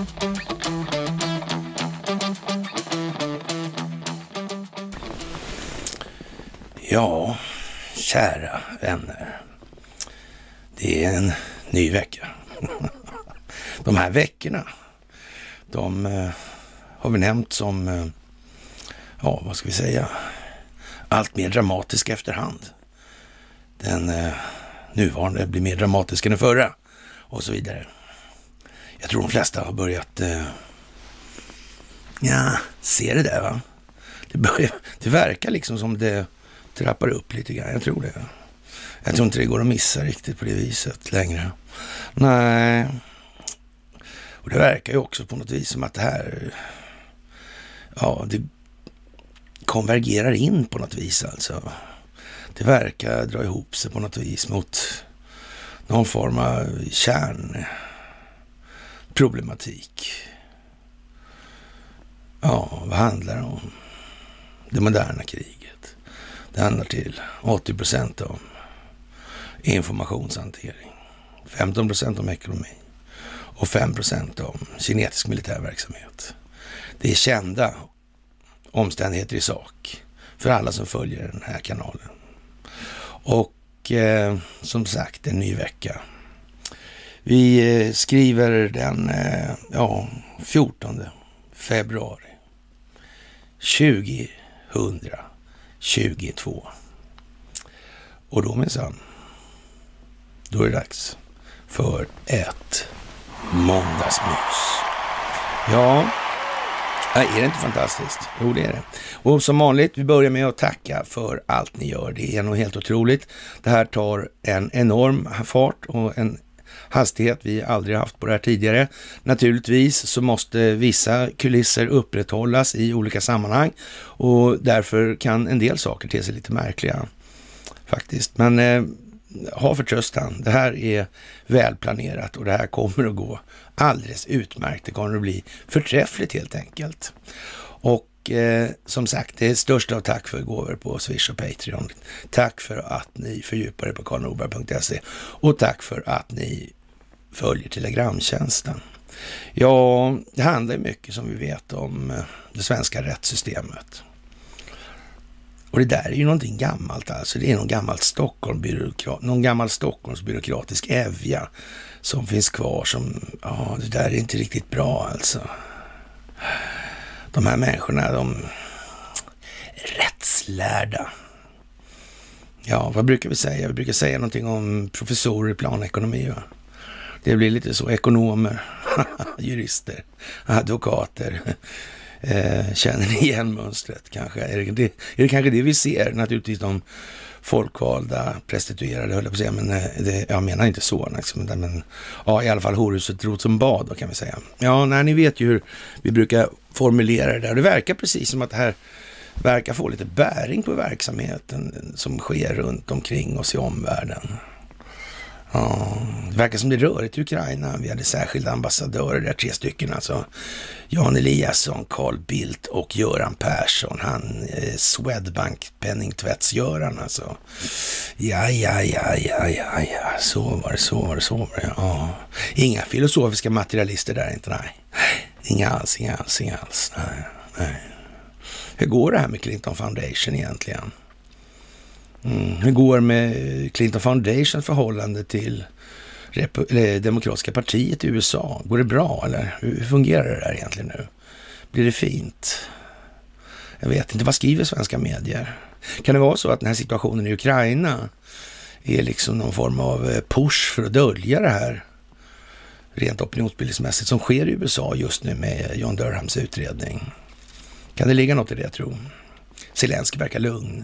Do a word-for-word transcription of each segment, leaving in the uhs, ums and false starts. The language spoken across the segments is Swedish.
Ja, kära vänner. Det är en ny vecka. De här veckorna, de eh, har vi nämnt som, eh, ja vad ska vi säga, allt mer dramatisk efterhand. Den eh, nuvarande blir mer dramatisk än den förra och så vidare. Jag tror de flesta har börjat eh, ja, se det där va. Det, börjar, det verkar liksom som det trappar upp lite grann, jag tror det. Jag tror inte det går att missa riktigt på det viset längre. Nej. Och det verkar ju också på något vis som att det här, ja, det konvergerar in på något vis alltså. Det verkar dra ihop sig på något vis mot någon form av kärnproblematik. Ja, vad handlar det om? Det moderna kriget. Det handlar till åttio procent om informationshantering, femton procent om ekonomi och fem procent om kinetisk militärverksamhet. Det är kända omständigheter i sak för alla som följer den här kanalen. Och eh, som sagt, en ny vecka. Vi eh, skriver den eh, ja, fjortonde februari tjugohundratjugotvå. Och då minsann, då är det dags för ett måndagsmys. Ja, är det inte fantastiskt? Jo, det är det. Och som vanligt, vi börjar med att tacka för allt ni gör. Det är nog helt otroligt. Det här tar en enorm fart och en hastighet vi aldrig haft på det här tidigare. Naturligtvis så måste vissa kulisser upprätthållas i olika sammanhang och därför kan en del saker te sig lite märkliga faktiskt. Men eh, ha förtröstan. Det här är välplanerat och det här kommer att gå alldeles utmärkt. Det kommer att bli förträffligt helt enkelt. Och eh, som sagt, det är största av tack för gåvor på Swish och Patreon. Tack för att ni fördjupar er på karl norberg punkt se och tack för att ni följer telegramtjänsten. Ja, det handlar mycket som vi vet om det svenska rättssystemet. Och det där är ju någonting gammalt alltså. Det är någon gammalt Stockholmsbyråkrat, någon gammal Stockholmsbyråkratisk evja som finns kvar som, ja, det där är inte riktigt bra alltså. De här människorna, de rättslärda. Ja, vad brukar vi säga? Vi brukar säga någonting om professorer i planekonomi, va? Det blir lite så, ekonomer, jurister, advokater. Eh, känner ni igen mönstret kanske? Är det, är det kanske det vi ser? Naturligtvis de folkvalda prostituerade, höll jag på att säga, men det, jag menar inte så. Liksom, men ja, i alla fall horhuset rot som bad då, kan vi säga. Ja, nej, ni vet ju hur vi brukar formulera det där. Det verkar precis som att det här verkar få lite bäring på verksamheten som sker runt omkring oss i omvärlden. Ja, det verkar som det rör i Ukraina. Vi hade särskilda ambassadörer där, tre stycken alltså. Jan Eliasson, Carl Bildt och Göran Persson. Han eh, Swedbank penningtvätts-Göran alltså. Ja, ja, ja, ja, ja, ja. Så var det, så var det, så var det. Ja. Inga filosofiska materialister där inte, nej. Inga alls, inga alls, inga alls. Nej, nej. Hur går det här med Clinton Foundation egentligen? Mm. Hur går med Clinton Foundation förhållande till Rep- eller Demokratiska partiet i U S A? Går det bra eller hur fungerar det där egentligen nu? Blir det fint? Jag vet inte, vad skriver svenska medier? Kan det vara så att den här situationen i Ukraina är liksom någon form av push för att dölja det här rent opinionsbildningsmässigt som sker i U S A just nu med John Durhams utredning? Kan det ligga något i det, jag tror? Zelensky verkar lugn.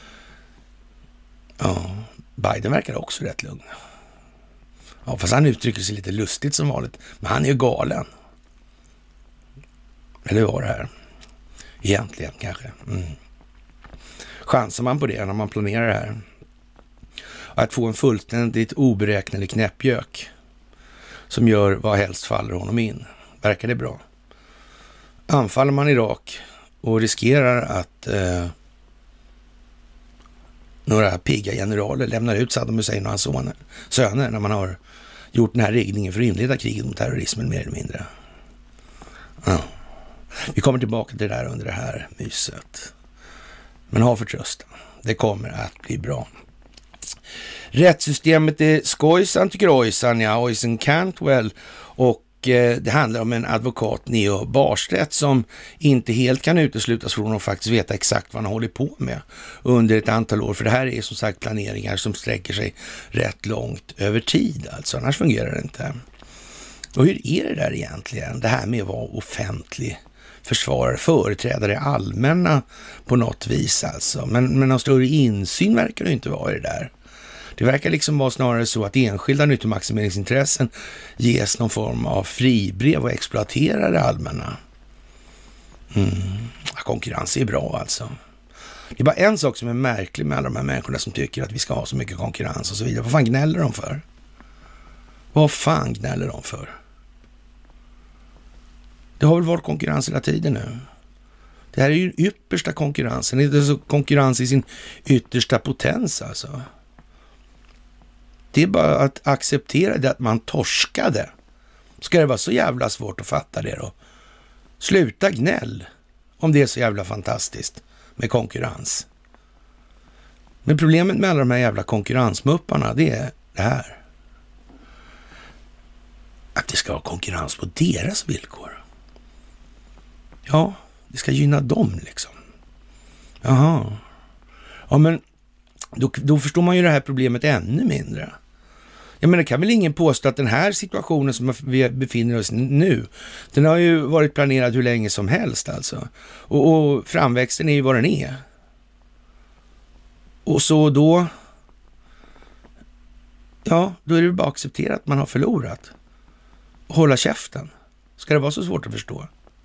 Ja, Biden verkar också rätt lugn. Ja, fast han uttrycker sig lite lustigt som vanligt. Men han är ju galen. Eller var det här? Egentligen kanske. Mm. Chansar man på det när man planerar det här? Att få en fullständigt oberäknelig knäppjök som gör vad helst faller honom in. Verkar det bra? Anfaller man Irak och riskerar att eh, några pigga generaler lämnar ut Saddam Hussein och hans söner, söner när man har gjort den här riggningen för att inleda kriget mot terrorismen mer eller mindre. Vi kommer tillbaka till det där under det här myset. Men ha förtröstan. Det kommer att bli bra. Rättssystemet är skojsan tycker ojsan, ja, ojsan Cantwell. Och eh, det handlar om en advokat, Neo Barstedt, som inte helt kan uteslutas från att faktiskt veta exakt vad han håller på med under ett antal år. För det här är som sagt planeringar som sträcker sig rätt långt över tid. Alltså, annars fungerar det inte. Och hur är det där egentligen? Det här med att vara offentlig försvarare, företrädare allmänna på något vis alltså. Men, men någon större insyn verkar det inte vara i det där. Det verkar liksom vara snarare så att enskilda nyttomaximeringsintressen ges någon form av fribrev och exploaterar det allmänna. Mm. Konkurrens är bra alltså. Det är bara en sak som är märklig med alla de här människorna som tycker att vi ska ha så mycket konkurrens och så vidare. Vad fan gnäller de för? Vad fan gnäller de för? Det har väl varit konkurrens hela tiden nu. Det här är ju yppersta konkurrensen. Det är så konkurrens i sin yttersta potens alltså. Det är bara att acceptera det att man torskade. Ska det vara så jävla svårt att fatta det då? Sluta gnäll om det är så jävla fantastiskt med konkurrens. Men problemet med alla de här jävla konkurrensmupparna, det är det här. Att det ska vara konkurrens på deras villkor. Ja, det ska gynna dem liksom. Jaha. Ja, men då, då förstår man ju det här problemet ännu mindre. Jag menar, kan väl ingen påstå att den här situationen som vi befinner oss nu, den har ju varit planerad hur länge som helst alltså. Och, och framväxten är ju vad den är. Och så då, ja, då är det bara accepterat att man har förlorat. Och hålla käften. Ska det vara så svårt att förstå?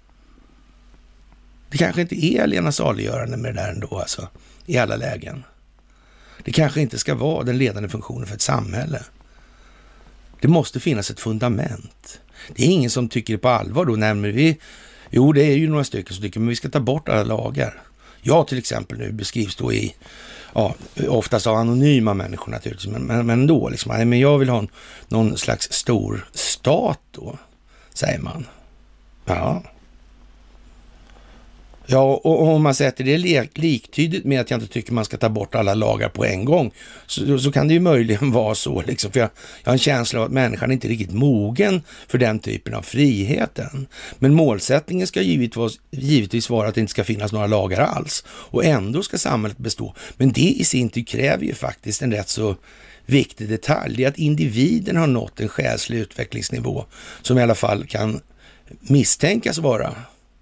Det kanske inte är allena saliggörande med det där ändå alltså, i alla lägen. Det kanske inte ska vara den ledande funktionen för ett samhälle. Det måste finnas ett fundament. Det är ingen som tycker det på allvar då, nämner vi. Jo, det är ju några stycken som tycker, men vi ska ta bort alla lagar. Jag till exempel nu beskrivs då i, ja, oftast av anonyma människor naturligtvis, men, men, men då liksom, nej, men jag vill ha en, någon slags stor stat då, säger man. Ja. Ja, och om man sätter det liktydigt med att jag inte tycker man ska ta bort alla lagar på en gång, så, så kan det ju möjligen vara så liksom, för jag, jag har en känsla av att människan inte är riktigt mogen för den typen av friheten. Men målsättningen ska givetvis, givetvis vara att det inte ska finnas några lagar alls, och ändå ska samhället bestå. Men det i sin tur kräver ju faktiskt en rätt så viktig detalj, det är att individen har nått en själslig utvecklingsnivå som i alla fall kan misstänkas vara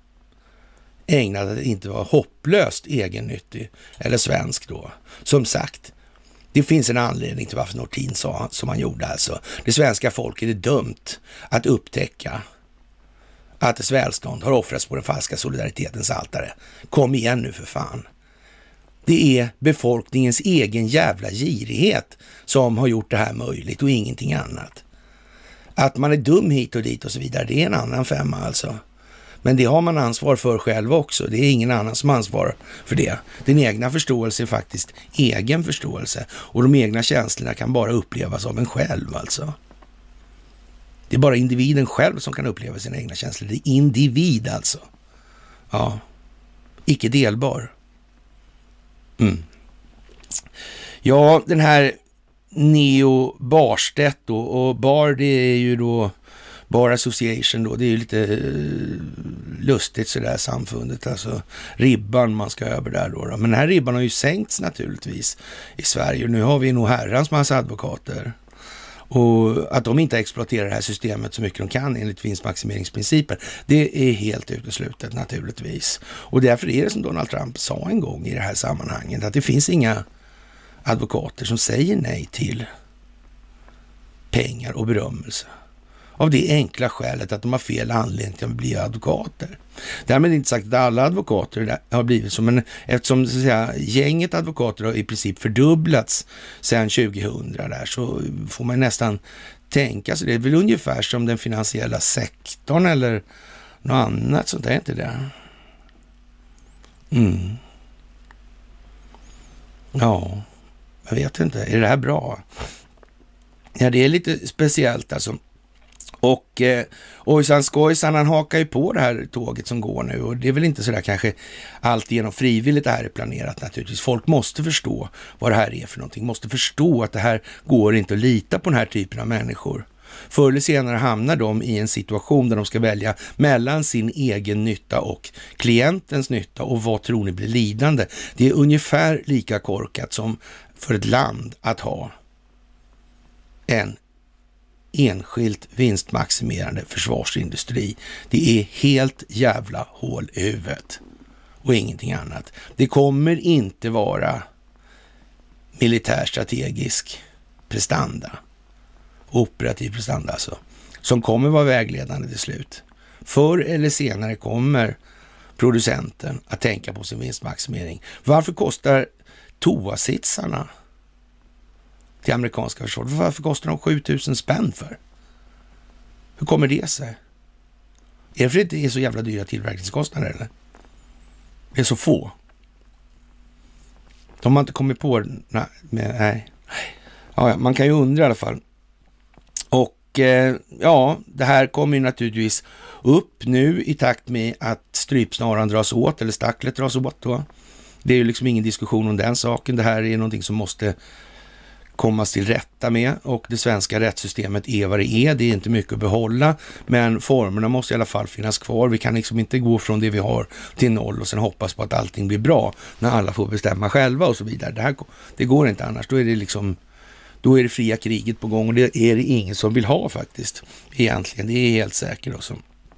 ägnad att inte vara hopplöst egennyttig eller svensk då. Som sagt, det finns en anledning till varför Nortin sa som han gjorde alltså. Det svenska folket är dömt att upptäcka att dess välstånd har offrats på den falska solidaritetens altare. Kom igen nu för fan. Det är befolkningens egen jävla girighet som har gjort det här möjligt och ingenting annat. Att man är dum hit och dit och så vidare, det är en annan femma alltså. Men det har man ansvar för själv också. Det är ingen annan som ansvarar för det. Den egna förståelse är faktiskt egen förståelse. Och de egna känslorna kan bara upplevas av en själv alltså. Det är bara individen själv som kan uppleva sina egna känslor. Det är individ alltså. Ja. Icke delbar. Mm. Ja, den här Neo Barstedt då. Och Bar, det är ju då Bar Association då, det är ju lite lustigt sådär samfundet, alltså ribban man ska över där då, då. Men den här ribban har ju sänkts naturligtvis i Sverige och nu har vi nog herrans massa advokater. Och att de inte exploaterar det här systemet så mycket de kan enligt vinstmaximeringsprincipen, det är helt uteslutet naturligtvis. Och därför är det som Donald Trump sa en gång i det här sammanhanget, att det finns inga advokater som säger nej till pengar och berömmelse. Av det enkla skälet att de har fel anledning till att bli advokater. Därmed är inte sagt att alla advokater har blivit så, men eftersom så att säga, gänget advokater har i princip fördubblats sedan tjugohundra där, så får man nästan tänka sig. Det är väl ungefär som den finansiella sektorn eller något annat sånt, är inte det? Mm. Ja, jag vet inte. Är det här bra? Ja, det är lite speciellt alltså. Och eh, Ojsan Skojsan, han hakar ju på det här tåget som går nu, och det är väl inte sådär kanske alltigenom frivilligt det här är planerat naturligtvis. Folk måste förstå vad det här är för någonting, måste förstå att det här går inte att lita på den här typen av människor. Förr eller senare hamnar de i en situation där de ska välja mellan sin egen nytta och klientens nytta, och vad tror ni blir lidande? Det är ungefär lika korkat som för ett land att ha en enskilt vinstmaximerande försvarsindustri. Det är helt jävla hål i huvudet och ingenting annat. Det kommer inte vara militärstrategisk prestanda, operativ prestanda alltså, som kommer vara vägledande till slut. Förr eller senare kommer producenten att tänka på sin vinstmaximering. Varför kostar toasitsarna till amerikanska försvaret? Varför kostar de sjutusen spänn för? Hur kommer det sig? Är det för att det är så jävla dyra tillverkningskostnader, eller? Det är så få. De har inte kommit på det. Nej. nej. Ja, man kan ju undra i alla fall. Och eh, ja, det här kommer ju naturligtvis upp nu i takt med att strypsnaran dras åt, eller stacklet dras åt då. Det är ju liksom ingen diskussion om den saken. Det här är någonting som måste kommas till rätta med, och det svenska rättssystemet är vad det är. Det är inte mycket att behålla, men formerna måste i alla fall finnas kvar. Vi kan liksom inte gå från det vi har till noll och sen hoppas på att allting blir bra när alla får bestämma själva och så vidare. Det här, det går inte annars. Då är det liksom, då är det fria kriget på gång, och det är det ingen som vill ha faktiskt. Egentligen, det är helt säkert också.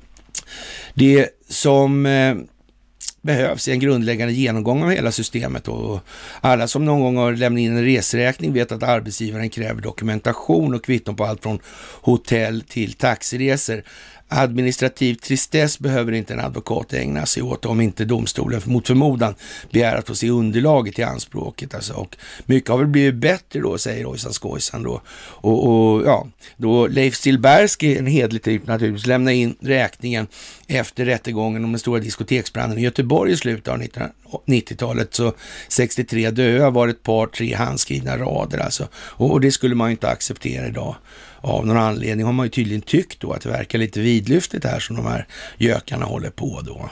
Det som eh, behövs en grundläggande genomgång av hela systemet, och alla som någon gång har lämnat in en reseräkning vet att arbetsgivaren kräver dokumentation och kvitton på allt från hotell till taxiresor. Administrativ tristess behöver inte en advokat ägna sig åt om inte domstolen mot förmodan begär att få se underlaget i anspråket. Alltså. Och mycket har väl blivit bättre då, säger Ojsan Skojsan då. Och, och ja, då Leif Silbersky, en hedlig typ naturligtvis, lämnar in räkningen efter rättegången om den stora diskoteksbranden i Göteborg i slutet av nittiotalet, så sextiotre döda var ett par, tre handskrivna rader alltså. Och, och det skulle man ju inte acceptera idag. Av någon anledning har man ju tydligen tyckt då att det verkar lite vidlyftigt här som de här gökarna håller på då.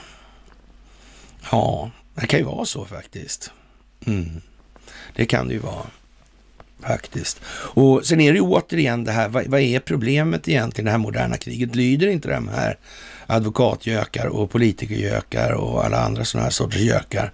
Ja, det kan ju vara så faktiskt. Mm. Det kan det ju vara faktiskt. Och sen är det ju återigen det här, vad, vad är problemet egentligen, det här moderna kriget? Lyder inte de här advokatgökar och politikergökar och alla andra sådana här sorters gökar?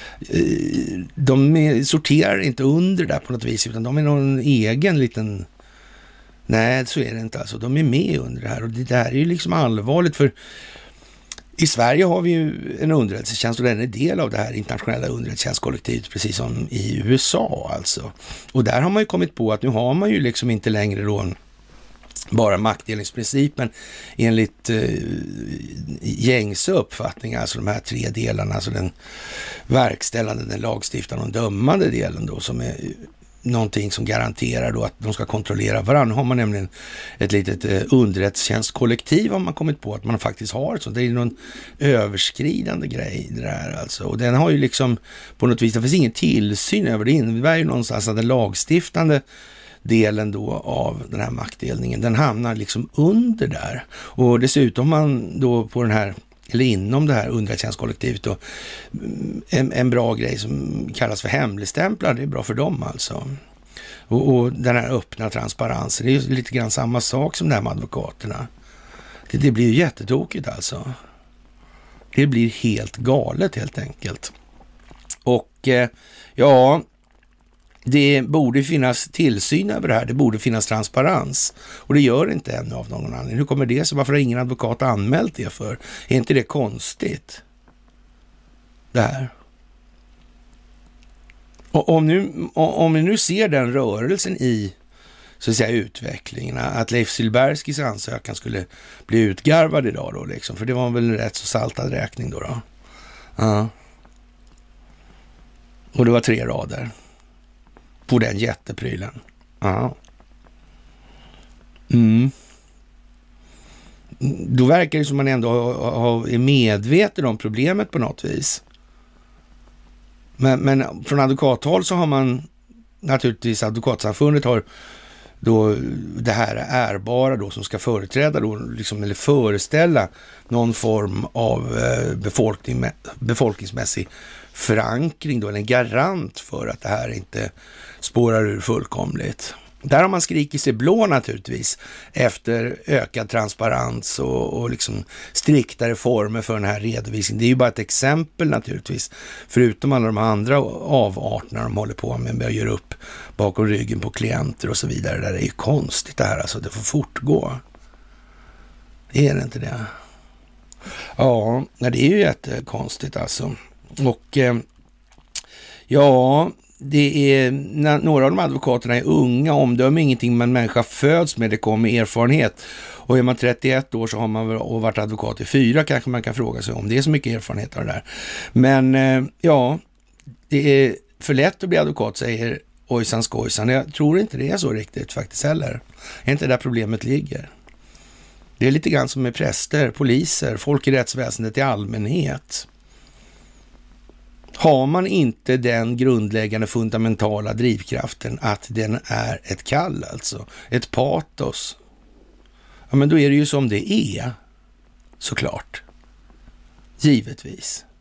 De är, sorterar inte under där på något vis, utan de är någon egen liten... Nej, så är det inte alltså. De är med under det här, och det där är ju liksom allvarligt, för i Sverige har vi ju en underrättelsetjänst, och den är del av det här internationella underrättelsetjänstkollektivet, precis som i U S A alltså. Och där har man ju kommit på att nu har man ju liksom inte längre då bara maktdelningsprincipen enligt eh, gängse uppfattning, alltså de här tre delarna, alltså den verkställande, den lagstiftande och den dömande delen då, som är någonting som garanterar då att de ska kontrollera varandra. Nu har man nämligen ett litet eh, underrättelsetjänstkollektiv, har man kommit på att man faktiskt har. Så det är någon överskridande grej det där alltså. Och den har ju liksom på något vis, det finns ingen tillsyn över det. Det innebär ju någonstans att den lagstiftande delen då av den här maktdelningen, den hamnar liksom under där. Och dessutom man då på den här, eller inom det här underrättelsetjänstkollektivet då, en, en bra grej som kallas för hemligstämplar, det är bra för dem alltså. Och, och den här öppna transparensen, det är ju lite grann samma sak som det här med advokaterna. Det, det blir ju jättetokigt alltså. Det blir helt galet helt enkelt. Och eh, ja, det borde finnas tillsyn över det här. Det borde finnas transparens. Och det gör det inte ännu av någon anledning. Hur kommer det sig? Varför har ingen advokat anmält det för? Är inte det konstigt? Det här. Och om, nu, om vi nu ser den rörelsen i så att säga utvecklingen, att Leif Silberskys ansökan skulle bli utgarvad idag då liksom. För det var väl en rätt så saltad räkning då då. Ja. Och det var tre rader på den jätteprylen. Ja. Mm. Då verkar det som man ändå ha, ha, är medveten om problemet på något vis. Men, men från advokathåll så har man naturligtvis, advokatsamfundet har då det här ärbara då som ska företräda då liksom, eller föreställa någon form av eh, befolkning, befolkningsmässig förankring då, eller en garant för att det här inte spårar ur fullkomligt. Där har man skrikit sig blå naturligtvis efter ökad transparens och, och liksom striktare former för den här redovisningen. Det är ju bara ett exempel naturligtvis, förutom alla de andra avarterna de håller på med, med att göra upp bakom ryggen på klienter och så vidare. Det är ju konstigt det här, alltså det får fortgå. Är det inte det? Ja, det är ju jättekonstigt alltså. Och eh, ja... Det är, några av de advokaterna är unga, omdömer ingenting, men människa föds med, det kommer erfarenhet. Och är man trettioett år så har man väl varit advokat i fyra, kanske man kan fråga sig om det är så mycket erfarenhet av det där. Men eh, ja, det är för lätt att bli advokat, säger ojsan skojsan. Jag tror inte det är så riktigt faktiskt heller. Det är inte där problemet ligger. Det är lite grann som med präster, poliser, folk i rättsväsendet i allmänhet. Har man inte den grundläggande fundamentala drivkraften att den är ett kall, alltså ett patos, ja men då är det ju som det är, såklart. Givetvis.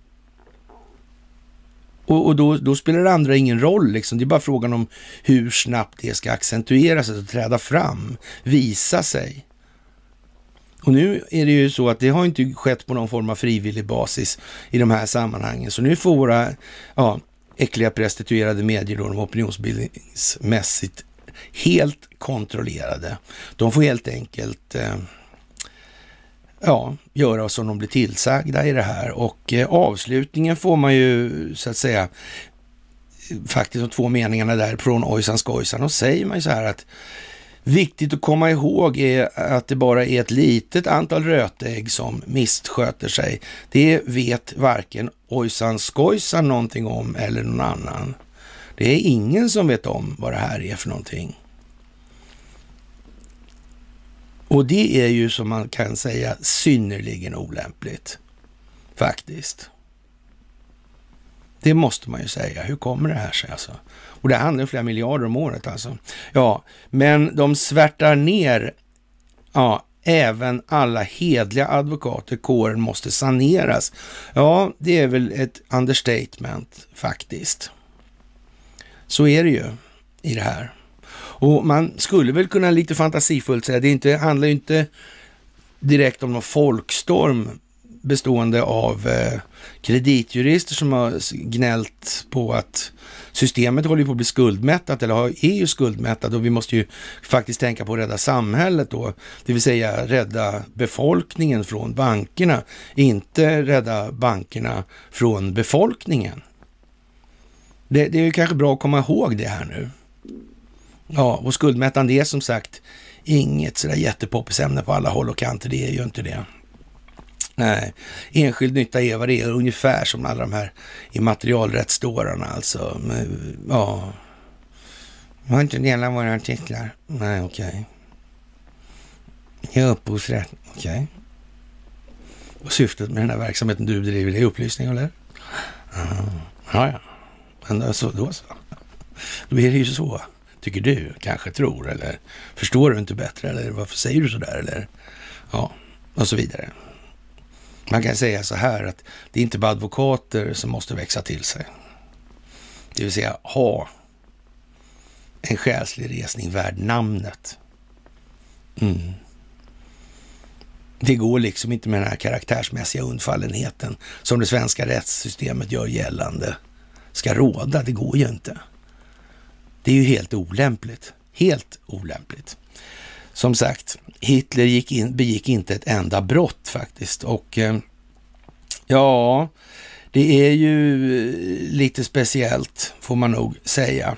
Och, och då, då spelar det andra ingen roll liksom. Det är bara frågan om hur snabbt det ska accentueras och träda fram, visa sig. Och nu är det ju så att det har inte skett på någon form av frivillig basis i de här sammanhangen. Så nu får våra ja, äckliga prostituerade medier då, de opinionsbildningsmässigt helt kontrollerade. De får helt enkelt eh, ja, göra som de blir tillsagda i det här. Och eh, avslutningen får man ju så att säga faktiskt de två meningarna där från ojsan skojsan. Och säger man ju så här att viktigt att komma ihåg är att det bara är ett litet antal rötägg som missköter sig. Det vet varken ojsan skojsan någonting om eller någon annan. Det är ingen som vet om vad det här är för någonting. Och det är ju som man kan säga synnerligen olämpligt. Faktiskt. Det måste man ju säga. Hur kommer det här sig alltså? Och det handlar om flera miljarder om året alltså. Ja, men de svärtar ner ja, även alla hedliga advokater. Kåren måste saneras. Ja, det är väl ett understatement faktiskt. Så är det ju i det här. Och man skulle väl kunna lite fantasifullt säga, det inte, handlar ju inte direkt om någon folkstorm bestående av eh, kreditjurister som har gnällt på att systemet håller på att bli skuldmättat eller är ju skuldmättat och vi måste ju faktiskt tänka på att rädda samhället då, det vill säga rädda befolkningen från bankerna, inte rädda bankerna från befolkningen. Det, det är ju kanske bra att komma ihåg det här nu. Ja, och skuldmättande är som sagt inget sådär jättepoppis ämne på alla håll och kanter, det är ju inte det. Nej, enskild nytta är vad det är, ungefär som alla de här immaterialrättsdårarna alltså. Men, ja, man har inte delat våra artiklar. Nej, okej. Okay. Jag är upphovsrätt, okej. Okay. Och syftet med den här verksamheten du bedriver, det är upplysning, eller? Aha. Ja, ja. Men då så, då så. Då är det ju så, tycker du, kanske tror, eller förstår du inte bättre, eller varför säger du så där, eller? Ja, och så vidare. Man kan säga så här att det är inte bara advokater som måste växa till sig. Det vill säga ha en själslig resning värd namnet. Mm. Det går liksom inte med den här karaktärsmässiga undfallenheten som det svenska rättssystemet gör gällande ska råda. Det går ju inte. Det är ju helt olämpligt. Helt olämpligt. Som sagt, Hitler gick in, begick inte ett enda brott faktiskt. Och eh, ja, det är ju lite speciellt får man nog säga.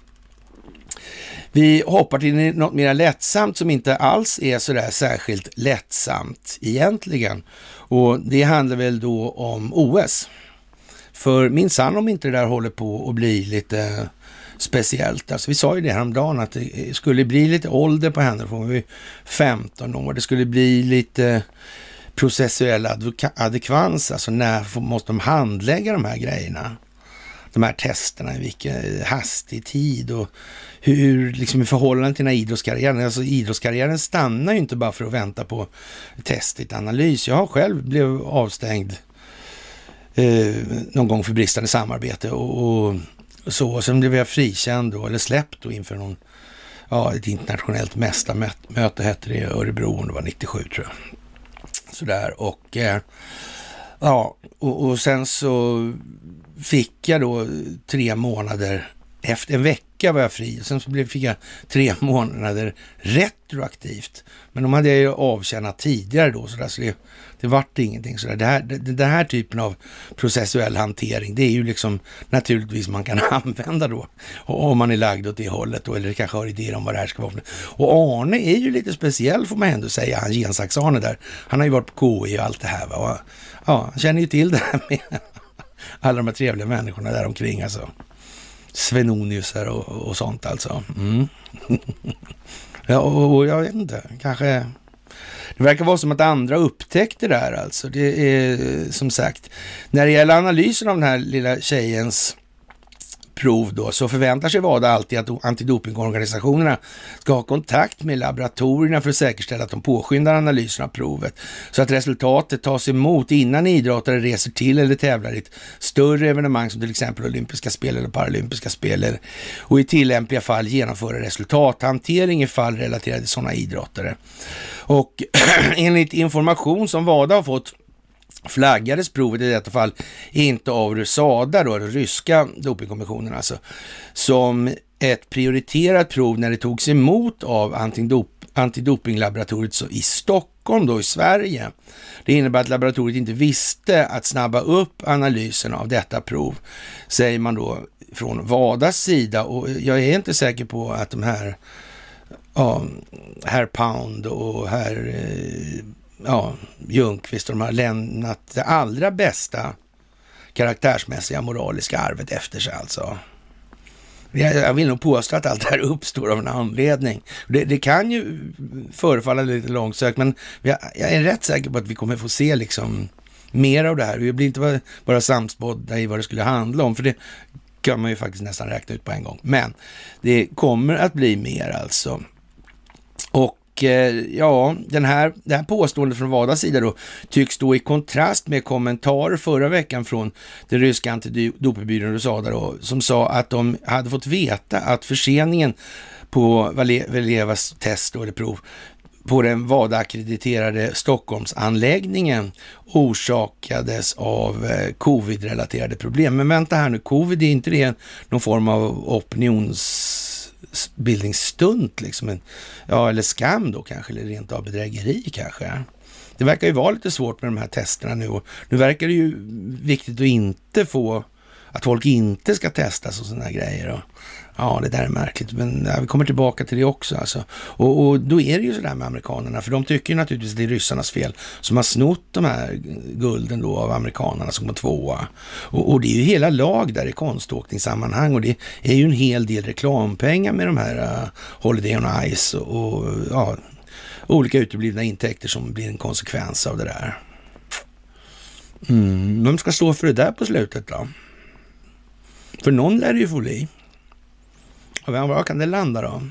Vi hoppar till något mer lättsamt som inte alls är så där särskilt lättsamt egentligen. Och det handlar väl då om O S. För minsann om inte det där håller på att bli lite speciellt. Alltså vi sa ju det häromdagen att det skulle bli lite ålder på henne från vi femton år. Det skulle bli lite processuell adekvans. Alltså när måste de handlägga de här grejerna? de här testerna, i vilken hastig tid och hur liksom i förhållande till den här idrottskarriären. Alltså idrottskarriären stannar ju inte bara för att vänta på testigt analys. Jag har själv blivit avstängd eh, någon gång för bristande samarbete och, och så. Och sen blev jag frikänd då, eller släppt då inför någon, ja, ett internationellt mästarmöte hette det i Örebro, det var nittiosju tror jag. Sådär, och eh, ja, och, och sen så fick jag då tre månader, efter en vecka var jag fri, och sen så blev, fick jag tre månader retroaktivt. Men de hade jag ju avtjänat tidigare då, så, där, så det, det vart ingenting. Så där. Det, här, det, den här typen av processuell hantering, det är ju liksom naturligtvis man kan använda då, om man är lagd åt det hållet då, eller det kanske har idéer om vad det här ska vara. Och Arne är ju lite speciell får man ändå säga, han Gensax-Arne där. Han har ju varit på K I och allt det här, va? Och, ja, han känner ju till det här med alla de här trevliga människorna där omkring, alltså. Svenoniusar och, och sånt alltså. Mm. Ja, och, och jag vet inte, kanske det verkar vara som att andra upptäckte det där alltså. Det är som sagt, när det gäller analysen av den här lilla tjejens prov då, så förväntar sig WADA alltid att antidopingorganisationerna ska ha kontakt med laboratorierna för att säkerställa att de påskyndar analysen av provet, så att resultatet tas emot innan idrottare reser till eller tävlar i ett större evenemang som till exempel olympiska spel eller paralympiska spel, och i tillämpliga fall genomföra resultathantering i fall relaterade till sådana idrottare. Och enligt information som WADA har fått flaggades provet i detta fall inte av RUSADA då, den ryska dopingkommissionen alltså, som ett prioriterat prov när det togs emot av antidop- antidopinglaboratoriet i Stockholm då i Sverige. Det innebär att laboratoriet inte visste att snabba upp analysen av detta prov, säger man då från WADAs sida, och jag är inte säker på att de här ja, herr Pound och herr eh, ja, Ljungqvist och de har lämnat det allra bästa karaktärsmässiga moraliska arvet efter sig alltså. Jag, jag vill nog påstå att allt det här uppstår av en anledning. Det, det kan ju förefalla lite långsökt, men jag, jag är rätt säker på att vi kommer få se liksom mer av det här. Vi blir inte bara, bara samspådda i vad det skulle handla om, för det kan man ju faktiskt nästan räkna ut på en gång. Men det kommer att bli mer alltså. Och ja, den här, det här påståendet från WADAs sida då tycks stå i kontrast med kommentarer förra veckan från den ryska antidopingbyrån RUSADA då, som sa att de hade fått veta att förseningen på Valevas test eller prov på den WADA-akkrediterade Stockholmsanläggningen orsakades av covid-relaterade problem. Men vänta här nu, covid är inte det någon form av opinions bildningsstunt liksom, en, ja, eller skam då kanske, eller rent av bedrägeri kanske. Det verkar ju vara lite svårt med de här testerna nu, och nu verkar det ju viktigt att inte få, att folk inte ska testas och sådana grejer. Och, ja, det där är märkligt, men ja, vi kommer tillbaka till det också alltså. Och, och då är det ju sådär med amerikanerna, för de tycker ju naturligtvis att det är ryssarnas fel som har snott de här gulden då av amerikanerna som var tvåa. Och, och det är ju hela lag där i konståkningssammanhang, och det är ju en hel del reklampengar med de här uh, Holiday on Ice och, och ja, olika uteblivna intäkter som blir en konsekvens av det där. Mm, vem ska stå för det där på slutet då? För någon lär det ju få bli. Och var kan det landa då?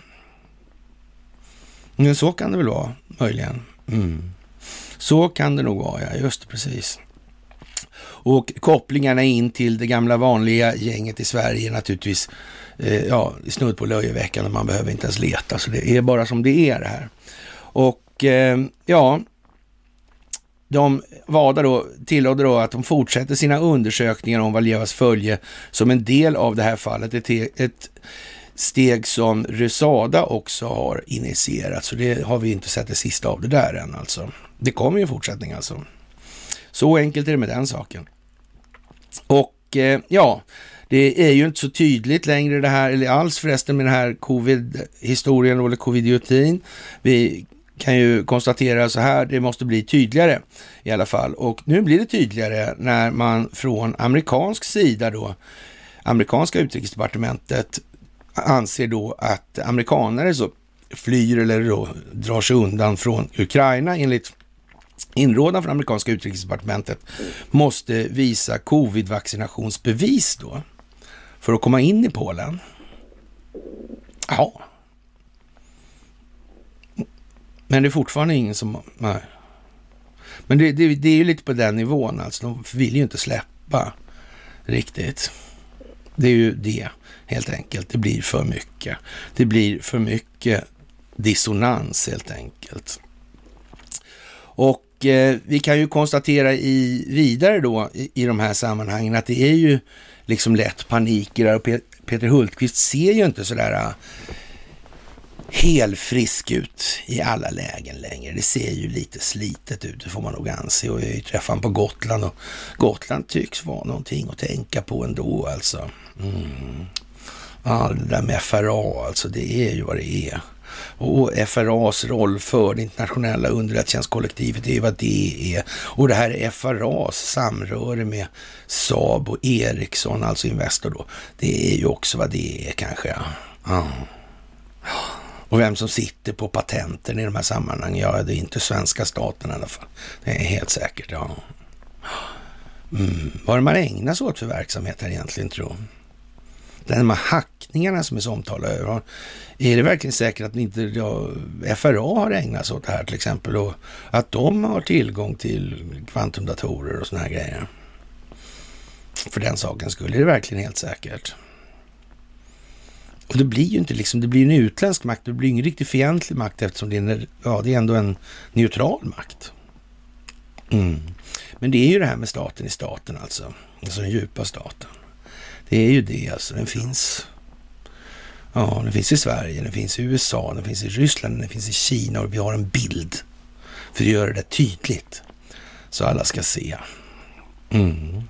Men så kan det väl vara, möjligen. Mm. Så kan det nog vara, ja, just det, precis. Och kopplingarna in till det gamla vanliga gänget i Sverige naturligtvis, eh, ja, snudd på löjeväckande, man behöver inte ens leta, så det är bara som det är det här. Och eh, ja, de WADA då tillåter då att de fortsätter sina undersökningar om Valevas följe som en del av det här fallet. Ett, ett steg som RUSADA också har initierat, så det har vi inte sett det sista av det där än alltså. Det kommer ju en fortsättning alltså. Så enkelt är det med den saken. Och eh, ja, det är ju inte så tydligt längre det här, eller alls förresten med den här covid-historien eller covid-idiotin. Vi kan ju konstatera så här, det måste bli tydligare i alla fall. Och nu blir det tydligare när man från amerikansk sida då, amerikanska utrikesdepartementet anser då att amerikanare så flyr eller då drar sig undan från Ukraina enligt inrådan från amerikanska utrikesdepartementet måste visa covid-vaccinationsbevis då. för att komma in i Polen. Ja. Men det är fortfarande ingen som... Nej. Men det, det, det är ju lite på den nivån. Alltså, de vill ju inte släppa riktigt. Det är ju det, helt enkelt. Det blir för mycket. Det blir för mycket dissonans, helt enkelt. Och eh, vi kan ju konstatera i, vidare då i, i de här sammanhangen att det är ju liksom lätt panik där. Och Pe- Peter Hultqvist ser ju inte sådär helt frisk ut i alla lägen längre. Det ser ju lite slitet ut, det får man nog anse. Och jag är ju träffan på Gotland och Gotland tycks vara någonting att tänka på ändå alltså. Mm. Ja, det där med F R A alltså, det är ju vad det är. Och F R A:s roll för det internationella underrättelsetjänstkollektivet, det är vad det är. Och det här är F R A:s samröre med Saab och Ericsson, alltså Investor då. Det är ju också vad det är kanske. Ja. Och vem som sitter på patenten i de här sammanhangen, ja, det är inte svenska staten i alla fall. Det är helt säkert, ja. Mm. Vad är man ägnar sig åt för verksamhet här egentligen, tror jag? De här hackningarna som är så omtalade, är det verkligen säkert att inte ja, F R A har ägnat sig åt det här till exempel, och att de har tillgång till kvantumdatorer och såna här grejer? För den saken skulle är det verkligen helt säkert. Och det blir ju inte liksom, det blir en utländsk makt, det blir ingen riktigt fientlig makt eftersom det är, en, ja, det är ändå en neutral makt. Mm. Men det är ju det här med staten i staten alltså, alltså den djupa staten. Det är ju det alltså, den finns, ja, den finns i Sverige, den finns i U S A, den finns i Ryssland, den finns i Kina och vi har en bild för att göra det tydligt så alla ska se. Mm.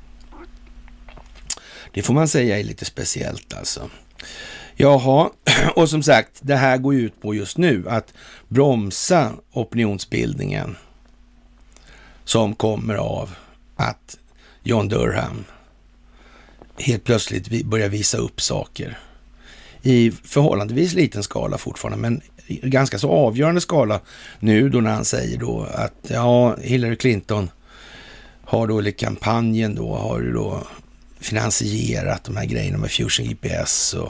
Det får man säga är lite speciellt alltså. Jaha, och som sagt, det här går ut på just nu att bromsa opinionsbildningen som kommer av att John Durham helt plötsligt börjar visa upp saker i förhållandevis liten skala fortfarande, men i ganska så avgörande skala nu då när han säger då att ja, Hillary Clinton har då, eller kampanjen då, har ju då finansierat de här grejerna med Fusion G P S och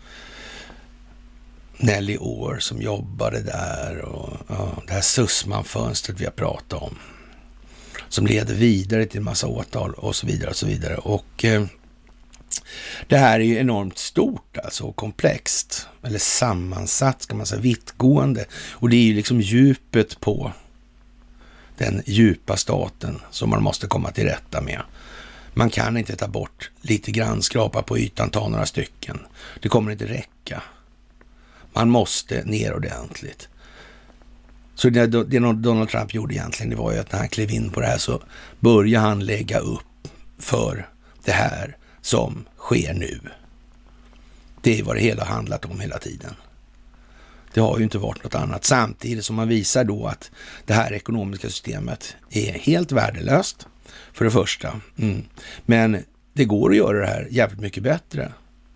Nelly Orr som jobbade där och ja, det här Sussman-fönstret vi har pratat om som leder vidare till en massa åtal och så vidare och så vidare. Och eh, det här är ju enormt stort alltså och komplext, eller sammansatt ska man säga, vittgående, och det är ju liksom djupet på den djupa staten som man måste komma till rätta med. Man kan inte ta bort lite grann, skrapa på ytan, ta några stycken. Det kommer inte räcka. Man måste ner ordentligt. Så det, det Donald Trump gjorde egentligen, det var ju att när han klev in på det här så började han lägga upp för det här som sker nu. Det är vad det hela har handlat om hela tiden. Det har ju inte varit något annat. Samtidigt som man visar då att det här ekonomiska systemet är helt värdelöst. För det första. Mm. Men det går att göra det här jävligt mycket bättre.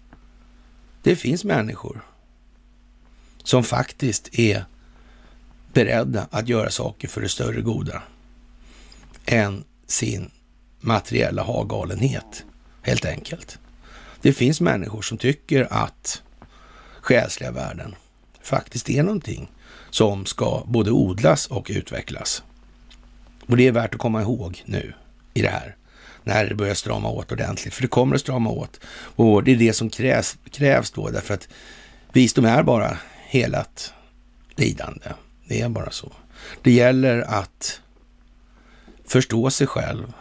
Det finns människor som faktiskt är beredda att göra saker för det större goda än sin materiella hagalenhet, helt enkelt. Det finns människor som tycker att själsliga värden faktiskt är någonting som ska både odlas och utvecklas. Och det är värt att komma ihåg nu i det här, när det börjar strama åt ordentligt. För det kommer att strama åt. Och det är det som krävs, krävs då, därför att visdom är bara helat lidande. Det är bara så. Det gäller att förstå sig själv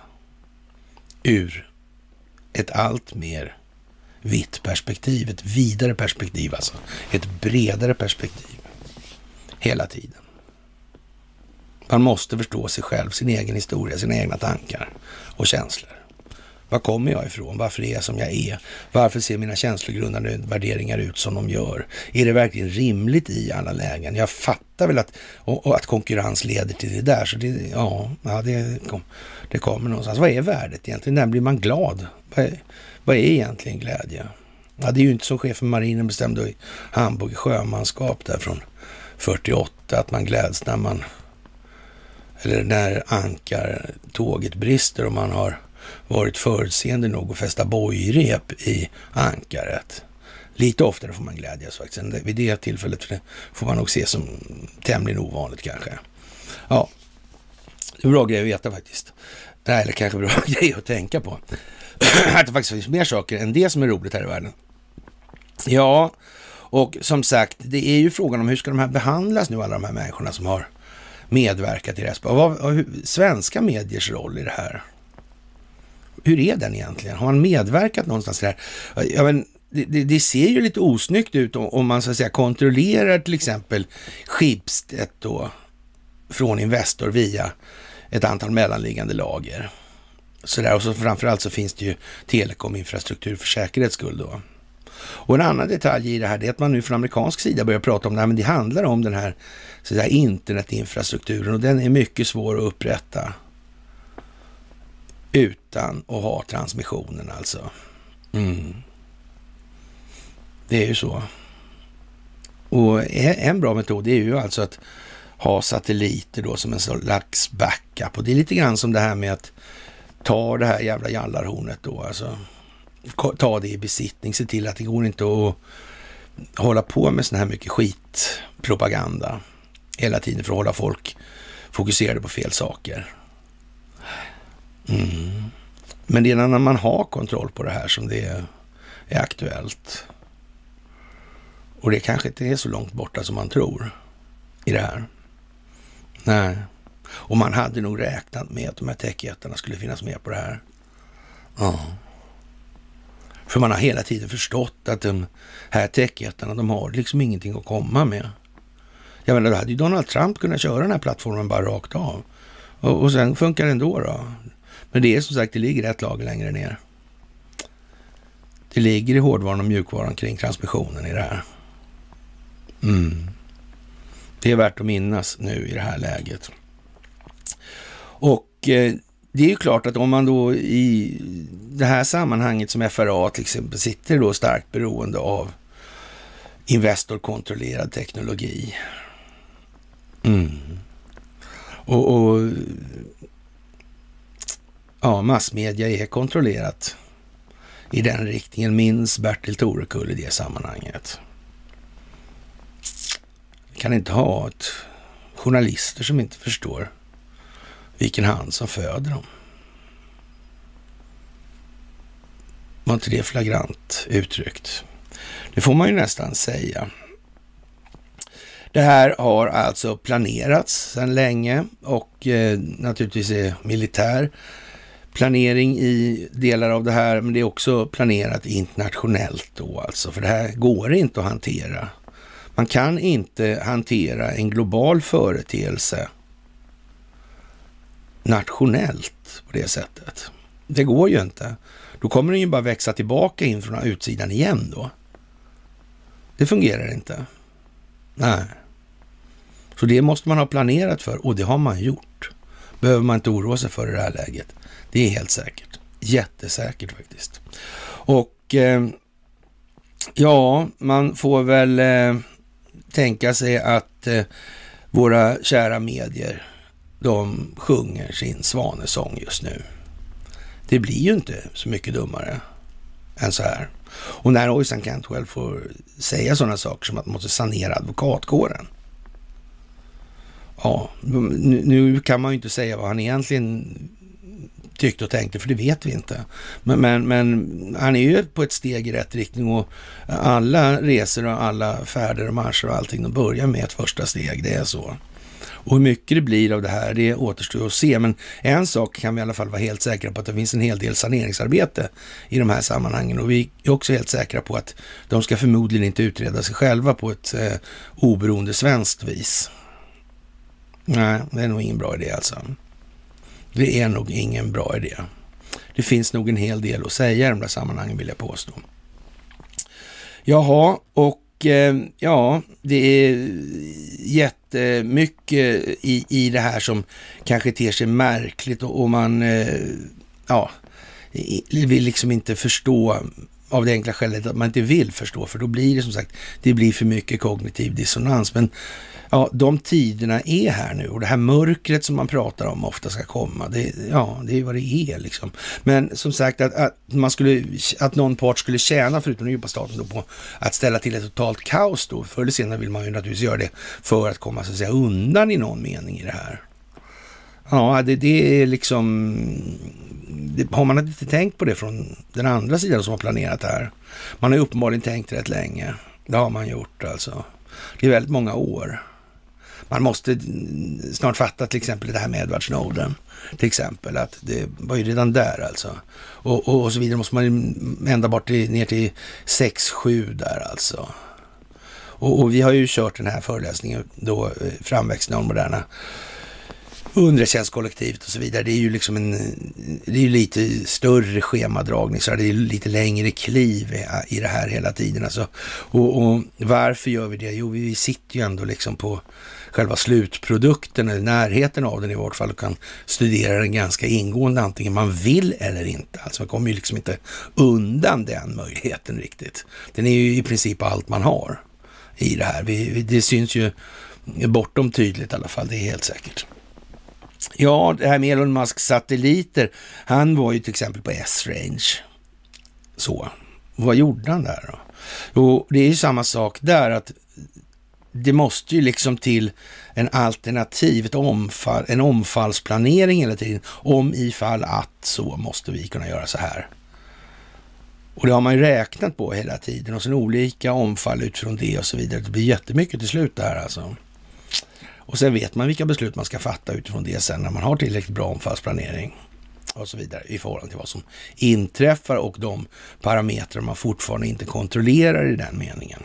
ur ett allt mer vitt perspektiv, ett vidare perspektiv alltså. Ett bredare perspektiv. Hela tiden. Man måste förstå sig själv, sin egen historia, sina egna tankar och känslor. Var kommer jag ifrån? Varför är jag som jag är? Varför ser mina känslogrundande värderingar ut som de gör? Är det verkligen rimligt i alla lägen? Jag fattar väl att, och, och att konkurrens leder till det där. Så det, ja, ja det, kom, det kommer någonstans. Vad är värdet egentligen? När blir man glad? Vad är, vad är egentligen glädje? Ja, det är ju inte som chefen för marinen bestämde i Hamburg sjömanskap där från fyrtioåtta att man gläds när man, eller när ankar tåget brister och man har varit förutseende nog att fästa bojrep i ankaret. Lite oftare får man glädjas faktiskt. Vid det tillfället för det får man nog se som tämligen ovanligt kanske. Ja, det är bra grej att veta faktiskt. Nej, eller kanske bra grej att tänka på. Att det faktiskt finns mer saker än det som är roligt här i världen. Ja, och som sagt, det är ju frågan om hur ska de här behandlas nu, alla de här människorna som har medverkat i det här. Vad, vad, svenska mediers roll i det här? Hur är den egentligen? Har man medverkat någonstans i det här? Ja, men det, det, det ser ju lite osnyggt ut om, om man så att säga kontrollerar till exempel Schibsted då från Investor via ett antal mellanliggande lager. Så där, och så framförallt så finns det ju telekominfrastruktur för säkerhets skull då. Och en annan detalj i det här är att man nu från amerikansk sida börjar prata om det här, men det handlar om den här, så där internetinfrastrukturen, och den är mycket svår att upprätta utan att ha transmissionen alltså. Mm. Det är ju så. Och en bra metod är ju alltså att ha satelliter då som en slags backup, och det är lite grann som det här med att ta det här jävla jallarhornet då, alltså ta det i besittning, se till att det går inte att hålla på med sån här mycket skitpropaganda hela tiden för att hålla folk fokuserade på fel saker. Mm. Men det är när man har kontroll på det här som det är, är aktuellt. Och det kanske inte är så långt borta som man tror i det här. Nej. Och man hade nog räknat med att de här techjättarna skulle finnas med på det här. Ja. För man har hela tiden förstått att de här techjättarna, de har liksom ingenting att komma med. Jag menar, då hade ju Donald Trump kunnat köra den här plattformen bara rakt av. Och, och sen funkar det ändå då. Men det är som sagt, det ligger ett lager längre ner. Det ligger i hårdvaran och mjukvaran kring transmissionen i det här. Mm. Det är värt att minnas nu i det här läget. Och eh, det är ju klart att om man då i det här sammanhanget som F R A till exempel sitter då starkt beroende av Investor-kontrollerad teknologi. Mm. Och, och ja, massmedia är kontrollerat i den riktningen. Minns Bertil Torekull i det sammanhanget. Vi kan inte ha ett journalister som inte förstår vilken hand som föder dem. Var inte det flagrant uttryckt? Det får man ju nästan säga. Det här har alltså planerats sedan länge och eh, naturligtvis är militär planering i delar av det här, men det är också planerat internationellt då alltså, för det här går inte att hantera. Man kan inte hantera en global företeelse nationellt på det sättet. Det går ju inte. Då kommer den ju bara växa tillbaka in från utsidan igen då. Det fungerar inte. Nej. Så det måste man ha planerat för, och det har man gjort. Behöver man inte oroa sig för i det här läget. Det är helt säkert. Jättesäkert faktiskt. Och eh, ja, man får väl eh, tänka sig att eh, våra kära medier, de sjunger sin svanesång just nu. Det blir ju inte så mycket dummare än så här. Och när Oysan Cantwell får säga sådana saker som att man måste sanera advokatkåren. Ja, nu, nu kan man ju inte säga vad han egentligen tyckte och tänkte, för det vet vi inte. Men, men, men han är ju på ett steg i rätt riktning, och alla resor och alla färder och marscher och allting, de börjar med ett första steg, det är så. Och hur mycket det blir av det här, det återstår att se. Men en sak kan vi i alla fall vara helt säkra på, att det finns en hel del saneringsarbete i de här sammanhangen. Och vi är också helt säkra på att de ska förmodligen inte utreda sig själva på ett eh, oberoende svenskt vis. Nej, det är nog ingen bra idé alltså. Det är nog ingen bra idé. Det finns nog en hel del att säga i de där sammanhangen, vill jag påstå. Jaha, och eh, ja, det är jättemycket i, i det här som kanske ter sig märkligt, och, och man eh, ja, vill liksom inte förstå av det enkla skälet att man inte vill förstå, för då blir det som sagt, det blir för mycket kognitiv dissonans. Men ja, de tiderna är här nu, och det här mörkret som man pratar om ofta ska komma, det, ja, det är vad det är liksom. Men som sagt, att, att, man skulle, att någon part skulle tjäna, förutom den djupa staten då, på att ställa till ett totalt kaos då, förr eller senare vill man ju naturligtvis göra det för att komma så att säga undan i någon mening i det här. Ja, det, det är liksom, det, har man inte tänkt på det från den andra sidan som har planerat här. Man har uppenbarligen tänkt rätt länge. Det har man gjort alltså. Det är väldigt många år. Man måste snart fatta till exempel det här med Edward Snowden. Till exempel att det var ju redan där alltså. Och, och, och så vidare måste man ända bort till, ner till sex sju där alltså. Och, och vi har ju kört den här föreläsningen då, framväxten av moderna underrättelsetjänstkollektivet och så vidare. Det är ju liksom en, det är ju lite större schemadragning, så det är lite längre kliv i, i det här hela tiden alltså. Och, och varför gör vi det? Jo, vi sitter ju ändå liksom på själva slutprodukten, eller närheten av den i vart fall, och kan studera den ganska ingående antingen man vill eller inte. Alltså man kommer ju liksom inte undan den möjligheten riktigt. Den är ju i princip allt man har i det här. Vi, vi, det syns ju bortom tydligt i alla fall, det är helt säkert. Ja, det här med Elon Musks satelliter, han var ju till exempel på S-range. Så, vad gjorde han där då? Jo, det är ju samma sak där, att det måste ju liksom till en alternativ, ett omfall, en omfallsplanering hela tiden. Om ifall att så måste vi kunna göra så här. Och det har man ju räknat på hela tiden, och sen olika omfall utifrån det och så vidare. Det blir jättemycket till slut där alltså. Och sen vet man vilka beslut man ska fatta utifrån det sen när man har tillräckligt bra omfallsplanering och så vidare i förhållande till vad som inträffar och de parametrar man fortfarande inte kontrollerar i den meningen.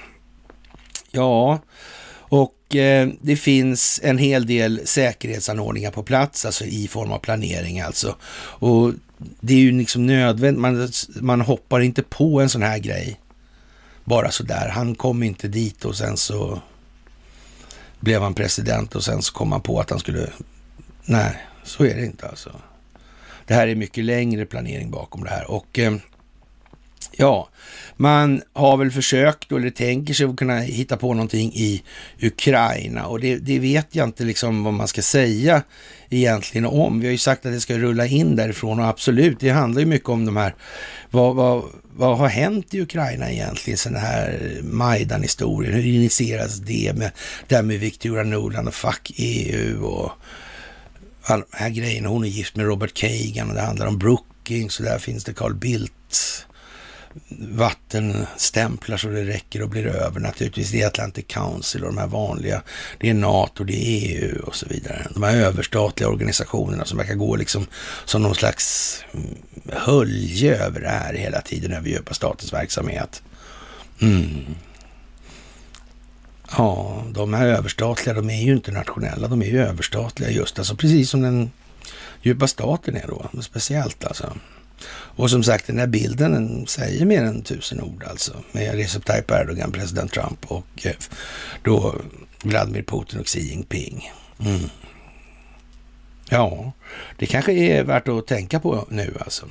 Ja, och eh, det finns en hel del säkerhetsanordningar på plats, alltså i form av planering alltså. Och det är ju liksom nödvändigt, man, man hoppar inte på en sån här grej bara så där. Han kom inte dit och sen så blev han president och sen så kom han på att han skulle... Nej, så är det inte alltså. Det här är mycket längre planering bakom det här. Och eh, ja, man har väl försökt, eller tänker sig att kunna hitta på någonting i Ukraina. Och det, det vet jag inte liksom vad man ska säga egentligen om. Vi har ju sagt att det ska rulla in därifrån, och absolut, det handlar ju mycket om de här... Vad, vad, vad har hänt i Ukraina egentligen sen den här Majdan-historien? Hur initieras det med, där med Victoria Nuland och Fuck E U och all de här grejerna? Hon är gift med Robert Kagan och det handlar om Brookings, och där finns det Carl Bildt vattenstämplar så det räcker och blir över. Naturligtvis det är Atlantic Council och de här vanliga, det är NATO, det är E U och så vidare. De här överstatliga organisationerna som verkar gå liksom som någon slags hölje över det här hela tiden, över djupa statens verksamhet. Mm. Ja, de här överstatliga, de är ju inte nationella, de är ju överstatliga just, alltså precis som den djupa staten är då, speciellt alltså. Och som sagt, den här bilden den säger mer än tusen ord alltså, med Recep Tayyip Erdogan, president Trump och eh, då Vladimir Putin och Xi Jinping. Mm. Ja, det kanske är värt att tänka på nu alltså.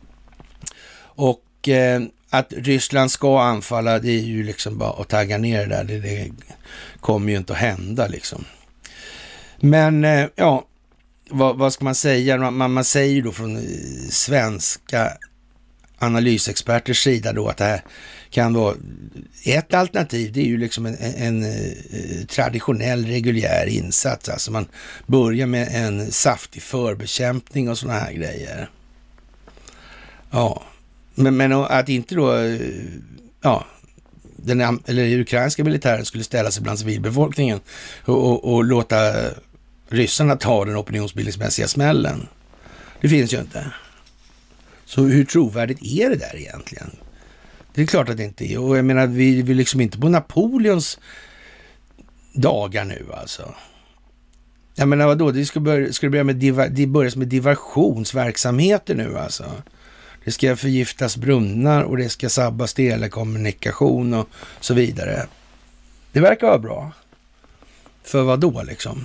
Och eh, att Ryssland ska anfalla, det är ju liksom bara att tagga ner där, det, det kommer ju inte att hända liksom. Men eh, ja, Vad, vad ska man säga? Man, man säger ju då från svenska analysexperters sida då att det här kan vara ett alternativ. Det är ju liksom en, en, en traditionell reguljär insats. Alltså man börjar med en saftig förbekämpning och såna här grejer. Ja, men, men att inte då, ja, den eller ukrainska militären skulle ställa sig bland civilbefolkningen och, och, och låta ryssarna tar den opinionsbildningsmässiga smällen. Det finns ju inte. Så hur trovärdigt är det där egentligen? Det är klart att det inte är. Och jag menar, vi vill liksom inte på Napoleons dagar nu alltså. Jag menar vadå? Det ska börja, ska det börja med, diva, det börjas med diversionsverksamheter nu alltså. Det ska förgiftas brunnar och det ska sabbas telekommunikation och så vidare. Det verkar vara bra. För vad då liksom?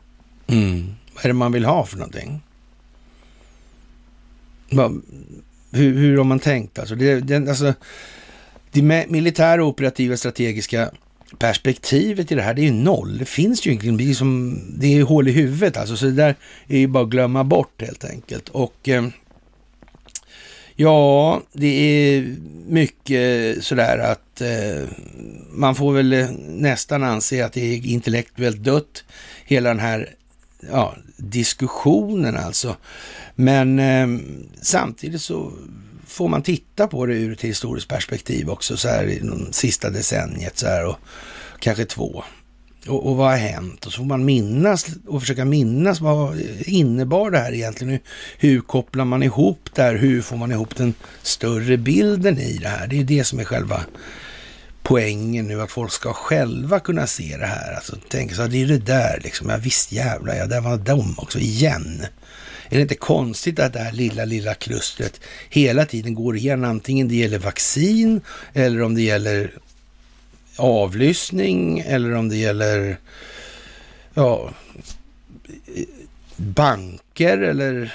Mm. Vad är det man vill ha för någonting? hur, hur har man tänkt? Alltså det, det, alltså, det militära operativa strategiska perspektivet i det här, det är ju noll. Det finns ju ingenting, det är, som, det är hål i huvudet alltså, så det där är ju bara att glömma bort helt enkelt. Och eh, ja, det är mycket sådär att eh, man får väl nästan anse att det är intellektuellt dött, hela den här ja, diskussionen alltså. Men eh, samtidigt så får man titta på det ur ett historiskt perspektiv också så här i de sista decenniet så här och kanske två. Och, och vad har hänt? Och så får man minnas och försöka minnas vad innebar det här egentligen? Hur, hur kopplar man ihop det här? Hur får man ihop den större bilden i det här? Det är det som är själva poängen nu, att folk ska själva kunna se det här. Alltså tänka så här, det är det där liksom. Ja visst jävlar, ja där var de också igen. Är det inte konstigt att det här lilla, lilla klustret hela tiden går igen, antingen det gäller vaccin eller om det gäller avlyssning eller om det gäller ja, banker eller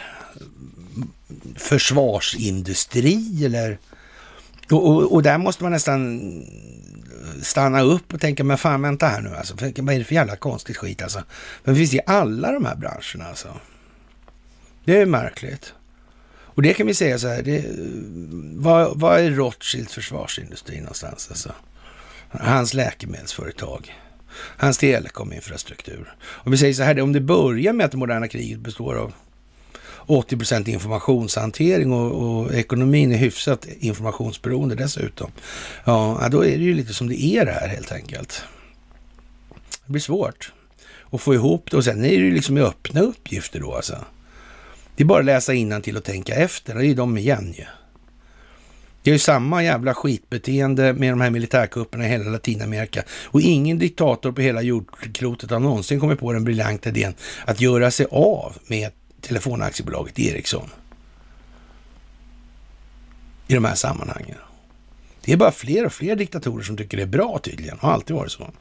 försvarsindustri eller och, och, och där måste man nästan stanna upp och tänka, men fan vänta här nu alltså, vad är det för jävla konstigt skit alltså? Men det finns i alla de här branscherna alltså. Det är märkligt. Och det kan vi säga så här, det, vad, vad är Rothschilds försvarsindustri någonstans alltså? Hans läkemedelsföretag, hans telekominfrastruktur. Och vi säger så här, om det börjar med att det moderna kriget består av åttio procent informationshantering och, och ekonomin är hyfsat informationsberoende dessutom. Ja, då är det ju lite som det är det här helt enkelt. Det blir svårt att få ihop det och sen är det ju liksom öppna uppgifter då alltså. Det är bara att läsa innantill och tänka efter, det är ju de igen ju. Det är ju samma jävla skitbeteende med de här militärkupperna i hela Latinamerika. Och ingen diktator på hela jordklotet har någonsin kommit på den briljanta idén att göra sig av med telefonaktiebolaget Ericsson. I de här sammanhangen. Det är bara fler och fler diktatorer som tycker det är bra tydligen. Har alltid varit så.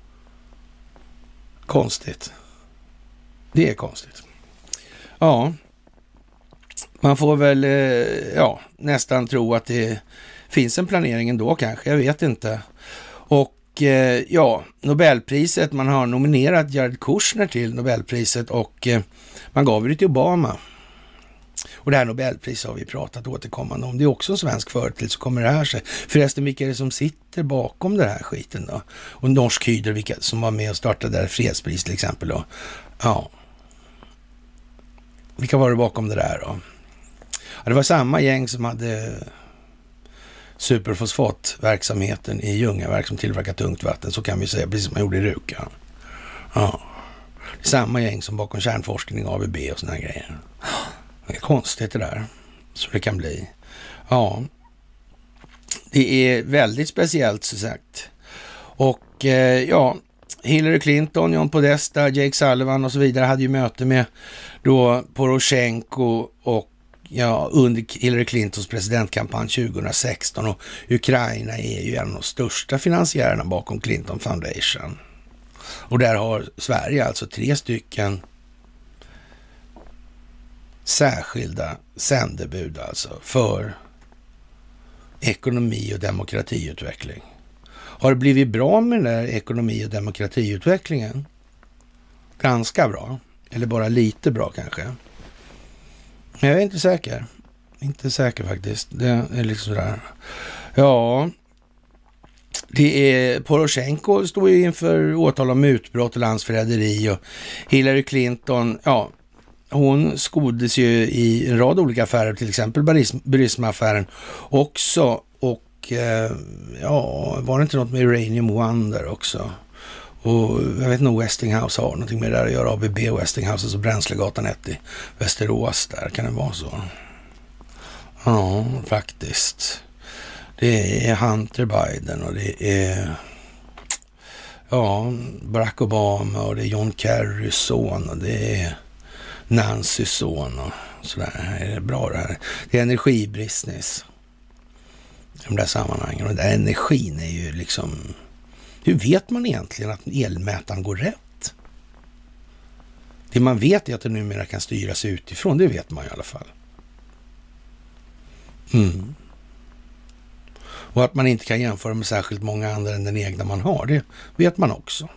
Konstigt. Det är konstigt. Ja. Man får väl ja, nästan tro att det finns en planering ändå kanske, jag vet inte. Och ja, Nobelpriset, man har nominerat Jared Kushner till Nobelpriset och man gav det till Obama. Och det här Nobelpriset har vi pratat återkommande om. Det är också en svensk företeelse, så kommer det här sig. Förresten, vilka är det som sitter bakom den här skiten då? Och Norsk Hydro, vilka som var med och startade där fredspris till exempel då. Ja. Vilka var det bakom det där då? Ja, det var samma gäng som hade superfosfatverksamheten i Ljungaverk som tillverkar tungt vatten, så kan vi säga, precis som man gjorde i Ruka. Ja. Samma gäng som bakom kärnforskning, A B B och såna här grejer. Det är konstigt det där, så det kan bli. Ja, det är väldigt speciellt så sagt. Och eh, ja, Hillary Clinton, John Podesta, Jake Sullivan och så vidare hade ju möte med då Poroshenko och ja, under Hillary Clintons presidentkampanj tjugohundrasexton, och Ukraina är ju en av de största finansiärerna bakom Clinton Foundation. Och där har Sverige alltså tre stycken särskilda sändebud alltså för ekonomi och demokratiutveckling. Har det blivit bra med den där ekonomi- och demokratiutvecklingen? Ganska bra. Eller bara lite bra kanske. Men jag är inte säker. Inte säker faktiskt. Det är liksom sådär. Ja, det är Poroshenko står ju inför åtal om utbrott och landsförräderi, och Hillary Clinton, ja, hon skoddes ju i en rad olika affärer, till exempel Burisma-affären också, och eh, ja, var det inte något med Uranium One där också? Och jag vet nog Westinghouse har någonting med det där att göra, A B B Westinghouse, alltså Bränslegatan ett i Västerås där, kan det vara så? Ja, faktiskt. Det är Hunter Biden och det är ja, Barack Obama och det är John Kerrys son och det är Nancys son och sådär. Är det bra det här? Det är energibusiness. De där sammanhangen. Och den där energin är ju liksom... Hur vet man egentligen att elmätaren går rätt? Det man vet är att det numera kan styras utifrån. Det vet man i alla fall. Mm. Och att man inte kan jämföra med särskilt många andra än den egna man har, det vet man också.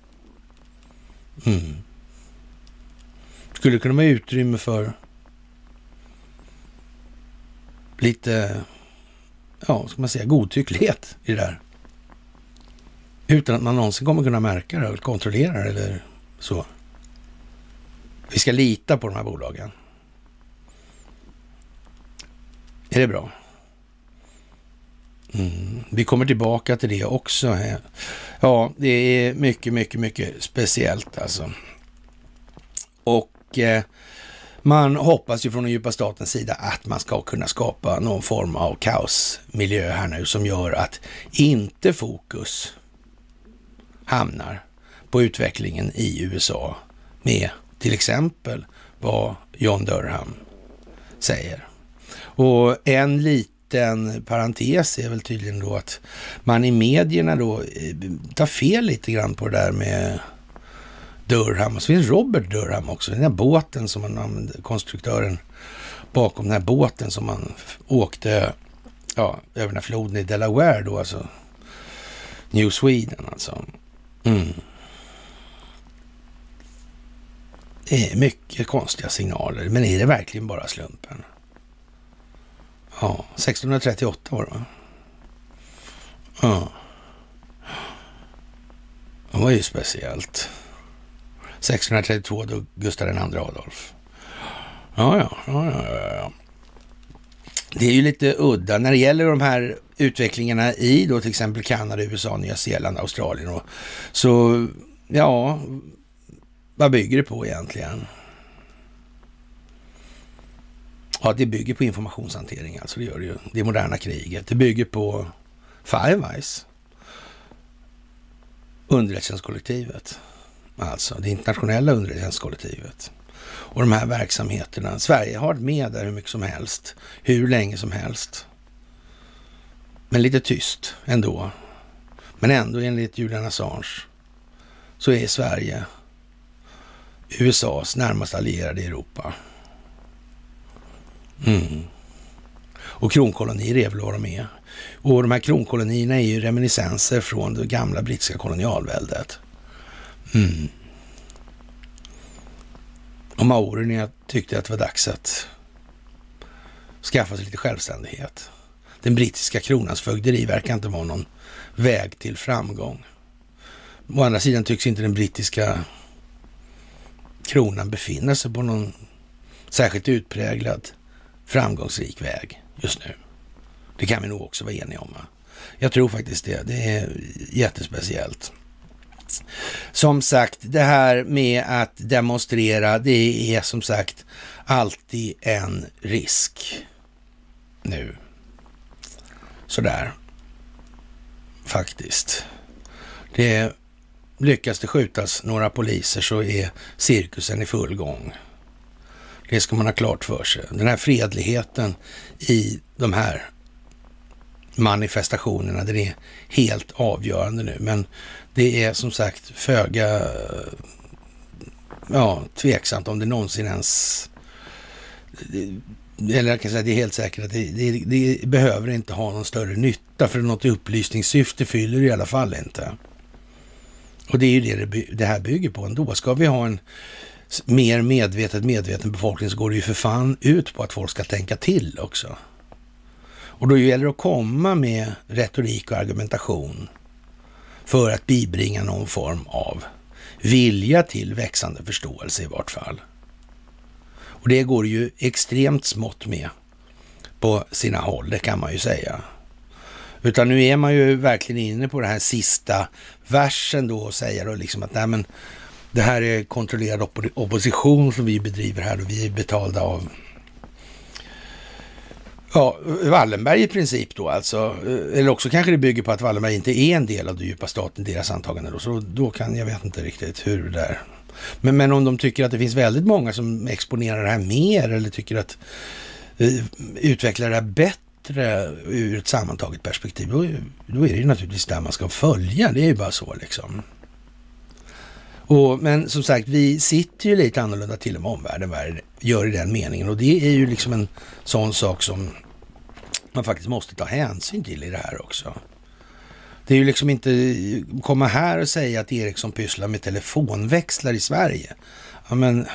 Mm. Skulle det kunna vara utrymme för lite, ja, ska man säga, godtycklighet i det där? Utan att man någonsin kommer kunna märka det eller kontrollera det eller så. Vi ska lita på de här bolagen. Är det bra? Mm. Vi kommer tillbaka till det också. Ja, det är mycket, mycket, mycket speciellt alltså. Och eh, man hoppas ju från den djupa statens sida att man ska kunna skapa någon form av kaosmiljö här nu som gör att inte fokus hamnar på utvecklingen i U S A med till exempel vad John Durham säger. Och en liten parentes är väl tydligen då att man i medierna då tar fel lite grann på det där med Durham. Och så finns Robert Durham också, den här båten som man använde, konstruktören bakom den här båten som man åkte ja, över den här floden i Delaware då, alltså New Sweden alltså. Mm. Det är mycket konstiga signaler, men är det verkligen bara slumpen? Ja, sextonhundratrettioåtta var det, va? Ja. Det var ju speciellt. sextonhundratrettiotvå då Gustav den andra Adolf. Ja, ja, ja, ja, ja. Det är ju lite udda när det gäller de här utvecklingarna i då till exempel Kanada, U S A, Nya Zeeland, Australien och så, ja, vad bygger det på egentligen? Ja, det bygger på informationshantering, alltså det gör det ju. Det moderna kriget. Det bygger på Five Eyes. Underrättelsekollektivet. Alltså det internationella underrättelsekollektivet. Och de här verksamheterna. Sverige har varit med där hur mycket som helst. Hur länge som helst. Men lite tyst ändå. Men ändå enligt Julian Assange så är Sverige U S A:s närmast allierade i Europa. Mm. Och kronkolonier är väl vad de är. Och de här kronkolonierna är ju reminiscenser från det gamla brittiska kolonialväldet. Mm. Och maorerna tyckte att det var dags att skaffa sig lite självständighet. Den brittiska kronans fögderi verkar inte vara någon väg till framgång. Å andra sidan tycks inte den brittiska kronan befinna sig på någon särskilt utpräglad framgångsrik väg just nu. Det kan vi nog också vara eniga om. Va? Jag tror faktiskt det. Det är jättespeciellt. Som sagt, det här med att demonstrera, det är som sagt alltid en risk nu. Sådär. Faktiskt. Det lyckas det skjutas några poliser så är cirkusen i full gång. Det ska man ha klart för sig. Den här fredligheten i de här manifestationerna, den är helt avgörande nu. Men det är som sagt föga ja, tveksamt om det någonsin ens... Eller jag kan säga det är helt säkert att det, det, det behöver inte ha någon större nytta, för något upplysningssyfte fyller det i alla fall inte. Och det är ju det det här bygger på ändå. Ska vi ha en mer medvetet medveten befolkning så går det ju för fan ut på att folk ska tänka till också. Och då gäller det att komma med retorik och argumentation för att bibringa någon form av vilja till växande förståelse i vart fall. Och det går ju extremt smått med på sina håll, det kan man ju säga. Utan nu är man ju verkligen inne på den här sista versen då och säger då liksom att nej men det här är kontrollerad opp- opposition som vi bedriver här och vi är betalda av ja, Wallenberg i princip då alltså. Eller också kanske det bygger på att Wallenberg inte är en del av den djupa staten, deras antagande då. Så då kan jag vet inte riktigt hur det är. Men, men om de tycker att det finns väldigt många som exponerar det här mer eller tycker att uh, utvecklar det här bättre ur ett sammantaget perspektiv, då, då är det ju naturligtvis där man ska följa. Det är ju bara så liksom. Och, men som sagt, vi sitter ju lite annorlunda till med omvärlden vad gör i den meningen. Och det är ju liksom en sån sak som man faktiskt måste ta hänsyn till i det här också. Det är ju liksom inte komma här och säga att Ericsson pysslar med telefonväxlar i Sverige. Ja, men...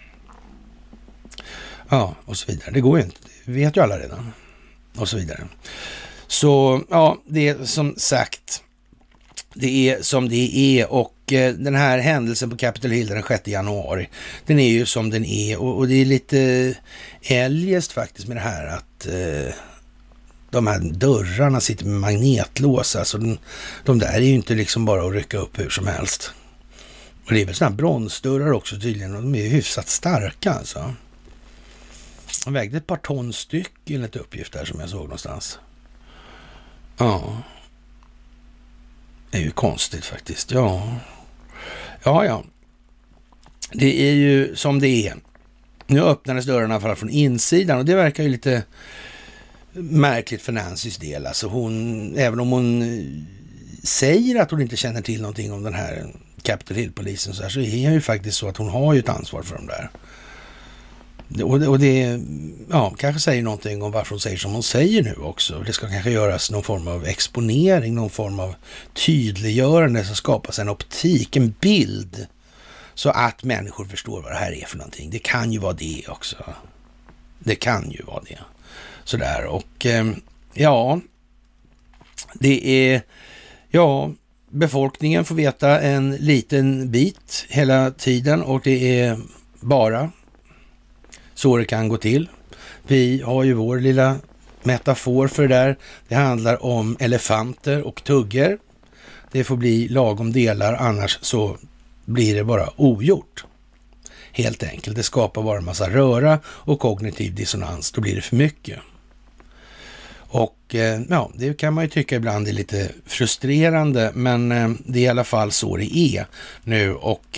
Ja, och så vidare. Det går ju inte. Det vet ju alla redan. Och så vidare. Så, ja, det är som sagt... Det är som det är, och eh, den här händelsen på Capitol Hill den sjätte januari, den är ju som den är, och, och det är lite eljest faktiskt med det här att eh, de här dörrarna sitter med magnetlås, alltså den, de där är ju inte liksom bara att rycka upp hur som helst. Och det är väl sådana här bronsdörrar också tydligen, och de är ju hyfsat starka alltså. De vägde ett par ton styck enligt uppgift där som jag såg någonstans. Ja. Det är ju konstigt faktiskt, ja. Ja, ja. Det är ju som det är. Nu öppnades dörrarna för från insidan, och det verkar ju lite märkligt för Nancys del. Alltså hon, även om hon säger att hon inte känner till någonting om den här Capitol Hill-polisen så, här, så är det ju faktiskt så att hon har ju ett ansvar för dem där. Och det, och det ja, kanske säger någonting om varför hon säger som hon säger nu också. Det ska kanske göras någon form av exponering, någon form av tydliggörande som skapas en optik, en bild, så att människor förstår vad det här är för någonting. Det kan ju vara det också. Det kan ju vara det. Sådär, och eh, ja, det är, ja, befolkningen får veta en liten bit hela tiden, och det är bara så det kan gå till. Vi har ju vår lilla metafor för det där. Det handlar om elefanter och tuggor. Det får bli lagom delar, annars så blir det bara ogjort. Helt enkelt. Det skapar bara en massa röra och kognitiv dissonans. Då blir det för mycket. Och ja, det kan man ju tycka ibland är lite frustrerande, men det är i alla fall så det är nu. Och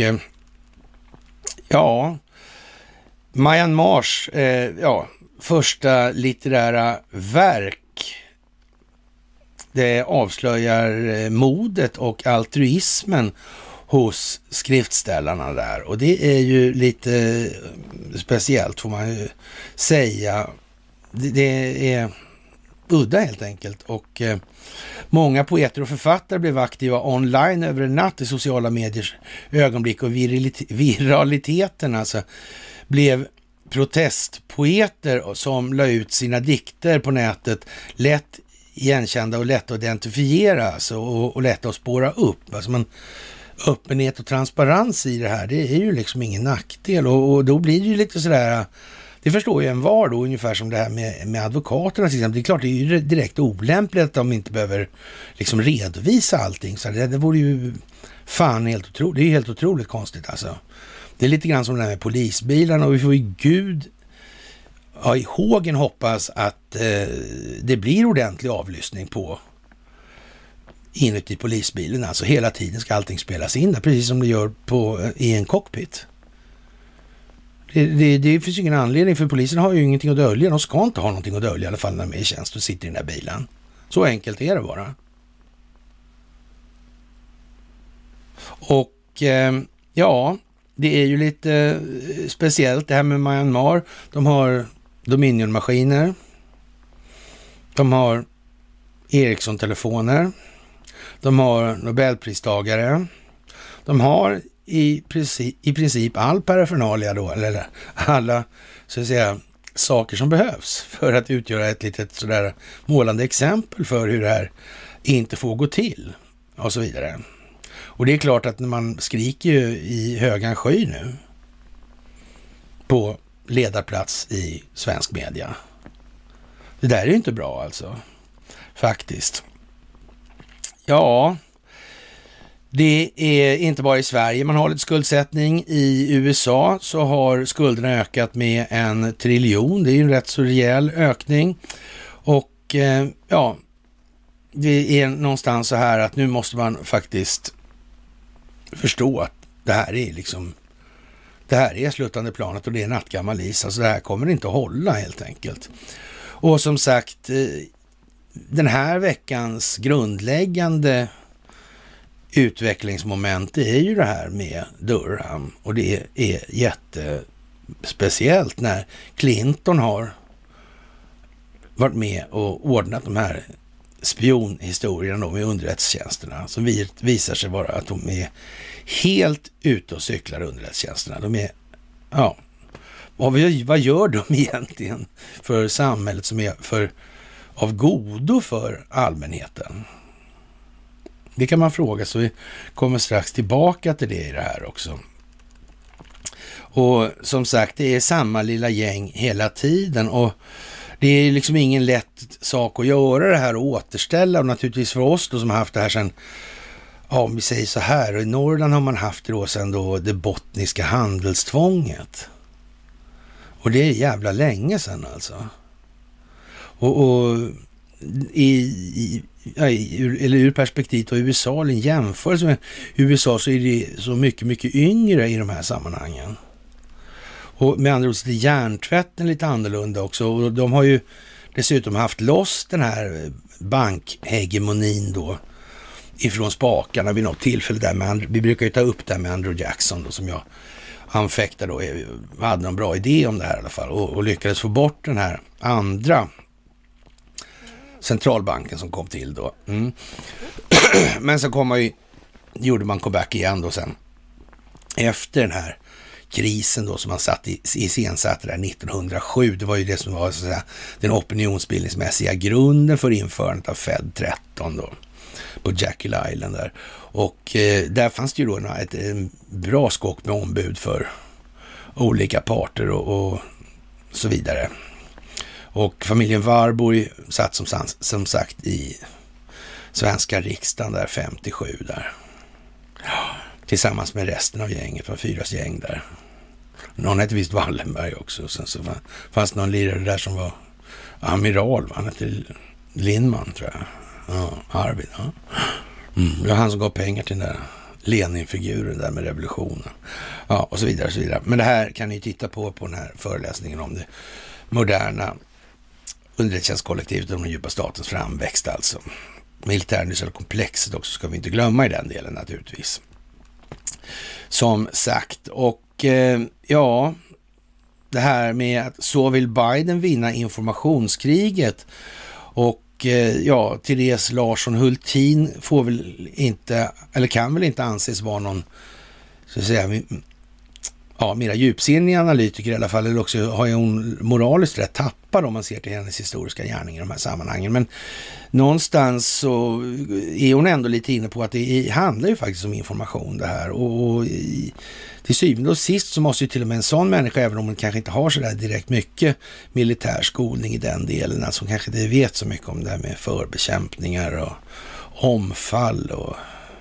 ja... Myanmars eh, ja, första litterära verk, det avslöjar eh, modet och altruismen hos skriftställarna där, och det är ju lite speciellt får man ju säga. Det, det är udda helt enkelt, och eh, många poeter och författare blev aktiva online över en natt i sociala mediers ögonblick, och viralit- viraliteten alltså blev protestpoeter som la ut sina dikter på nätet, lätt igenkända och lätt att identifiera alltså, och, och lätt att spåra upp. Alltså man, öppenhet och transparens i det här, det är ju liksom ingen nackdel, och, och då blir det ju lite sådär, det förstår ju en var då, ungefär som det här med, med advokaterna till exempel. Det är klart, det är ju direkt olämpligt att de inte behöver liksom redovisa allting, så det, det vore ju fan helt otroligt, det är ju helt otroligt konstigt alltså. Det är lite grann som det här med polisbilarna, och vi får ju Gud ja, i hågen hoppas att eh, det blir ordentlig avlyssning på inuti polisbilen. Alltså hela tiden ska allting spelas in där, precis som det gör på, i en cockpit. Det, det, det finns ju ingen anledning, för polisen har ju ingenting att dölja. De ska inte ha någonting att dölja i alla fall när de är i tjänst och sitter i den där bilen. Så enkelt är det bara. Och eh, ja... Det är ju lite speciellt det här med Myanmar. De har Dominion-maskiner. De har Ericsson-telefoner. De har Nobelpristagare. De har i princip, i princip all parafernalia då, eller alla så att säga saker som behövs för att utgöra ett litet sådär målande exempel för hur det här inte får gå till och så vidare. Och det är klart att när man skriker ju i högan sky nu på ledarplats i svensk media. Det där är ju inte bra alltså, faktiskt. Ja, det är inte bara i Sverige man har lite skuldsättning. I U S A så har skulderna ökat med en triljon. Det är ju en rätt så rejäl ökning. Och eh, ja, det är någonstans så här att nu måste man faktiskt förstå att det här är liksom, det här är slutande planet och det är nattgammal is. Alltså det här kommer inte att hålla helt enkelt. Och som sagt, den här veckans grundläggande utvecklingsmoment är ju det här med Durham, och det är jättespeciellt när Clinton har varit med och ordnat de här spionhistorierna med underrättelsetjänsterna som visar sig vara att de är helt ute och cyklar, underrättelsetjänsterna. De är, ja, vad, vad gör de egentligen för samhället som är för av godo för allmänheten? Det kan man fråga, så vi kommer strax tillbaka till det i det här också. Och som sagt, det är samma lilla gäng hela tiden och det är liksom ingen lätt sak att göra det här och återställa, och naturligtvis för oss då som har haft det här sedan, ja om vi säger så här, och i Norrland har man haft det då sedan då det bottniska handelstvånget. Och det är jävla länge sedan alltså. Och, och i, i, ja, i, eller ur perspektivet av U S A, eller en jämförelse med U S A, så är det så mycket, mycket yngre i de här sammanhangen. Och med andra ord så är hjärntvätten lite annorlunda också. Och de har ju dessutom haft loss den här bankhegemonin då ifrån spakarna vid något tillfälle där med, vi brukar ju ta upp det med Andrew Jackson då, som jag anfäktade då, hade någon bra idé om det här i alla fall, och, och lyckades få bort den här andra centralbanken som kom till då. Mm. Men så kom man ju, gjorde man comeback igen då sen efter den här krisen då som man satt i, i sensatte där nittonhundrasju. Det var ju det som var så att säga den opinionsbildningsmässiga grunden för införandet av Fed tretton då på Jekyll Island där. Och eh, där fanns det ju då ett, ett bra skock med ombud för olika parter och, och så vidare. Och familjen Warburg satt som, som sagt i svenska riksdagen där femtiosju där. Tillsammans med resten av gänget, var fyras gäng där. Någon hette visst Wallenberg också. Sen så fanns någon lirare där som var amiral, va? Han hette Lindman tror jag. Ja, Arvid. Ja. Mm, det var han som gav pengar till den där Lenin-figuren där med revolutionen. Ja, och så vidare och så vidare. Men det här kan ni titta på på den här föreläsningen om det moderna underrättelsetjänstkollektivet om den djupa statens framväxt alltså. Militärindustriella komplexet också ska vi inte glömma i den delen naturligtvis. Som sagt, och eh, ja, det här med att så vill Biden vinna informationskriget, och eh, ja, Therese Larsson Hultin får väl inte, eller kan väl inte anses vara någon, så att säga, ja, mera djupsinnig analytiker i alla fall, eller också har hon moraliskt rätt tappad om man ser till hennes historiska gärningar i de här sammanhangen. Men någonstans så är hon ändå lite inne på att det handlar ju faktiskt om information det här, och, och i, till syvende och sist så måste ju till och med en sån människa, även om hon kanske inte har så där direkt mycket militär skolning i den delen, alltså hon kanske inte vet så mycket om det här med förbekämpningar och omfall och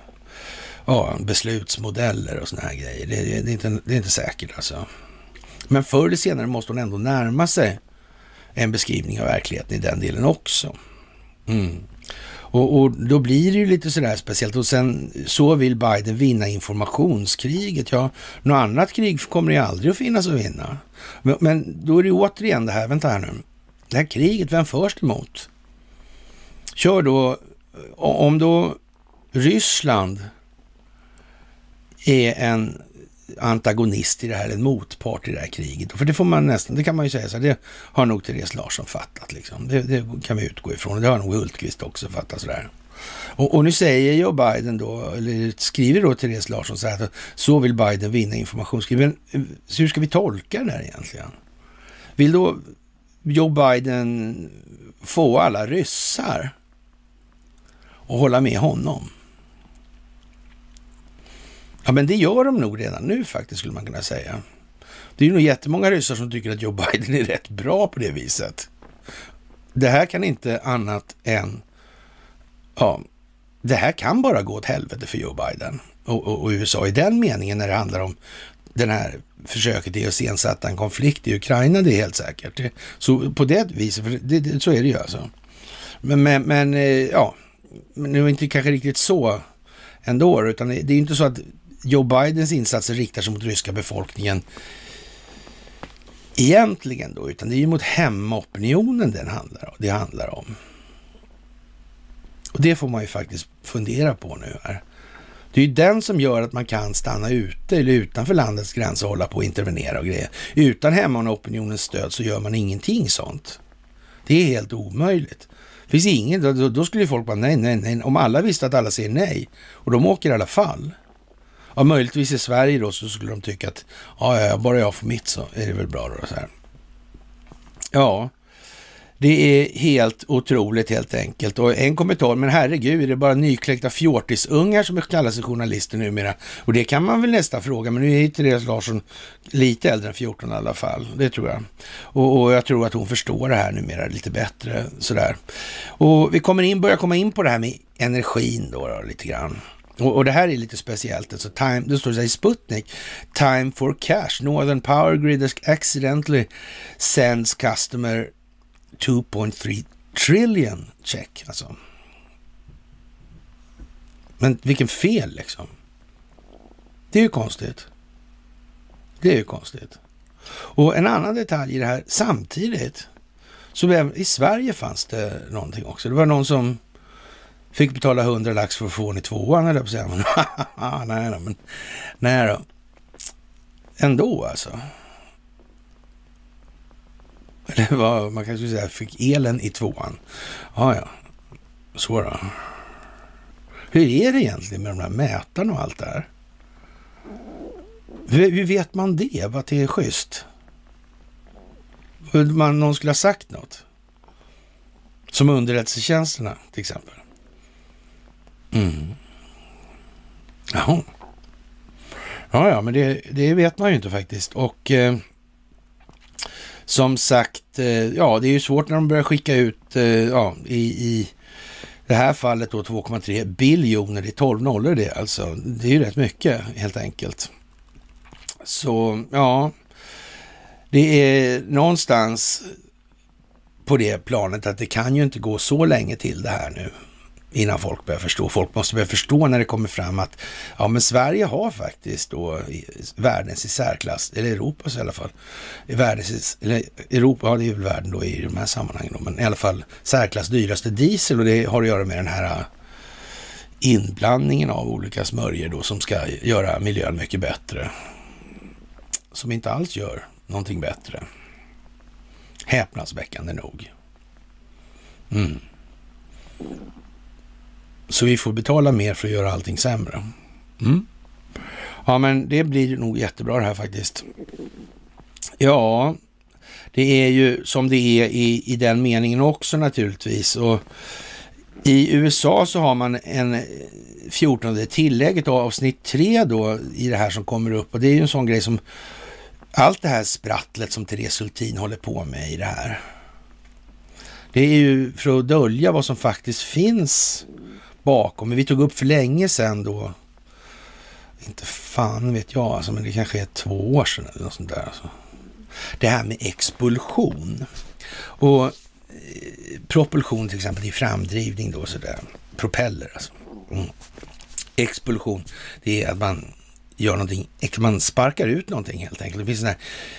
ja, beslutsmodeller och såna här grejer. Det, det, det, är inte, det är inte säkert alltså. Men förr eller senare måste hon ändå närma sig en beskrivning av verkligheten i den delen också. Mm. Och, och då blir det ju lite sådär speciellt. Och sen så vill Biden vinna informationskriget. Ja, något annat krig kommer det aldrig att finnas att vinna. Men, men då är det återigen det här, vänta här nu. Det här kriget, vem förs det emot? Kör då, om då Ryssland är en antagonist i det här, en motpart i det här kriget. För det får man nästan, det kan man ju säga så, det har nog Therese Larsson fattat liksom. Det, det kan vi utgå ifrån, och det har nog Hultqvist också fattat sådär. Och, och nu säger Joe Biden då, eller skriver då Therese Larsson så här, att så vill Biden vinna informationskriget. Men hur ska vi tolka det här egentligen? Vill då Joe Biden få alla ryssar och hålla med honom? Ja, men det gör de nog redan nu faktiskt, skulle man kunna säga. Det är ju nog jättemånga ryssar som tycker att Joe Biden är rätt bra på det viset. Det här kan inte annat än, ja, det här kan bara gå åt helvete för Joe Biden och, och, och U S A i den meningen när det handlar om den här försöket i att sensätta en konflikt i Ukraina, det är helt säkert. Det, så på det viset, för det, det, så är det ju alltså. Men, men, men ja, men det är inte kanske riktigt så ändå, utan det, det är inte så att Joe Bidens insatser riktar sig mot ryska befolkningen egentligen då, utan det är ju mot hemmaopinionen den handlar, det handlar om. Och det får man ju faktiskt fundera på nu här. Det är ju den som gör att man kan stanna ute eller utanför landets gränser och hålla på och intervenera och grejer. Utan hemmaopinionens stöd så gör man ingenting sånt. Det är helt omöjligt. Det finns ingen, då, då skulle ju folk bara nej, nej, nej. Om alla visste att alla säger nej och de åker i alla fall. Ja, möjligtvis i Sverige då så skulle de tycka att ja, ja, bara jag får mitt så är det väl bra då så här. Ja, det är helt otroligt helt enkelt. Och en kommentar, men herregud, är det bara nykläckta fjortisungar som kallar sig journalister numera? Och det kan man väl nästan fråga, men nu är Therese Larsson lite äldre än fjorton i alla fall, det tror jag. Och, och jag tror att hon förstår det här numera lite bättre sådär. Och vi kommer in, börjar komma in på det här med energin då, då lite grann. Och, och det här är lite speciellt. Alltså time, det står så här i Sputnik. Time for cash. Northern Power Grid accidentally sends customer two point three trillion check. Alltså. Men vilken fel liksom. Det är ju konstigt. Det är ju konstigt. Och en annan detalj i det här. Samtidigt så i Sverige fanns det någonting också. Det var någon som fick betala hundra lax för att få en i tvåan, eller på sig. nej då, men nej då. Ändå alltså. Eller vad man kanske säga, fick elen i tvåan. Ja, ja. Så då. Hur är det egentligen med de här mätarna och allt det här? Hur, hur vet man det? Vad det är schysst? Hur man, någon skulle ha sagt något? Som underrättelsetjänsterna till exempel. Mm. Jaha. Ja, ja, men det, det vet man ju inte faktiskt. Och eh, som sagt, eh, ja, det är ju svårt när de börjar skicka ut, eh, ja, i, i det här fallet då två komma tre biljoner, det är tolv nollor det alltså. Det är ju rätt mycket helt enkelt. Så, ja, det är någonstans på det planet att det kan ju inte gå så länge till det här nu innan folk börjar förstå. Folk måste börja förstå när det kommer fram att ja, men Sverige har faktiskt då världens i särklass, eller Europas i alla fall, världens, eller Europa, ja det är väl världen då i de här sammanhangen då, men i alla fall särklass dyraste diesel, och det har att göra med den här inblandningen av olika smörjer då som ska göra miljön mycket bättre. Som inte alls gör någonting bättre. Häpnadsväckande nog. Mm. Så vi får betala mer för att göra allting sämre. Mm. Ja, men det blir nog jättebra det här faktiskt. Ja, det är ju som det är i, i den meningen också naturligtvis. Och i U S A så har man en fjortonde tillägget av avsnitt tre då i det här som kommer upp. Och det är ju en sån grej som allt det här sprattlet som Therese Hultin håller på med i det här. Det är ju för att dölja vad som faktiskt finns bakom. Men vi tog upp för länge sedan då, inte fan vet jag alltså, men det kanske är två år sedan eller något sånt där alltså. Det här med expulsion och eh, propulsion till exempel i framdrivning då sådär, propeller alltså. Mm. Expulsion, det är att man gör någonting, man sparkar ut någonting helt enkelt. Det finns en här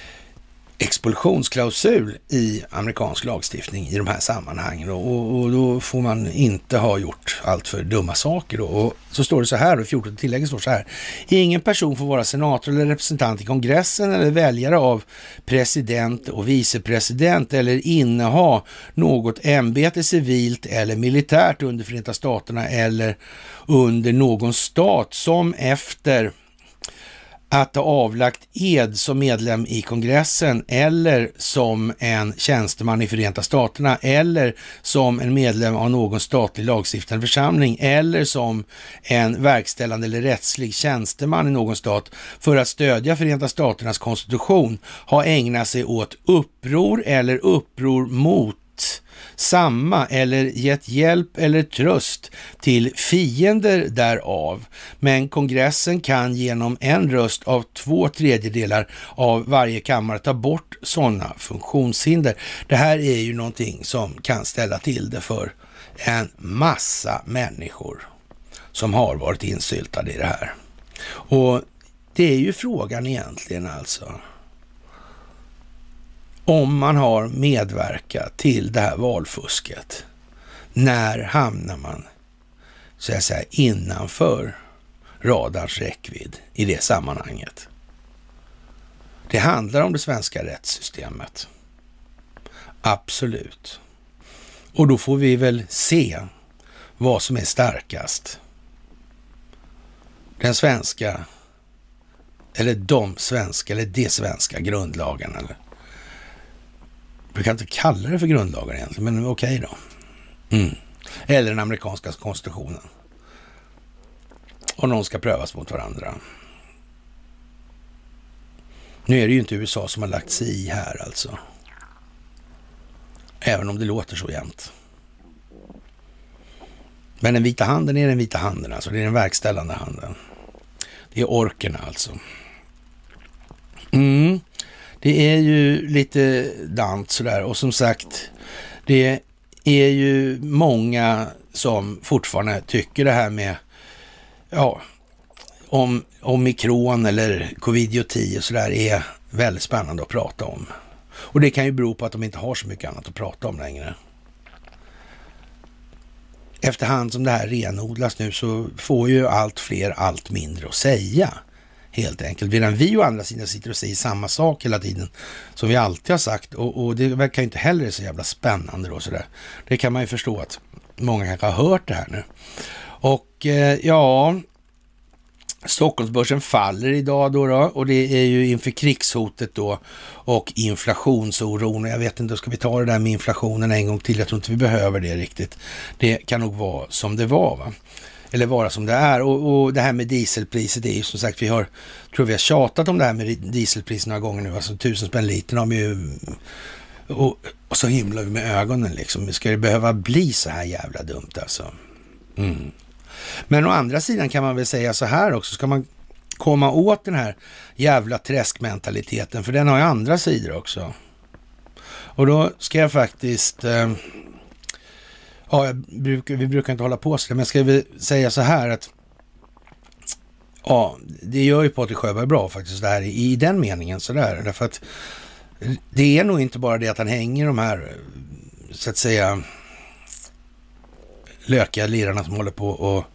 expulsionsklausul i amerikansk lagstiftning i de här sammanhangen och, och då får man inte ha gjort allt för dumma saker då. Och så står det så här, och fjortonde tillägget står så här: ingen person får vara senator eller representant i kongressen eller väljare av president och vicepresident eller inneha något ämbete civilt eller militärt under Förenta Staterna eller under någon stat som efter att ha avlagt ed som medlem i kongressen eller som en tjänsteman i Förenta Staterna eller som en medlem av någon statlig lagstiftande församling eller som en verkställande eller rättslig tjänsteman i någon stat för att stödja Förenta Staternas konstitution har ägnat sig åt uppror eller uppror mot samma eller gett hjälp eller tröst till fiender därav. Men kongressen kan genom en röst av två tredjedelar av varje kammare ta bort sådana funktionshinder. Det här är ju någonting som kan ställa till det för en massa människor som har varit insyltade i det här. Och det är ju frågan egentligen alltså, om man har medverkat till det här valfusket, när hamnar man så att säga innanför radarns räckvidd i det sammanhanget? Det handlar om det svenska rättssystemet. Absolut. Och då får vi väl se vad som är starkast. Den svenska, eller de svenska, eller de svenska grundlagen, eller vi kan inte kalla det för grundlagar egentligen, men okej då. Mm. Eller den amerikanska konstitutionen. Och de ska prövas mot varandra. Nu är det ju inte U S A som har lagt sig i här alltså. Även om det låter så jämt. Men den vita handen är den vita handen alltså. Det är den verkställande handen. Det är orkerna alltså. Mm. Det är ju lite dant sådär. Och som sagt, det är ju många som fortfarande tycker det här med ja, om omikron eller covid tio och sådär är väldigt spännande att prata om. Och det kan ju bero på att de inte har så mycket annat att prata om längre. Efterhand som det här renodlas nu så får ju allt fler allt mindre att säga. Helt enkelt. Medan vi å andra sidan sitter och säger samma sak hela tiden som vi alltid har sagt. Och, och det verkar inte heller så jävla spännande då sådär. Det kan man ju förstå att många kanske har hört det här nu. Och eh, ja... Stockholmsbörsen faller idag då, då och det är ju inför krigshotet då och inflationsoron. Jag vet inte, ska vi ta det där med inflationen en gång till? Jag tror inte vi behöver det riktigt. Det kan nog vara som det var va? Eller vara som det är. Och, och det här med dieselpriset är ju som sagt, vi har, tror vi har tjatat om det här med dieselpriset några gånger nu. Alltså tusen spänn liter har vi ju... Och, och så himlar vi med ögonen liksom. Ska det behöva bli så här jävla dumt alltså? Mm. Men å andra sidan kan man väl säga så här också, ska man komma åt den här jävla träskmentaliteten, för den har ju andra sidor också. Och då ska jag faktiskt, eh, ja, jag brukar, vi brukar inte hålla på så, men jag ska väl säga så här att ja, det gör ju Patrik Sjöberg bra faktiskt det här i, i den meningen sådär, därför att det är nog inte bara det att han hänger de här, så att säga, lökiga lirarna som håller på och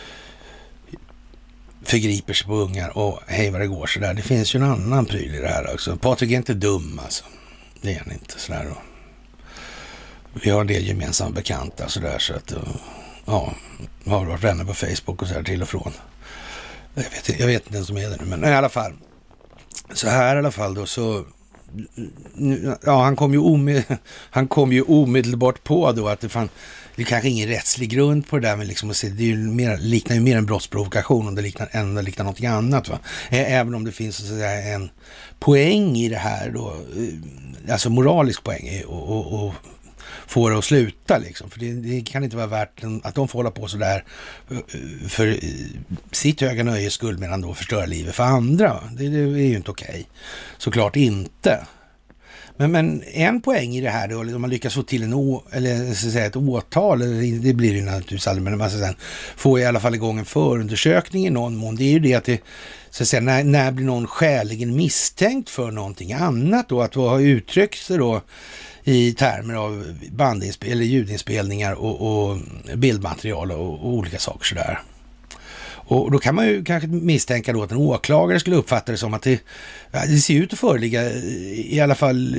förgriper sig på ungar och hej vad det går sådär. Det finns ju en annan pryl i det här också. Patrik är inte dum alltså. Det är han inte sådär då. Vi har en del gemensamma bekanta sådär så att ja, har varit vänner på Facebook och sådär till och från. Jag vet, jag vet inte ens som är det nu, men i alla fall. Så här i alla fall då så ja, han kom ju omed, han kom ju omedelbart på då att det fann det är kanske ingen rättslig grund på det där, men liksom att se, det är ju mer, liknar ju mer en brottsprovokation om det liknar, än det liknar någonting annat va. Även om det finns så att säga, en poäng i det här då, alltså moralisk poäng i och, och, och få det att sluta liksom. För det, det kan inte vara värt att de får hålla på så där för sitt höga nöjes skull medan då förstöra livet för andra. Det, det är ju inte okej. Såklart inte. Men, men en poäng i det här då, om man lyckas få till en å, eller så att säga, ett åtal, eller det blir ju naturligtvis aldrig, men man ska sen få i alla fall igång en förundersökning i någon mån. Det är ju det att det, så att säga, när, när blir någon skäligen misstänkt för någonting annat då, att ha uttryckt sig då i termer av bandinspel eller ljudinspelningar och, och bildmaterial och, och olika saker sådär. Och då kan man ju kanske misstänka då att en åklagare skulle uppfatta det som att det, det ser ut att föreligga i alla fall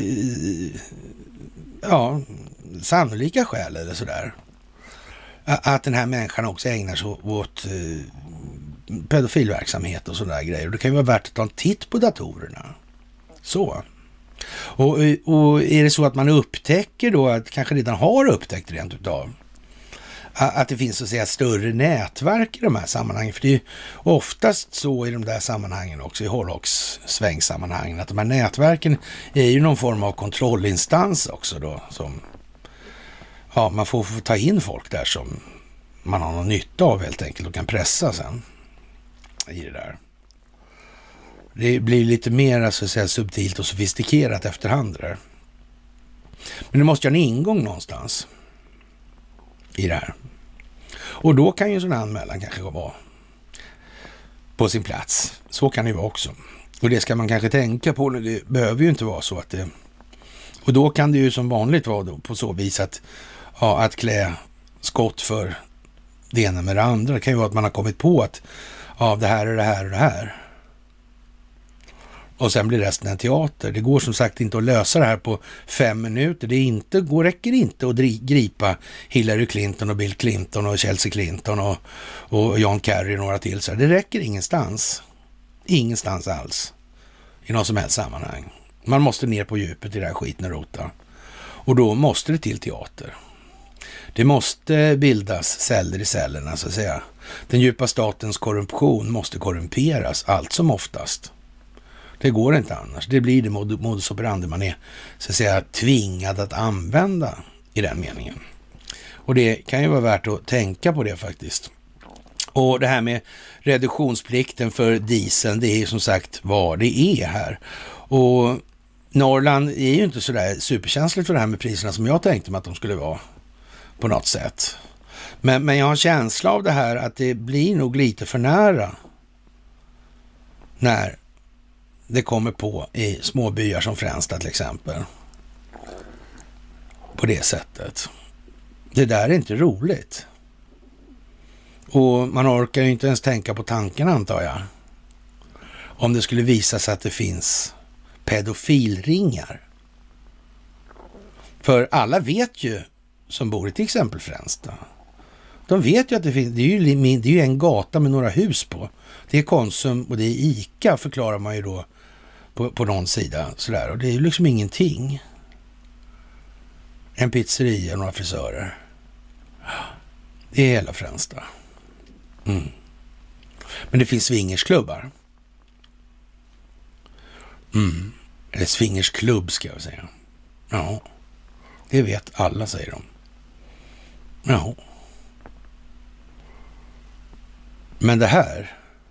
ja, sannolika skäl eller sådär. Att den här människan också ägnar sig åt pedofilverksamhet och sådär grejer. Och det kan ju vara värt att ta en titt på datorerna. Så. Och, och är det så att man upptäcker då, att kanske redan har upptäckt rent utav, att det finns så att säga större nätverk i de här sammanhangen. För det är ju oftast så i de där sammanhangen också, i hårdrockssvängsammanhangen, att de här nätverken är ju någon form av kontrollinstans också då, som ja, man får, får ta in folk där som man har någon nytta av helt enkelt och kan pressa sen i det där. Det blir lite mer så att säga subtilt och sofistikerat efterhand där. Men det måste ju ha en ingång någonstans i det här. Och då kan ju en sån här anmälan kanske vara på sin plats. Så kan det ju vara också. Och det ska man kanske tänka på. Det behöver ju inte vara så att det... Och då kan det ju som vanligt vara då på så vis att, ja, att klä skott för det ena med det andra. Det kan ju vara att man har kommit på att ja, det här är det här och det här. Och sen blir resten en teater. Det går som sagt inte att lösa det här på fem minuter. Det är inte, går, räcker inte att gripa Hillary Clinton och Bill Clinton och Chelsea Clinton och, och John Kerry och några till. Så det räcker ingenstans. Ingenstans alls. I någon som helst sammanhang. Man måste ner på djupet i det här skiten och rota. Och då måste det till teater. Det måste bildas celler i cellerna så att säga. Den djupa statens korruption måste korrumperas allt som oftast. Det går inte annars. Det blir det modus operandi man är så att säga tvingad att använda i den meningen. Och det kan ju vara värt att tänka på det faktiskt. Och det här med reduktionsplikten för dieseln, det är ju som sagt vad det är här. Och Norrland är ju inte sådär superkänsligt för det här med priserna som jag tänkte mig att de skulle vara på något sätt. Men, men jag har en känsla av det här att det blir nog lite för nära när det kommer på i små byar som Fränsta till exempel. På det sättet. Det där är inte roligt. Och man orkar ju inte ens tänka på tanken antar jag. Om det skulle visa sig att det finns pedofilringar. För alla vet ju som bor i till exempel Fränsta. De vet ju att det finns, det är ju, det är ju en gata med några hus på. Det är Konsum och det är Ica förklarar man ju då på, på någon sida. Sådär. Och det är ju liksom ingenting. En pizzeria och några frisörer. Det är hela Fränsta. Mm. Men det finns swingersklubbar. Mm. Eller swingersklubb ska jag säga. Ja. Det vet alla säger de. Ja. Men det här.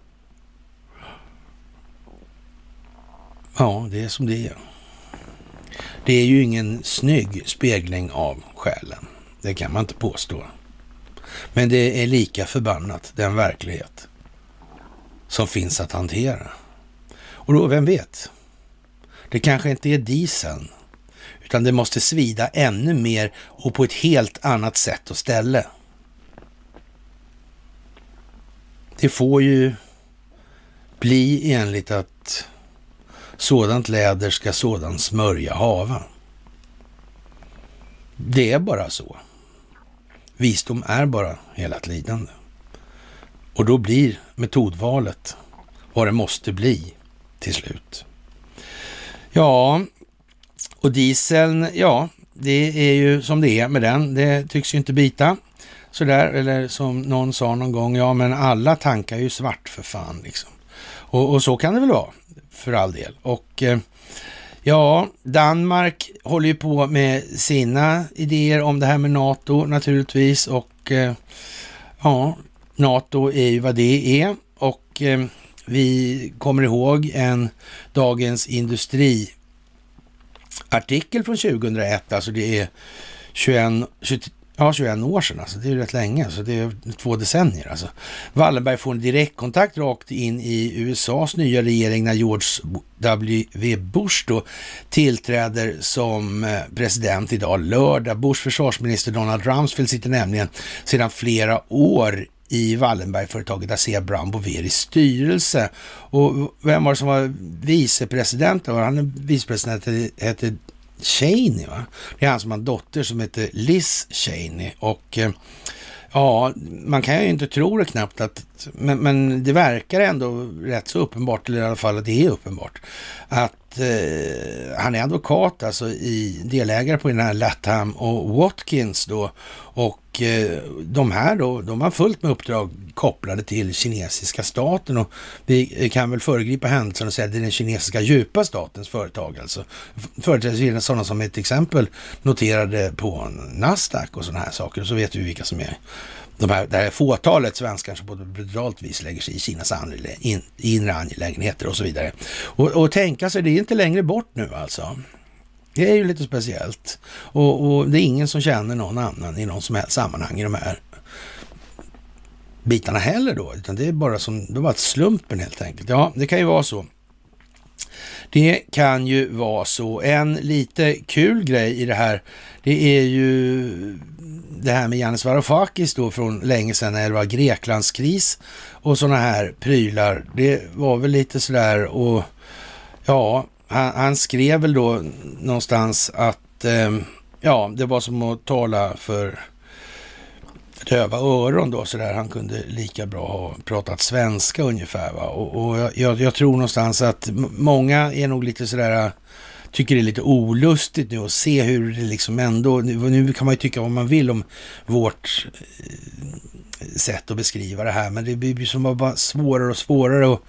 Ja, det är som det är. Det är ju ingen snygg spegling av själen. Det kan man inte påstå. Men det är lika förbannat den verklighet som finns att hantera. Och då, vem vet? Det kanske inte är dieseln, utan det måste svida ännu mer och på ett helt annat sätt och ställe. Det får ju bli enligt att sådant läder ska sådan smörja hava. Det är bara så. Visdom är bara hela lidande. Och då blir metodvalet vad det måste bli till slut. Ja, och dieseln, ja, det är ju som det är med den. Det tycks ju inte bita. Sådär, eller som någon sa någon gång, ja men alla tankar är ju svart för fan liksom. Och, och så kan det väl vara, för all del. Och eh, ja, Danmark håller ju på med sina idéer om det här med NATO naturligtvis. Och eh, ja, NATO är ju vad det är. Och eh, vi kommer ihåg en Dagens Industri artikel från tjugohundraett, alltså det är tjugoett, tjugoett, ja, tjugoett år sedan, alltså det är ju rätt länge, så det är två decennier alltså. Wallenberg får en direktkontakt rakt in i U S As nya regering när George W. Bush då tillträder som president idag lördag. Bush försvarsminister Donald Rumsfeld sitter nämligen sedan flera år i Wallenberg-företaget Asea Brown Boveris styrelse. Och vem var det som var vicepresident? Han är vicepresident, hette Cheney, va? Det är han som har en dotter som heter Liz Cheney. Och ja, man kan ju inte tro det knappt att, men, men det verkar ändå rätt så uppenbart, eller i alla fall att det är uppenbart, att eh, han är advokat, alltså i delägare på den här Latham och Watkins då, och eh, de här då, de har fullt med uppdrag kopplade till kinesiska staten, och vi kan väl föregripa händelsen och säga att det är den kinesiska djupa statens företag, alltså företrädesvis sådana som ett exempel noterade på Nasdaq och sådana här saker, och så vet vi vilka som är de här, det här fåtalet svenskar som på ett brutalt vis lägger sig i Kinas inre angelägenheter och så vidare. Och, och tänka sig, det är inte längre bort nu alltså. Det är ju lite speciellt. Och, och det är ingen som känner någon annan i någon som helst sammanhang i de här bitarna heller då. Utan det är bara som, det var ett slumpen helt enkelt. Ja, det kan ju vara så. Det kan ju vara så. En lite kul grej i det här, det är ju det här med Yanis Varoufakis då från länge sedan när det var Greklandskris och sådana här prylar. Det var väl lite sådär, och Ja, han, han skrev väl då någonstans att eh, ja, det var som att tala för döva öron då, så där. Han kunde lika bra ha pratat svenska ungefär, va? Och, och jag, jag tror någonstans att många är nog lite sådär, tycker det är lite olustigt nu att se hur det liksom ändå, nu kan man ju tycka vad man vill om vårt sätt att beskriva det här, men det blir ju som bara svårare och svårare att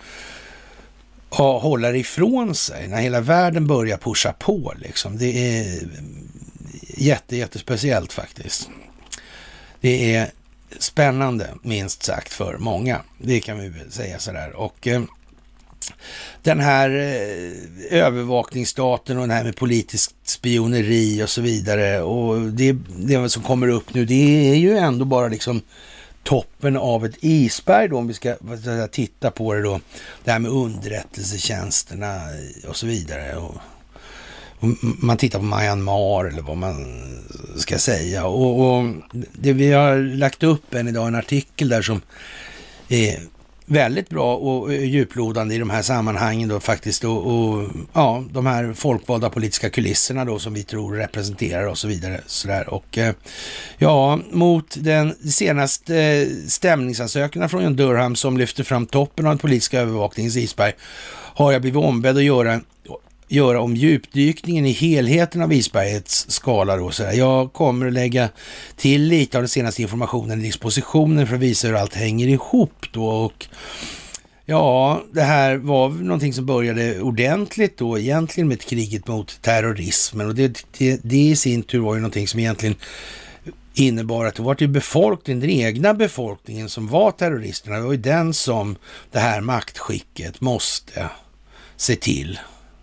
ja, hålla det ifrån sig när hela världen börjar pusha på liksom. Det är jätte, jättespeciellt faktiskt. Det är spännande, minst sagt, för många. Det kan vi väl säga sådär. Och eh, den här eh, övervakningsstaten och den här med politiskt spioneri och så vidare, och det, det som kommer upp nu, det är ju ändå bara liksom toppen av ett isberg då, om vi ska titta på det då. Det här med underrättelsetjänsterna och så vidare. Och, och man tittar på Myanmar eller vad man ska säga. Och, och det, vi har lagt upp en idag, en artikel där som är väldigt bra och djuplodande i de här sammanhangen då faktiskt. Och, och ja, de här folkvalda politiska kulisserna då som vi tror representerar och så vidare. Så där. Och ja, mot den senaste stämningsansökningarna från John Durham som lyfter fram toppen av den politiska övervakningens isberg har jag blivit ombedd att göra göra om djupdykningen i helheten av isbergets skala då. Så där. Jag kommer att lägga till lite av den senaste informationen i dispositionen för att visa hur allt hänger ihop då. Och ja, det här var någonting som började ordentligt då egentligen med kriget mot terrorismen, och det, det, det i sin tur var ju någonting som egentligen innebar att det var till befolkningen, den egna befolkningen som var terroristerna. Det var ju den som det här maktskicket måste se till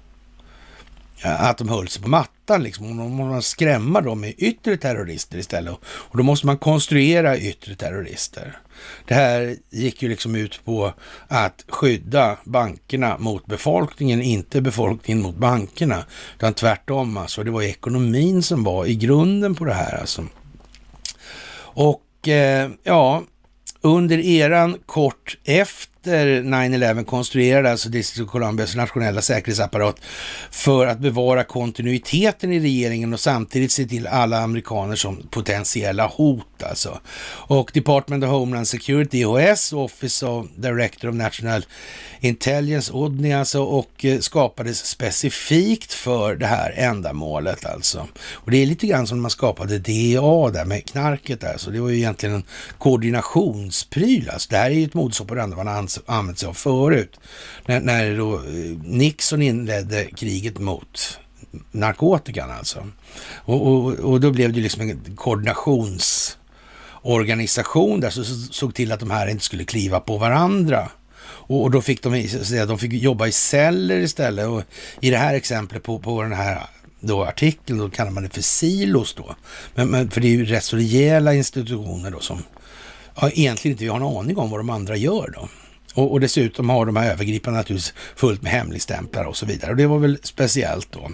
att de höll sig på mattan liksom. Och man skrämma dem med yttre terrorister istället. Och då måste man konstruera yttre terrorister. Det här gick ju liksom ut på att skydda bankerna mot befolkningen, inte befolkningen mot bankerna. Utan tvärtom alltså. Det var ekonomin som var i grunden på det här alltså. Och eh, ja, under eran kort efter nio elva konstruerade alltså District of Columbias nationella säkerhetsapparat för att bevara kontinuiteten i regeringen och samtidigt se till alla amerikaner som potentiella hot alltså. Och Department of Homeland Security, D H S, Office of Director of National Intelligence, O D N I alltså, och eh, skapades specifikt för det här ändamålet alltså. Och det är lite grann som man skapade D E A där med knarket där, så det var ju egentligen en koordinationspryl alltså. Det här är ju ett modus operandi man har använt sig av förut. När, när då Nixon inledde kriget mot narkotikan alltså. Och, och, och då blev det liksom en koordinationsorganisation där som så, såg till att de här inte skulle kliva på varandra. Och, och då fick de, så de fick jobba i celler istället. Och i det här exemplet på, på den här då artikeln, då kallar man det för silos då. Men, men för det är ju rätt så rejäla institutioner då som ja, egentligen inte vi har en aning om vad de andra gör då. Och, och dessutom har de här övergripande naturligtvis fullt med hemligstämplar och så vidare. Och det var väl speciellt då.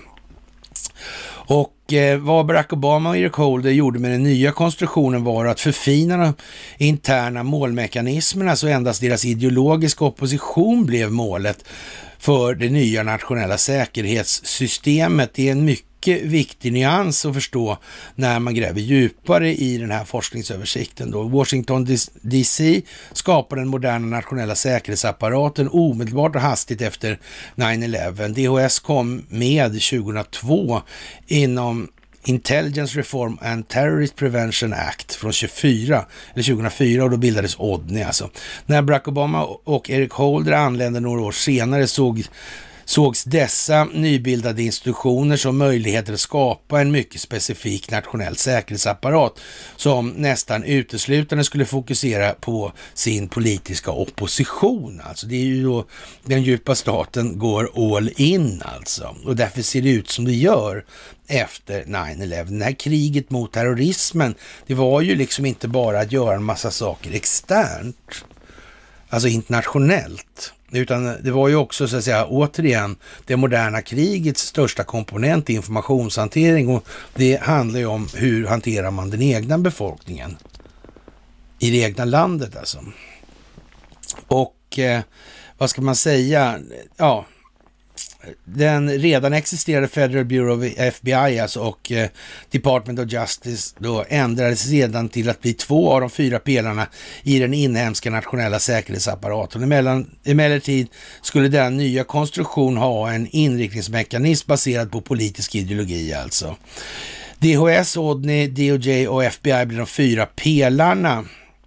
Och eh, vad Barack Obama och Eric Holder gjorde med den nya konstruktionen var att förfina de interna målmekanismerna så endast deras ideologiska opposition blev målet för det nya nationella säkerhetssystemet. Det är en mycket viktig nyans att förstå när man gräver djupare i den här forskningsöversikten då. Washington D C skapade den moderna nationella säkerhetsapparaten omedelbart och hastigt efter nio elva. D H S kom med tjugohundratvå inom Intelligence Reform and Terrorist Prevention Act från tjugofyra, eller tjugohundrafyra, och då bildades O D N I alltså. När Barack Obama och Eric Holder anlände några år senare såg sågs dessa nybildade institutioner som möjligheter att skapa en mycket specifik nationell säkerhetsapparat som nästan uteslutande skulle fokusera på sin politiska opposition. Alltså det är ju då den djupa staten går all in alltså, och därför ser det ut som det gör efter nio elva. Det här kriget mot terrorismen, det var ju liksom inte bara att göra en massa saker externt, alltså internationellt, utan det var ju också så att säga återigen det moderna krigets största komponent, informationshantering, och det handlar ju om hur hanterar man den egna befolkningen i det egna landet alltså. Och eh, vad ska man säga, ja, den redan existerande Federal Bureau of F B I alltså, och eh, Department of Justice då ändrades sedan till att bli två av de fyra pelarna i den inhemska nationella säkerhetsapparaten. Emellan, emellertid skulle denna nya konstruktion ha en inriktningsmekanism baserad på politisk ideologi alltså. D H S, O D N I, D O J och F B I blir de fyra pelarna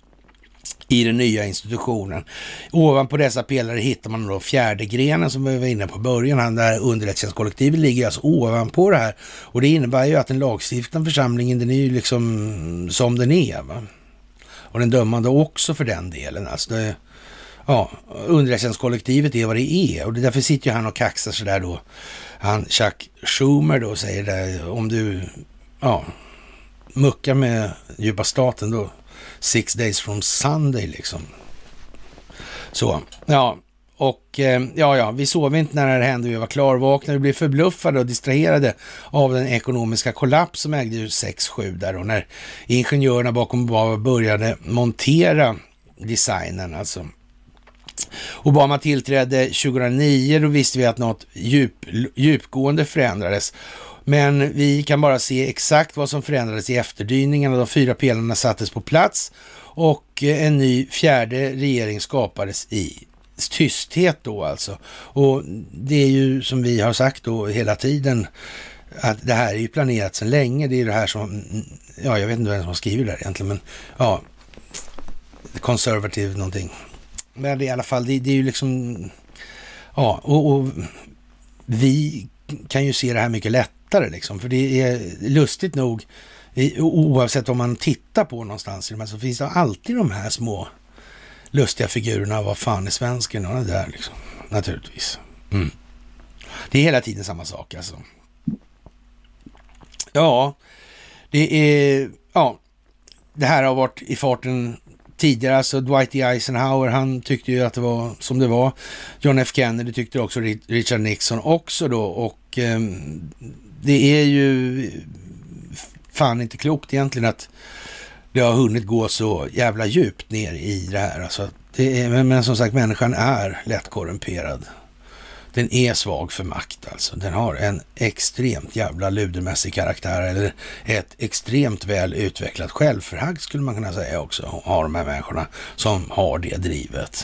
i den nya institutionen. Ovanpå dessa pelare hittar man då fjärde grenen som vi var inne på början. Han där underrättelsetjänstkollektivet ligger alltså ovanpå det här. Och det innebär ju att den lagstiftande församlingen, den är ju liksom som den är, va? Och den dömande också för den delen. Alltså det, ja, underrättelsetjänstkollektivet är vad det är. Och det därför sitter ju han och kaxar sig där då. Han, Chuck Schumer då, säger det, om du ja, muckar med djupa staten då Six days from Sunday liksom. Så, ja. Och eh, ja, ja, vi sov inte när det hände. Vi var klarvakna. Vi blev förbluffade och distraherade av den ekonomiska kollaps som ägde ju sex sju där. Och när ingenjörerna bakom Obama började montera designen alltså. Obama tillträdde tjugohundranio, då visste vi att något djup, djupgående förändrades. Men vi kan bara se exakt vad som förändrades i efterdyningarna. De fyra pelarna sattes på plats och en ny fjärde regering skapades i tysthet då alltså. Och det är ju som vi har sagt då hela tiden att det här är ju planerat sedan länge. Det är det här som, ja jag vet inte vem som har skrivit det där egentligen, men ja, conservative någonting. Men det är i alla fall, det, det är ju liksom, ja, och, och vi kan ju se det här mycket lättare liksom, för det är lustigt nog, oavsett vad man tittar på någonstans, men så finns det alltid de här små lustiga figurerna, vad fan är svensken och det där liksom, naturligtvis. Mm. Det är hela tiden samma sak alltså. Ja, det är, ja, det här har varit i farten tidigare, alltså Dwight D. Eisenhower, han tyckte ju att det var som det var. John F. Kennedy tyckte också, Richard Nixon också då, och eh, det är ju fan inte klokt egentligen att det har hunnit gå så jävla djupt ner i det här. Alltså, det är, men, men som sagt, människan är lätt korrumperad. Den är svag för makt alltså. Den har en extremt jävla ludermässig karaktär, eller ett extremt väl utvecklat självförakt skulle man kunna säga också, har de här människorna som har det drivet.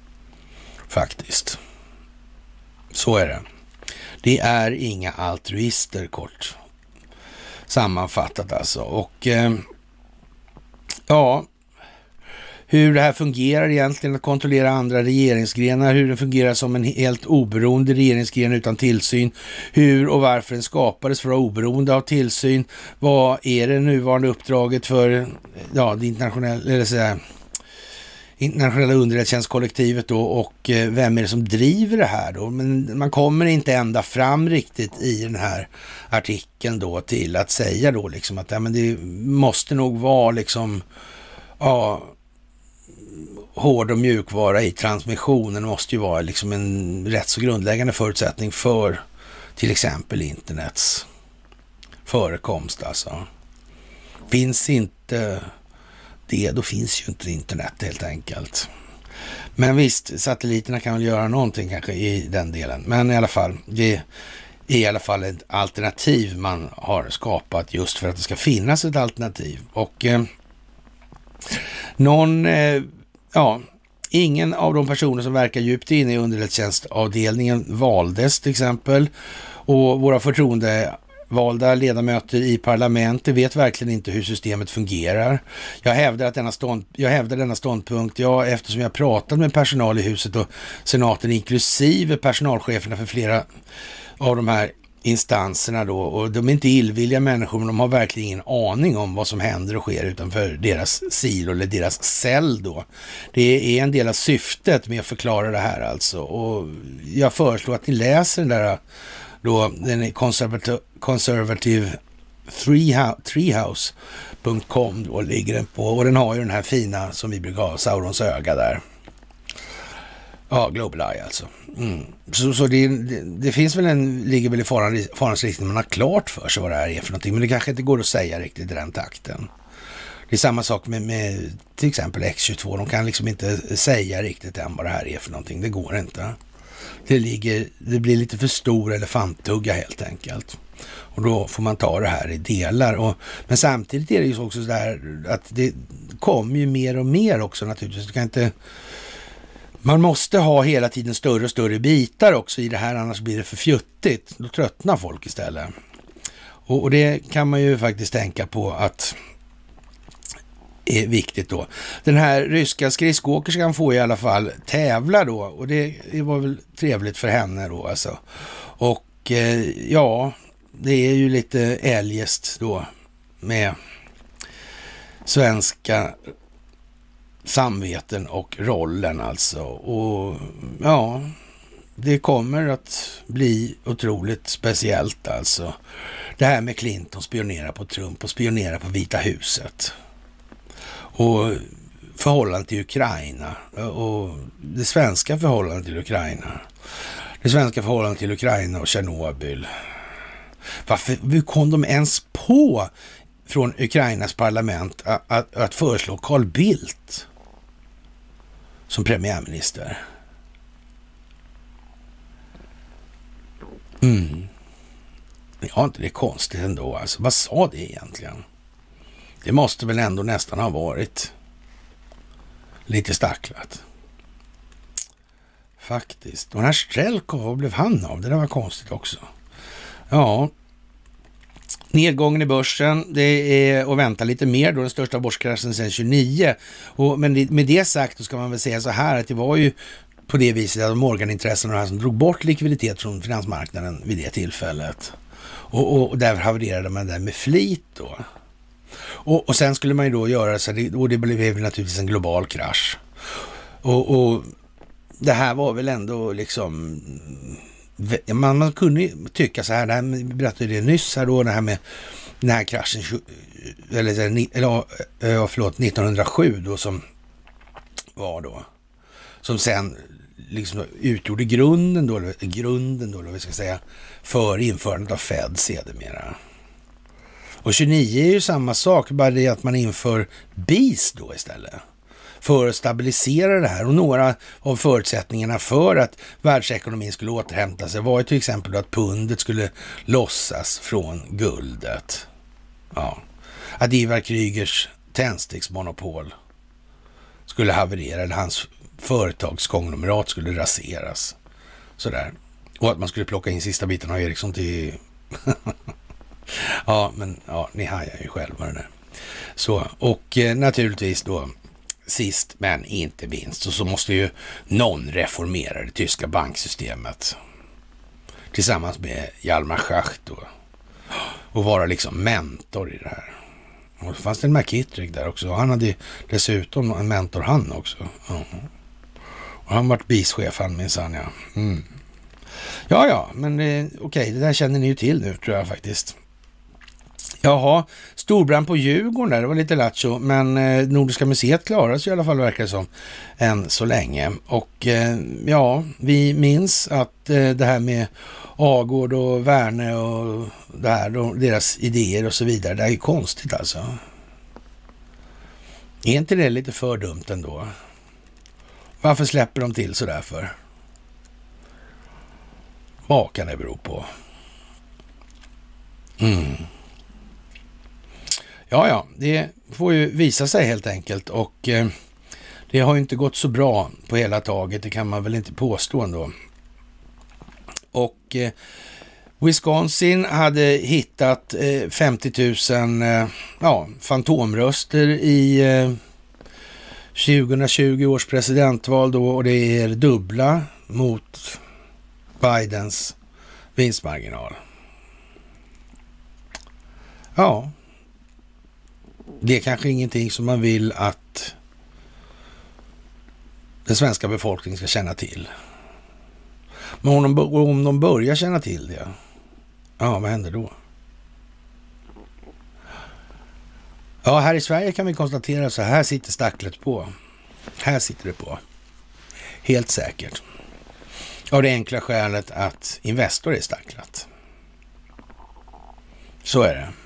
Faktiskt. Så är det. Det är inga altruister, kort sammanfattat alltså. Och eh, ja, hur det här fungerar egentligen, att kontrollera andra regeringsgrenar, hur det fungerar som en helt oberoende regeringsgren utan tillsyn, hur och varför den skapades för att vara oberoende av tillsyn, vad är det nuvarande uppdraget för ja, det internationella, eller så här, internationella underrättelsetjänstkollektivet då, och eh, vem är det som driver det här då? Men man kommer inte ända fram riktigt i den här artikeln då till att säga då liksom att ja, men det måste nog vara liksom ja, hård och mjukvara i transmissionen måste ju vara liksom en rätt så grundläggande förutsättning för till exempel internets förekomst alltså. Finns inte det, då finns ju inte internet helt enkelt. Men visst, satelliterna kan väl göra någonting kanske i den delen. Men i alla fall, det är i alla fall ett alternativ man har skapat just för att det ska finnas ett alternativ. Och eh, någon, eh, ja, ingen av de personer som verkar djupt inne i underrättelsetjänstavdelningen valdes till exempel. Och våra förtroende valda ledamöter i parlamentet vet verkligen inte hur systemet fungerar. Jag hävdar, att denna, stånd, jag hävdar denna ståndpunkt, ja, eftersom jag pratat med personal i huset och senaten inklusive personalcheferna för flera av de här instanserna då, och de är inte illvilliga människor, men de har verkligen ingen aning om vad som händer och sker utanför deras silo eller deras cell då. Det är en del av syftet med att förklara det här alltså, och jag föreslår att ni läser den där då, den är conservative, conservative treehouse punkt com då ligger den på, och den har ju den här fina som vi brukar ha, Saurons öga där. Ja, Global Eye alltså. Mm. Så, så det, det, det finns väl en, ligger väl i faran, farans riktning, man har klart för sig vad det här är för någonting, men det kanske inte går att säga riktigt i den takten. Det är samma sak med, med till exempel X tjugotvå, de kan liksom inte säga riktigt än vad det här är för någonting, det går inte. Det, ligger, det blir lite för stor elefanttugga helt enkelt. Och då får man ta det här i delar. Och, men samtidigt är det ju också så där att det kommer ju mer och mer också naturligtvis. Du kan inte, man måste ha hela tiden större och större bitar också i det här, annars blir det för fjuttigt. Då tröttnar folk istället. Och, och det kan man ju faktiskt tänka på att är viktigt då. Den här ryska skridskoåkerskan får i alla fall tävla då, och det, det var väl trevligt för henne då alltså. Och eh, ja, det är ju lite eljest då med svenska samveten och rollen alltså. Och ja, det kommer att bli otroligt speciellt alltså. Det här med Clinton spionera på Trump och spionera på Vita huset. Och förhållandet till Ukraina och det svenska förhållandet till Ukraina. Det svenska förhållandet till Ukraina och Tjernobyl. Varför kom de ens på från Ukrainas parlament att, att, att föreslå Carl Bildt som premiärminister? Mm. Ja, inte det är konstigt ändå. Alltså, vad sa det egentligen? Det måste väl ändå nästan ha varit lite stacklat. Faktiskt. Och den här Strelkov, vad blev han av? Det där var konstigt också. Ja, nedgången i börsen, det är att vänta lite mer då, den största börskraschen sedan tjugonio. Och, men med det sagt, då ska man väl säga så här att det var ju på det viset att Morgan-intressen och det här som drog bort likviditet från finansmarknaden vid det tillfället. Och, och, och därför havererade man där med flit då. Och, och sen skulle man ju då göra så, det, och det blev naturligtvis en global krasch. Och, och det här var väl ändå liksom, man, man kunde ju tycka så här, det här vi berättade det nyss här då, det här med den här kraschen, eller, eller ja, förlåt, nittonhundrasju då som var då, som sen liksom utgjorde grunden då, eller grunden då, eller vad vi ska säga, för införandet av Fed sedermera. Och tjugonio är ju samma sak, bara det att man inför B I S då istället. För att stabilisera det här. Och några av förutsättningarna för att världsekonomin skulle återhämta sig var ju till exempel att pundet skulle lossas från guldet. Ja. Att Ivar Krygers tändsticksmonopol skulle haverera, eller hans företagskonglomerat skulle raseras. Sådär. Och att man skulle plocka in sista biten av Ericsson till... Ja, men ja, ni hajar ju själva det där. Så, och eh, naturligtvis då, sist men inte minst, så, så måste ju någon reformera det tyska banksystemet tillsammans med Hjalmar Schacht då, och vara liksom mentor i det här. Och det fanns det en McKittrick där också. Han hade dessutom en mentor han också. Ja. Och han var bischef han minsann, ja. Mm. Ja, ja, men eh, okej, okay, det där känner ni ju till nu tror jag faktiskt. Jaha, storbrand på Djurgården där, det var lite lattjo, men eh, Nordiska museet klarar sig i alla fall, verkar det som, än så länge. Och eh, ja, vi minns att eh, det här med Agård och Värne och det här, och deras idéer och så vidare, det är ju konstigt alltså. Är inte det lite för dumt ändå? Varför släpper de till så där för? Vad kan det bero på? Mm. Ja, ja, det får ju visa sig helt enkelt, och eh, det har ju inte gått så bra på hela taget, det kan man väl inte påstå ändå. Och eh, Wisconsin hade hittat eh, femtio tusen eh, ja, fantomröster i eh, tjugohundratjugo års presidentval då, och det är dubbla mot Bidens vinstmarginal. Ja, det är kanske ingenting som man vill att den svenska befolkningen ska känna till. Men om de, om de börjar känna till det, ja, vad händer då? Ja, här i Sverige kan vi konstatera så här sitter stacklet på. Här sitter det på. Helt säkert. Av det enkla skälet att Investor är stacklat. Så är det.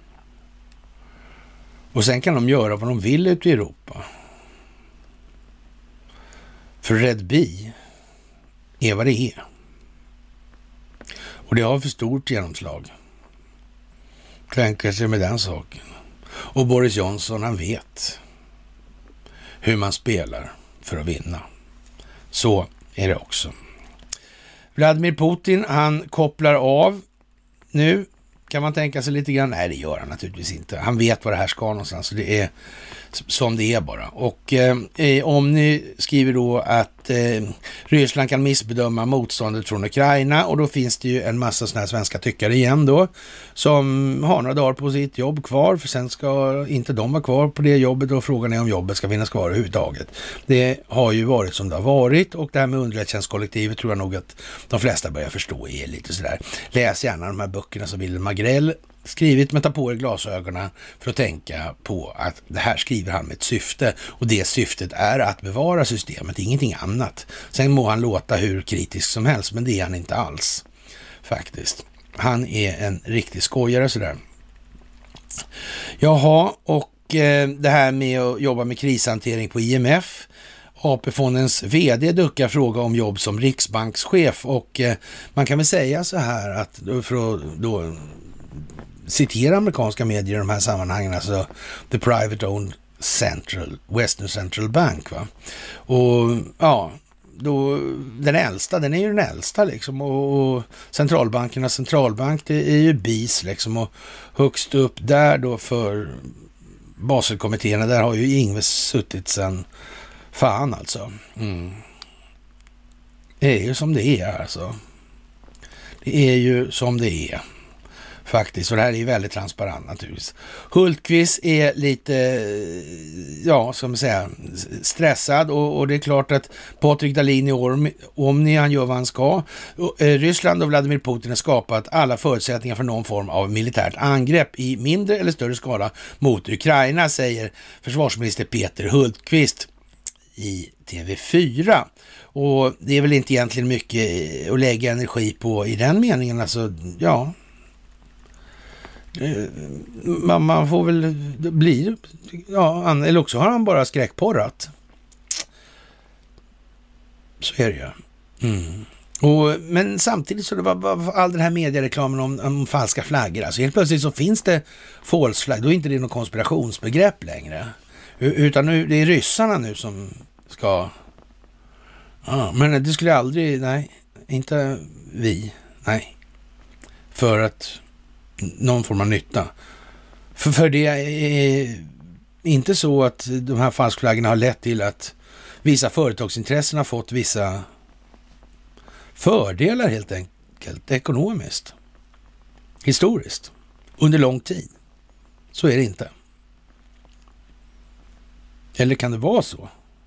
Och sen kan de göra vad de vill ute i Europa. För Red Bee, är vad det är. Och det har för stort genomslag. Tänker sig med den saken. Och Boris Johnson, han vet hur man spelar för att vinna. Så är det också. Vladimir Putin, han kopplar av nu. Kan man tänka sig lite grann? Nej, det gör han naturligtvis inte. Han vet vad det här ska någonstans. Så det är som det är bara. Och eh, om ni skriver då att eh, Ryssland kan missbedöma motståndet från Ukraina, och då finns det ju en massa sådana här svenska tyckare igen då som har några dagar på sitt jobb kvar, för sen ska inte de vara kvar på det jobbet, och frågan är om jobbet ska finnas kvar överhuvudtaget. Det har ju varit som det har varit, och det här med underrättelsetjänstkollektivet tror jag nog att de flesta börjar förstå är lite sådär. Läs gärna de här böckerna som Wilhelm Agrell skrivit, men ta på er glasögonen för att tänka på att det här skriver han med ett syfte, och det syftet är att bevara systemet, ingenting annat. Sen må han låta hur kritisk som helst, men det är han inte alls faktiskt. Han är en riktig skojare sådär. Jaha, och eh, det här med att jobba med krishantering på I M F. A P-fondens vd duckar fråga om jobb som riksbankschef, och eh, man kan väl säga så här att för att då citera amerikanska medier i de här sammanhangen, alltså the private owned central, Western Central Bank, va. Och ja, då den äldsta, den är ju den äldsta liksom, och, och centralbankernas centralbank, det är ju B I S liksom, och högst upp där då för Baselkommittéerna, där har ju Ingves suttit sedan fan alltså. Mm. Det är ju som det är alltså. Det är ju som det är. Faktiskt, och det här är ju väldigt transparent naturligtvis. Hultqvist är lite, ja, som säga, stressad, och, och det är klart att Patrik Dahlin i Omni, han gör vad han ska. Ryssland och Vladimir Putin har skapat alla förutsättningar för någon form av militärt angrepp i mindre eller större skala mot Ukraina, säger försvarsminister Peter Hultqvist i T V fyra. Och det är väl inte egentligen mycket att lägga energi på i den meningen, alltså, ja. Man, man får väl bli, ja, eller också har han bara skräckporrat. Så är det ju. Mm. Och, men samtidigt så det var, var all den här mediereklamen om, om falska flaggor. Alltså helt plötsligt så finns det false flag. Då är inte det något konspirationsbegrepp längre. Utan nu, det är ryssarna nu som ska... Ja, men det skulle aldrig... Nej, inte vi. Nej. För att någon form av nytta. För, för det är inte så att de här falskflaggorna har lett till att vissa företagsintressen har fått vissa fördelar helt enkelt, ekonomiskt, historiskt, under lång tid. Så är det inte. Eller kan det vara så?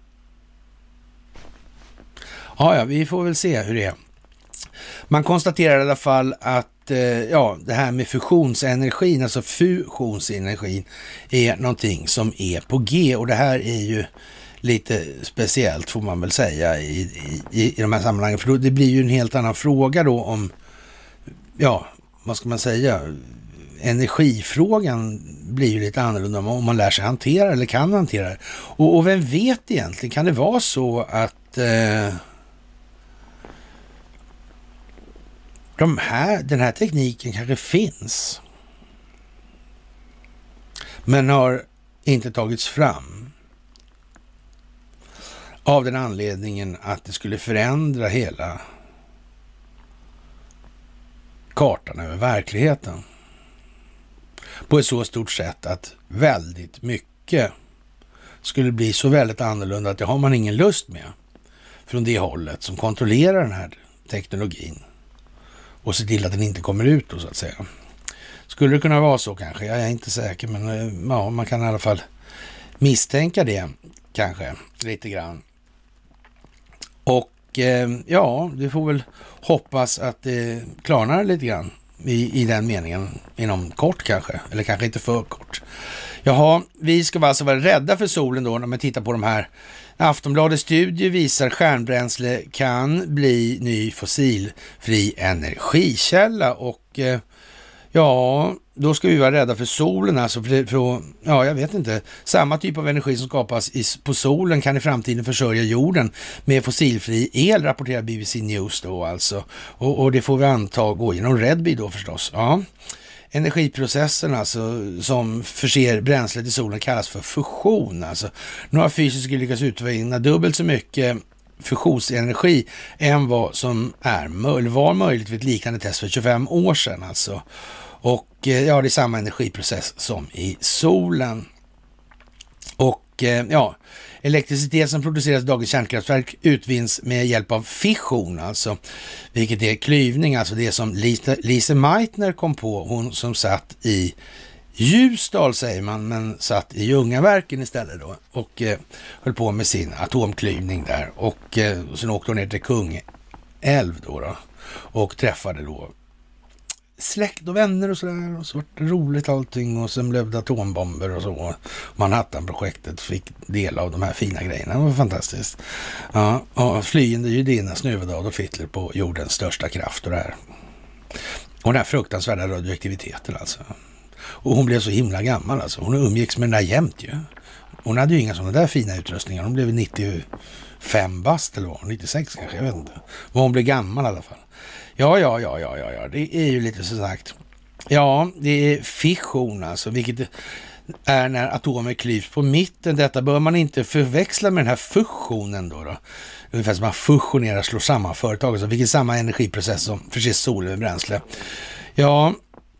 Ja, ja, vi får väl se hur det är. Man konstaterar i alla fall att ja, det här med fusionsenergin, alltså fusionsenergin, är någonting som är på G, och det här är ju lite speciellt får man väl säga i, i, i de här sammanhangen, för då, det blir ju en helt annan fråga då om, ja, vad ska man säga, energifrågan blir ju lite annorlunda om man lär sig hantera eller kan hantera det. Och, och vem vet egentligen, kan det vara så att eh, de här, den här tekniken kanske finns, men har inte tagits fram av den anledningen att det skulle förändra hela kartan över verkligheten på ett så stort sätt att väldigt mycket skulle bli så väldigt annorlunda att det har man ingen lust med från det hållet som kontrollerar den här teknologin och se till att den inte kommer ut då, så att säga. Skulle det kunna vara så kanske? Jag är inte säker, men ja, man kan i alla fall misstänka det kanske lite grann. Och eh, ja, det får väl hoppas att det klarnar lite grann i, i den meningen inom kort kanske, eller kanske inte för kort. Jaha, vi ska alltså vara rädda för solen då när man tittar på de här. Aftonbladets studie visar stjärnbränsle kan bli ny fossilfri energikälla, och eh, Ja, då ska vi vara rädda för solen alltså. För, det, för ja, jag vet inte. Samma typ av energi som skapas i, på solen kan i framtiden försörja jorden med fossilfri el, rapporterar B B C News då alltså. Och, och det får vi anta gå genom Redby då förstås. Ja. Energiprocessen alltså som förser bränslet i solen kallas för fusion. Alltså, några fysiker lyckas utvinna dubbelt så mycket fusionsenergi än vad som är möj- var möjligt vid ett liknande test för tjugofem år sedan. Alltså. Och ja, det är samma energiprocess som i solen. Och ja, elektricitet som produceras i dagens kärnkraftverk utvinns med hjälp av fission, alltså, vilket är klyvning, alltså det som Lise, Lise Meitner kom på, hon som satt i Ljusdal säger man, men satt i Ljungaverken istället då och eh, höll på med sin atomklyvning där och eh, sen åkte hon ner till Kungälv då, då och träffade då släkt och vänner och sådär, och så var det roligt allting och sen blev det atombomber och så. Manhattan-projektet fick del av de här fina grejerna, det var fantastiskt. Ja, och flyende judinna snuvade Adolf Hitler på jordens största kraft och det här. Och den här fruktansvärda radioaktiviteten alltså. Och hon blev så himla gammal alltså, hon umgicks med den där jämt ju. Hon hade ju inga sådana där fina utrustningar, hon blev nittiofem bast eller vad, nittiosex kanske, jag vet inte. Men hon blev gammal i alla fall. Ja, ja, ja, ja, ja, ja, det är ju lite så sagt. Ja, det är fission alltså, vilket är när atomer klyvs på mitten. Detta bör man inte förväxla med den här fusionen då. då. Ungefär som man fusionerar, slår samman företag, alltså, vilket är samma energiprocess som förser solen med bränsle. Ja,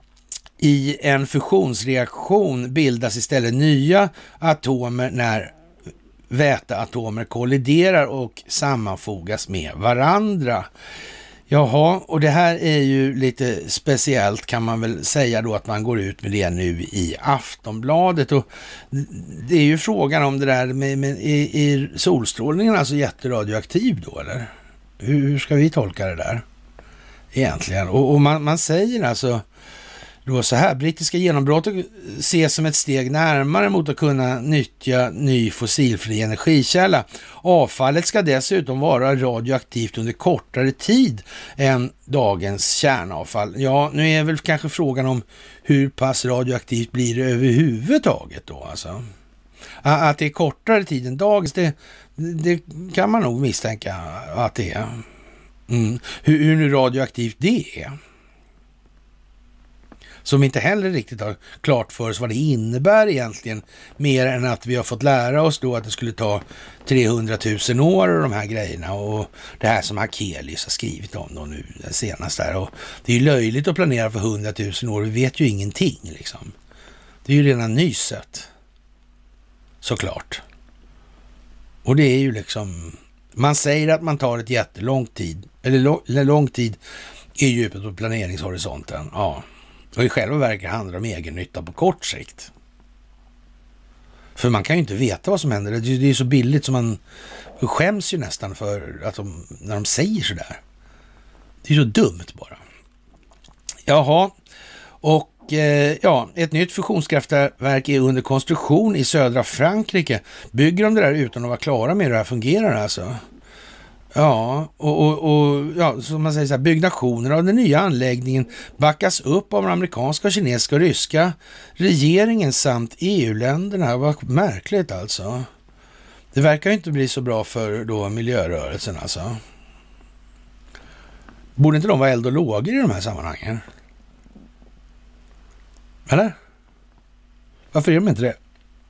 i en fusionsreaktion bildas istället nya atomer när väteatomer kolliderar och sammanfogas med varandra. Jaha, och det här är ju lite speciellt kan man väl säga då att man går ut med det nu i Aftonbladet och det är ju frågan om det där med, med i, i solstrålningen alltså jätteradioaktiv då eller? Hur, hur ska vi tolka det där egentligen? Och, och man, man säger alltså då så här, brittiska genombrottet ses som ett steg närmare mot att kunna nyttja ny fossilfri energikälla. Avfallet ska dessutom vara radioaktivt under kortare tid än dagens kärnavfall. Ja, nu är väl kanske frågan om hur pass radioaktivt blir det överhuvudtaget då alltså. Att det är kortare tid än dagens, det, det kan man nog misstänka att det är. Mm. Hur, hur nu radioaktivt det är. Som inte heller riktigt har klart för oss vad det innebär egentligen, mer än att vi har fått lära oss då att det skulle ta trehundratusen år och de här grejerna och det här som Hakelius har skrivit om då nu senast där. Och det är ju löjligt att planera för hundratusen år, vi vet ju ingenting liksom. Det är ju redan nyset, såklart. Och det är ju liksom, man säger att man tar ett jättelång tid, eller lång, eller lång tid i djupet på planeringshorisonten, ja. Och i själva verket handlar det om egen nytta på kort sikt. För man kan ju inte veta vad som händer. Det är så billigt som man skäms ju nästan för att de, när de säger sådär. Det är så dumt bara. Jaha, och eh, ja, ett nytt fusionskraftverk är under konstruktion i södra Frankrike. Bygger de det där utan att vara klara med hur det här fungerar alltså? Ja, och, och, och ja, som man säger så här, byggnationer av den nya anläggningen backas upp av den amerikanska, kinesiska och ryska regeringen samt E U-länderna. Vad märkligt alltså. Det verkar ju inte bli så bra för då miljörörelsen alltså. Borde inte de vara eld och lågor i de här sammanhangen? Eller? Varför är de inte det?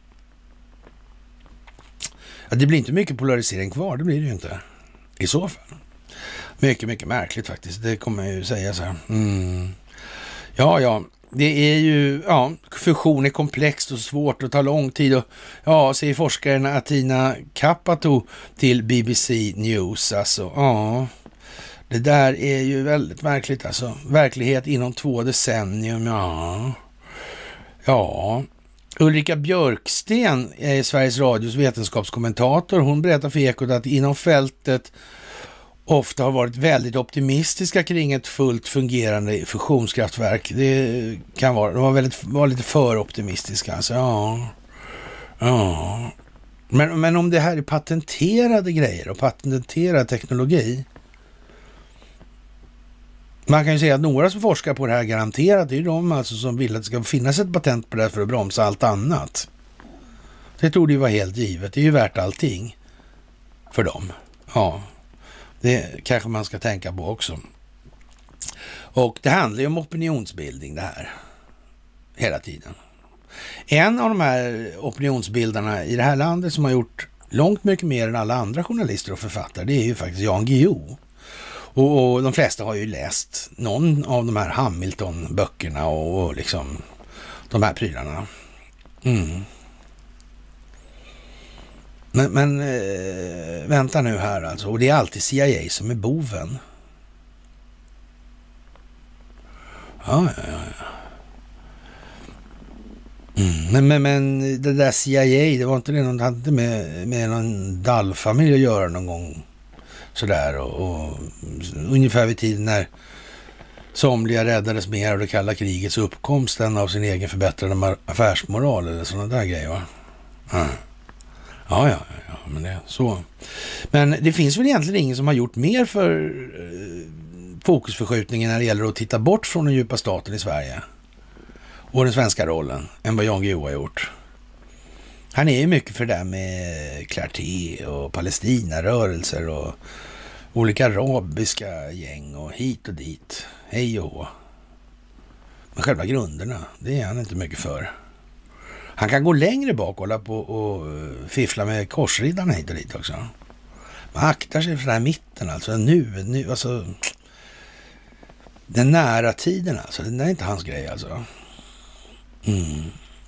Ja, det blir inte mycket polarisering kvar, det blir det ju inte. I så fall. Mycket, mycket märkligt faktiskt. Det kommer jag ju säga så här. Mm. Ja, ja. Det är ju, ja, fusion är komplext och svårt och tar lång tid. Och, ja, säger forskaren Atina Kapato till B B C News. Alltså, ja. Det där är ju väldigt märkligt alltså. Verklighet inom två decennium, ja. Ja. Ulrika Björksten är Sveriges Radios vetenskapskommentator. Hon berättar för Ekot att inom fältet ofta har varit väldigt optimistiska kring ett fullt fungerande fusionskraftverk. Det kan vara, de var, väldigt, var lite för optimistiska. Alltså, ja. Ja. Men, men om det här är patenterade grejer och patenterad teknologi, Man kan ju säga att några som forskar på det här garanterat, det är ju de alltså som vill att det ska finnas ett patent på det här för att bromsa allt annat. Det trodde ju vara helt givet. Det är ju värt allting för dem. Ja, det kanske man ska tänka på också. Och det handlar ju om opinionsbildning det här. Hela tiden. En av de här opinionsbildarna i det här landet som har gjort långt mycket mer än alla andra journalister och författare, det är ju faktiskt Jan Guillou. Och, och de flesta har ju läst någon av de här Hamilton-böckerna och, och liksom de här prylarna. Mm. Men, men äh, vänta nu här alltså. Och det är alltid C I A som är boven. Ja, ja, ja. Mm. Men, men, men det där C I A, det var inte det någon hade med, med någon Dall-familj att göra någon gång. Sådär och, och ungefär vid tiden när somliga räddades mer av det kalla krigets uppkomst än av sin egen förbättrade affärsmoral eller sådana där grejer, va? Mm. Ja, ja, ja, men det är så. Men det finns väl egentligen ingen som har gjort mer för eh, fokusförskjutningen när det gäller att titta bort från den djupa staten i Sverige och den svenska rollen än vad Jan Guillou har gjort. Han är ju mycket för det där med Clarté och Palestinarörelser och olika arabiska gäng och hit och dit. Hej och hå. Men själva grunderna, det är han inte mycket för. Han kan gå längre bak och hålla på och fiffla med korsriddarna hit och dit också. Man aktar sig för den här mitten alltså. Nu, nu, alltså. Den nära tiden alltså. Det är inte hans grej alltså. Mm.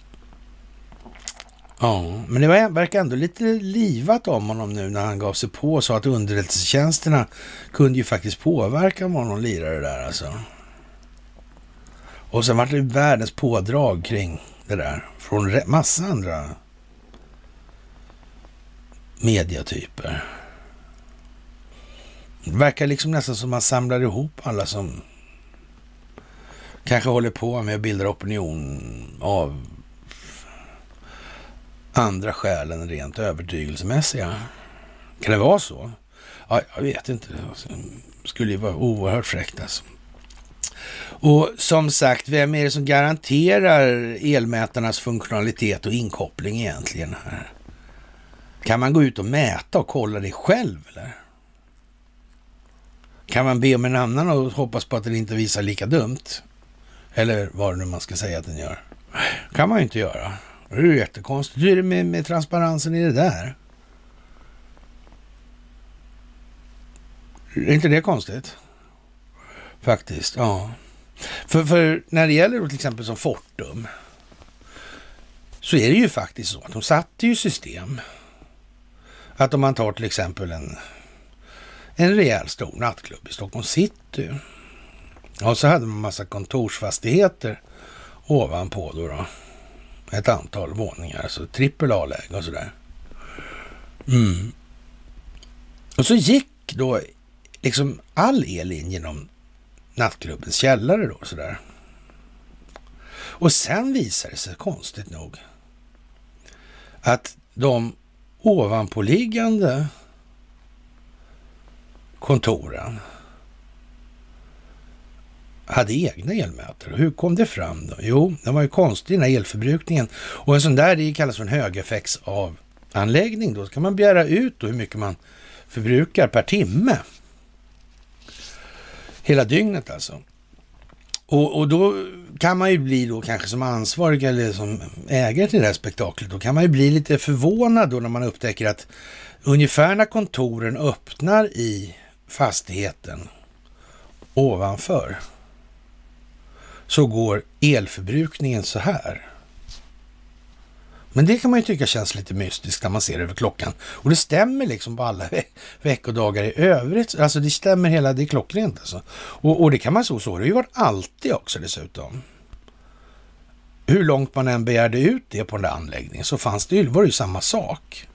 Ja, men det var, verkar ändå lite livat om honom nu när han gav sig på och sa att underrättelsetjänsterna kunde ju faktiskt påverka om någon lirare där alltså. Och sen var det världens pådrag kring det där från massa andra mediatyper. Det verkar liksom nästan som man samlar ihop alla som kanske håller på med att bilda opinion av andra skäl än rent övertygelsemässiga. Kan det vara så? Ja, jag vet inte. Det skulle ju vara oerhört fräckt alltså. Och som sagt, vem är det som garanterar elmätarnas funktionalitet och inkoppling egentligen här? Kan man gå ut och mäta och kolla det själv eller? Kan man be om en annan och hoppas på att den inte visar lika dumt? Eller vad det nu man ska säga att den gör. Kan man ju inte göra. Det är ju jättekonstigt. Hur är det med, med transparensen i det där? Är inte det konstigt? Faktiskt, ja. För, för när det gäller till exempel som Fortum så är det ju faktiskt så att de satte ju system att om man tar till exempel en en rejäl stor nattklubb i Stockholm City och så hade man massa kontorsfastigheter ovanpå då, då ett antal våningar, alltså trippel A-läge och sådär. Mm. Och så gick då liksom all el in genom nattklubbens källare då sådär. Och sen visade det sig konstigt nog att de ovanpåliggande kontoren hade egna elmätare. Hur kom det fram då? Jo, det var ju konstigt den här elförbrukningen. Och en sån där, det kallas för en högeffektsanläggning. Då kan man begära ut då hur mycket man förbrukar per timme. Hela dygnet alltså. Och, och då kan man ju bli då kanske som ansvarig eller som ägare till det här spektaklet, då kan man ju bli lite förvånad då när man upptäcker att ungefär när kontoren öppnar i fastigheten ovanför så går elförbrukningen så här. Men det kan man ju tycka känns lite mystiskt när man ser över klockan. Och det stämmer liksom på alla ve- veckodagar i övrigt. Alltså det stämmer hela, det är klockrent alltså. Och, och det kan man så, så det har ju varit alltid också dessutom. Hur långt man än begärde ut det på den där anläggningen så fanns det ju, var det ju samma sak.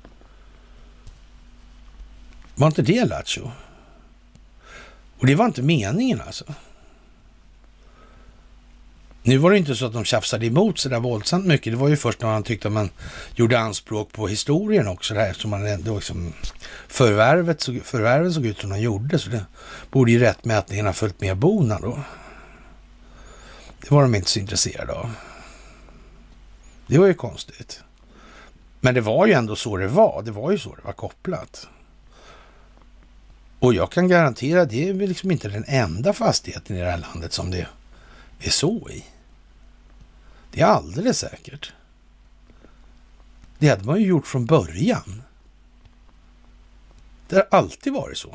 Var inte det Lattjo? Och det var inte meningen alltså. Nu var det inte så att de tjafsade emot så där våldsamt mycket. Det var ju först när man tyckte att man gjorde anspråk på historien också. Där, eftersom man ändå liksom förvärvet, så, förvärvet såg ut som de gjorde. Så det borde ju rättmätningen ha följt med bona då. Det var de inte så intresserade av. Det var ju konstigt. Men det var ju ändå så det var. Det var ju så det var kopplat. Och jag kan garantera att det är liksom inte den enda fastigheten i det här landet som det är så i. Det är alldeles säkert. Det hade man ju gjort från början. Det har alltid varit så.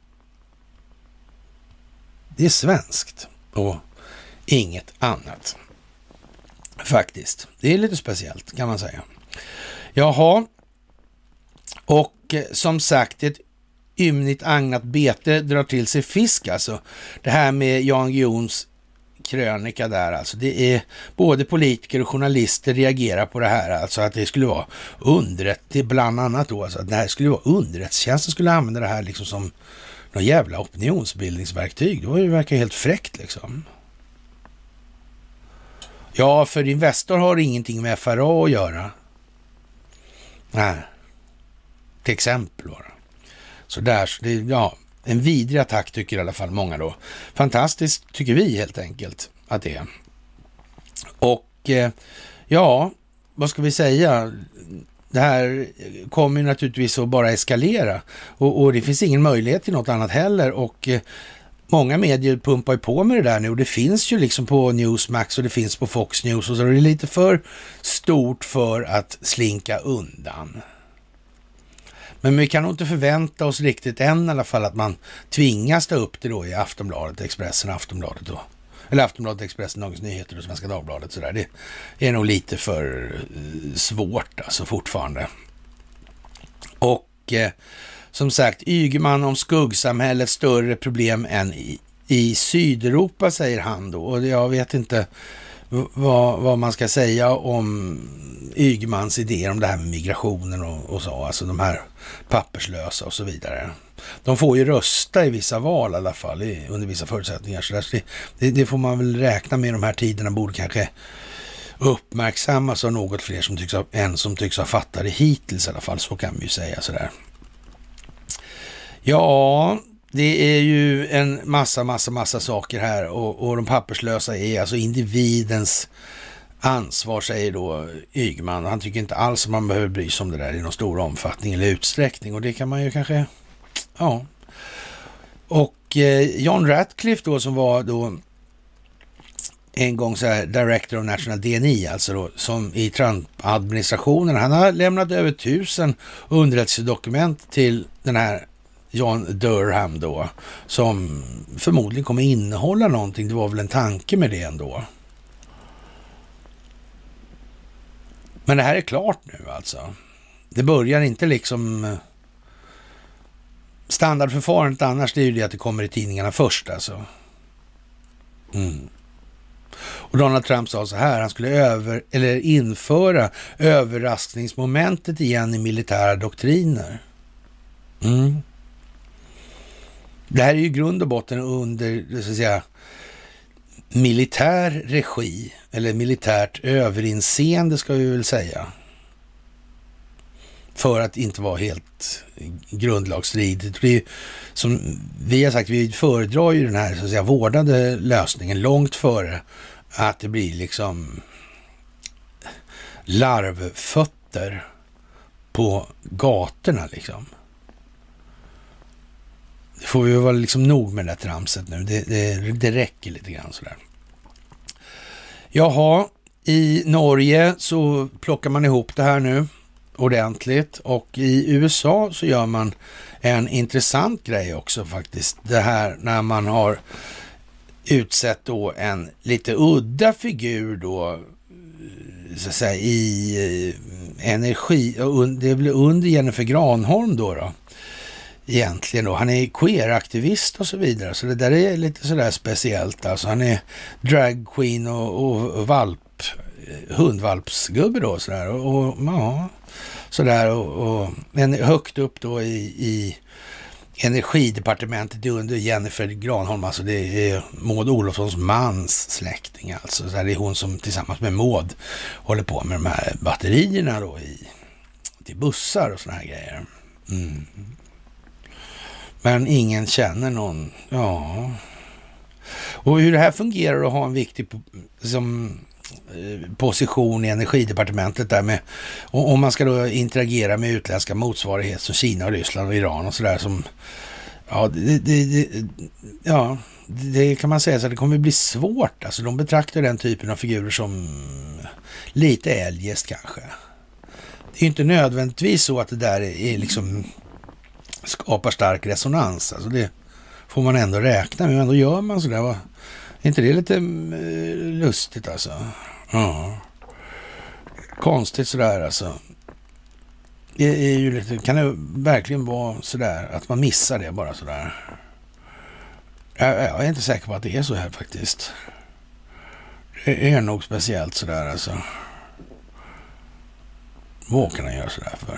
Det är svenskt och inget annat. Faktiskt. Det är lite speciellt kan man säga. Jaha. Och eh, som sagt, ett ymnigt agnat bete drar till sig fisk alltså. Det här med Jan Guillous krönika där alltså. Det är både politiker och journalister reagerar på det här. Alltså att det skulle vara underrätt, det bland annat då. Alltså att det här skulle vara underrättstjänsten skulle använda det här liksom som någon jävla opinionsbildningsverktyg. Det verkar helt fräckt liksom. Ja, för Investor har ingenting med F R A att göra. Nej. Till exempel bara. Så där, så det, ja, en vidrig attack tycker i alla fall många då. Fantastiskt tycker vi helt enkelt att det är. Och eh, ja, vad ska vi säga? Det här kommer ju naturligtvis att bara eskalera. Och, och det finns ingen möjlighet till något annat heller. Och eh, många medier pumpar ju på med det där nu. Och det finns ju liksom på Newsmax och det finns på Fox News. Och så är det lite för stort för att slinka undan. Men vi kan nog inte förvänta oss riktigt än i alla fall att man tvingas ta upp det då i Aftonbladet, Expressen, Aftonbladet då. Eller Aftonbladet, Expressen, Dagens Nyheter och Svenska Dagbladet sådär. Det är nog lite för svårt alltså fortfarande. Och eh, som sagt, Ygeman om skuggsamhället större problem än i, i Sydeuropa säger han då. Och jag vet inte vad, vad man ska säga om Ygemans idéer om det här med migrationen och, och så, alltså de här papperslösa och så vidare. De får ju rösta i vissa val i alla fall, i, under vissa förutsättningar. Så det, det, det får man väl räkna med. De här tiderna borde kanske uppmärksammas av något fler som tycks ha, än som tycks ha fattat det hittills i alla fall, så kan vi ju säga sådär. Ja, det är ju en massa, massa, massa saker här och, och de papperslösa är alltså individens ansvar, säger då Ygeman. Han tycker inte alls att man behöver bry sig om det där i någon stor omfattning eller utsträckning och det kan man ju kanske, ja. Och eh, John Ratcliffe då som var då en gång så här Director of National D N I, alltså då, som i Trump-administrationen, han har lämnat över tusen underrättelsedokument till den här John Durham då, som förmodligen kommer innehålla någonting. Det var väl en tanke med det ändå. Men det här är klart nu alltså. Det börjar inte liksom standardförfarandet annars, det är ju det att det kommer i tidningarna först alltså. Mm. Och Donald Trump sa så här, han skulle över, eller införa överraskningsmomentet igen i militära doktriner. Mm. Det här är ju grund och botten under, så att säga, militär regi, eller militärt överinseende ska vi väl säga. För att inte vara helt grundlagsstridigt. Det är ju, som vi har sagt, vi föredrar ju den här så att säga vårdade lösningen långt före att det blir liksom larvfötter på gatorna liksom. Det får vi vara liksom nog med det där tramset nu. Det, det, det räcker lite grann sådär. Jaha, i Norge så plockar man ihop det här nu ordentligt och i U S A så gör man en intressant grej också faktiskt. Det här när man har utsett då en lite udda figur då så att säga i energi, det blir under Jennifer Granholm då då. Egentligen då. Han är queer-aktivist och så vidare. Så det där är lite sådär speciellt. Alltså han är drag queen och, och valp, hundvalpsgubbe då sådär. Och, och ja, sådär och, och en högt upp då i, i Energidepartementet är under Jennifer Granholm, alltså det är Maud Olofssons mans släkting alltså. Så det är hon som tillsammans med Maud håller på med de här batterierna då i till bussar och såna här grejer. Mm. Men ingen känner någon, ja. Och hur det här fungerar att ha en viktig som, position i Energidepartementet där med, om man ska då interagera med utländska motsvarigheter som Kina och Ryssland och Iran och sådär som, ja det, det, det, ja, det kan man säga så att det kommer bli svårt. Alltså de betraktar den typen av figurer som lite eljest kanske. Det är ju inte nödvändigtvis så att det där är liksom skapar stark resonans. Alltså det får man ändå räkna med, men ändå gör man sådär. Va? Är inte det lite lustigt alltså? Ja. Konstigt sådär alltså. Det är ju lite, kan det verkligen vara sådär att man missar det bara sådär? Jag, jag är inte säker på att det är så här faktiskt. Det är nog speciellt sådär alltså. Vad kan han göra sådär för?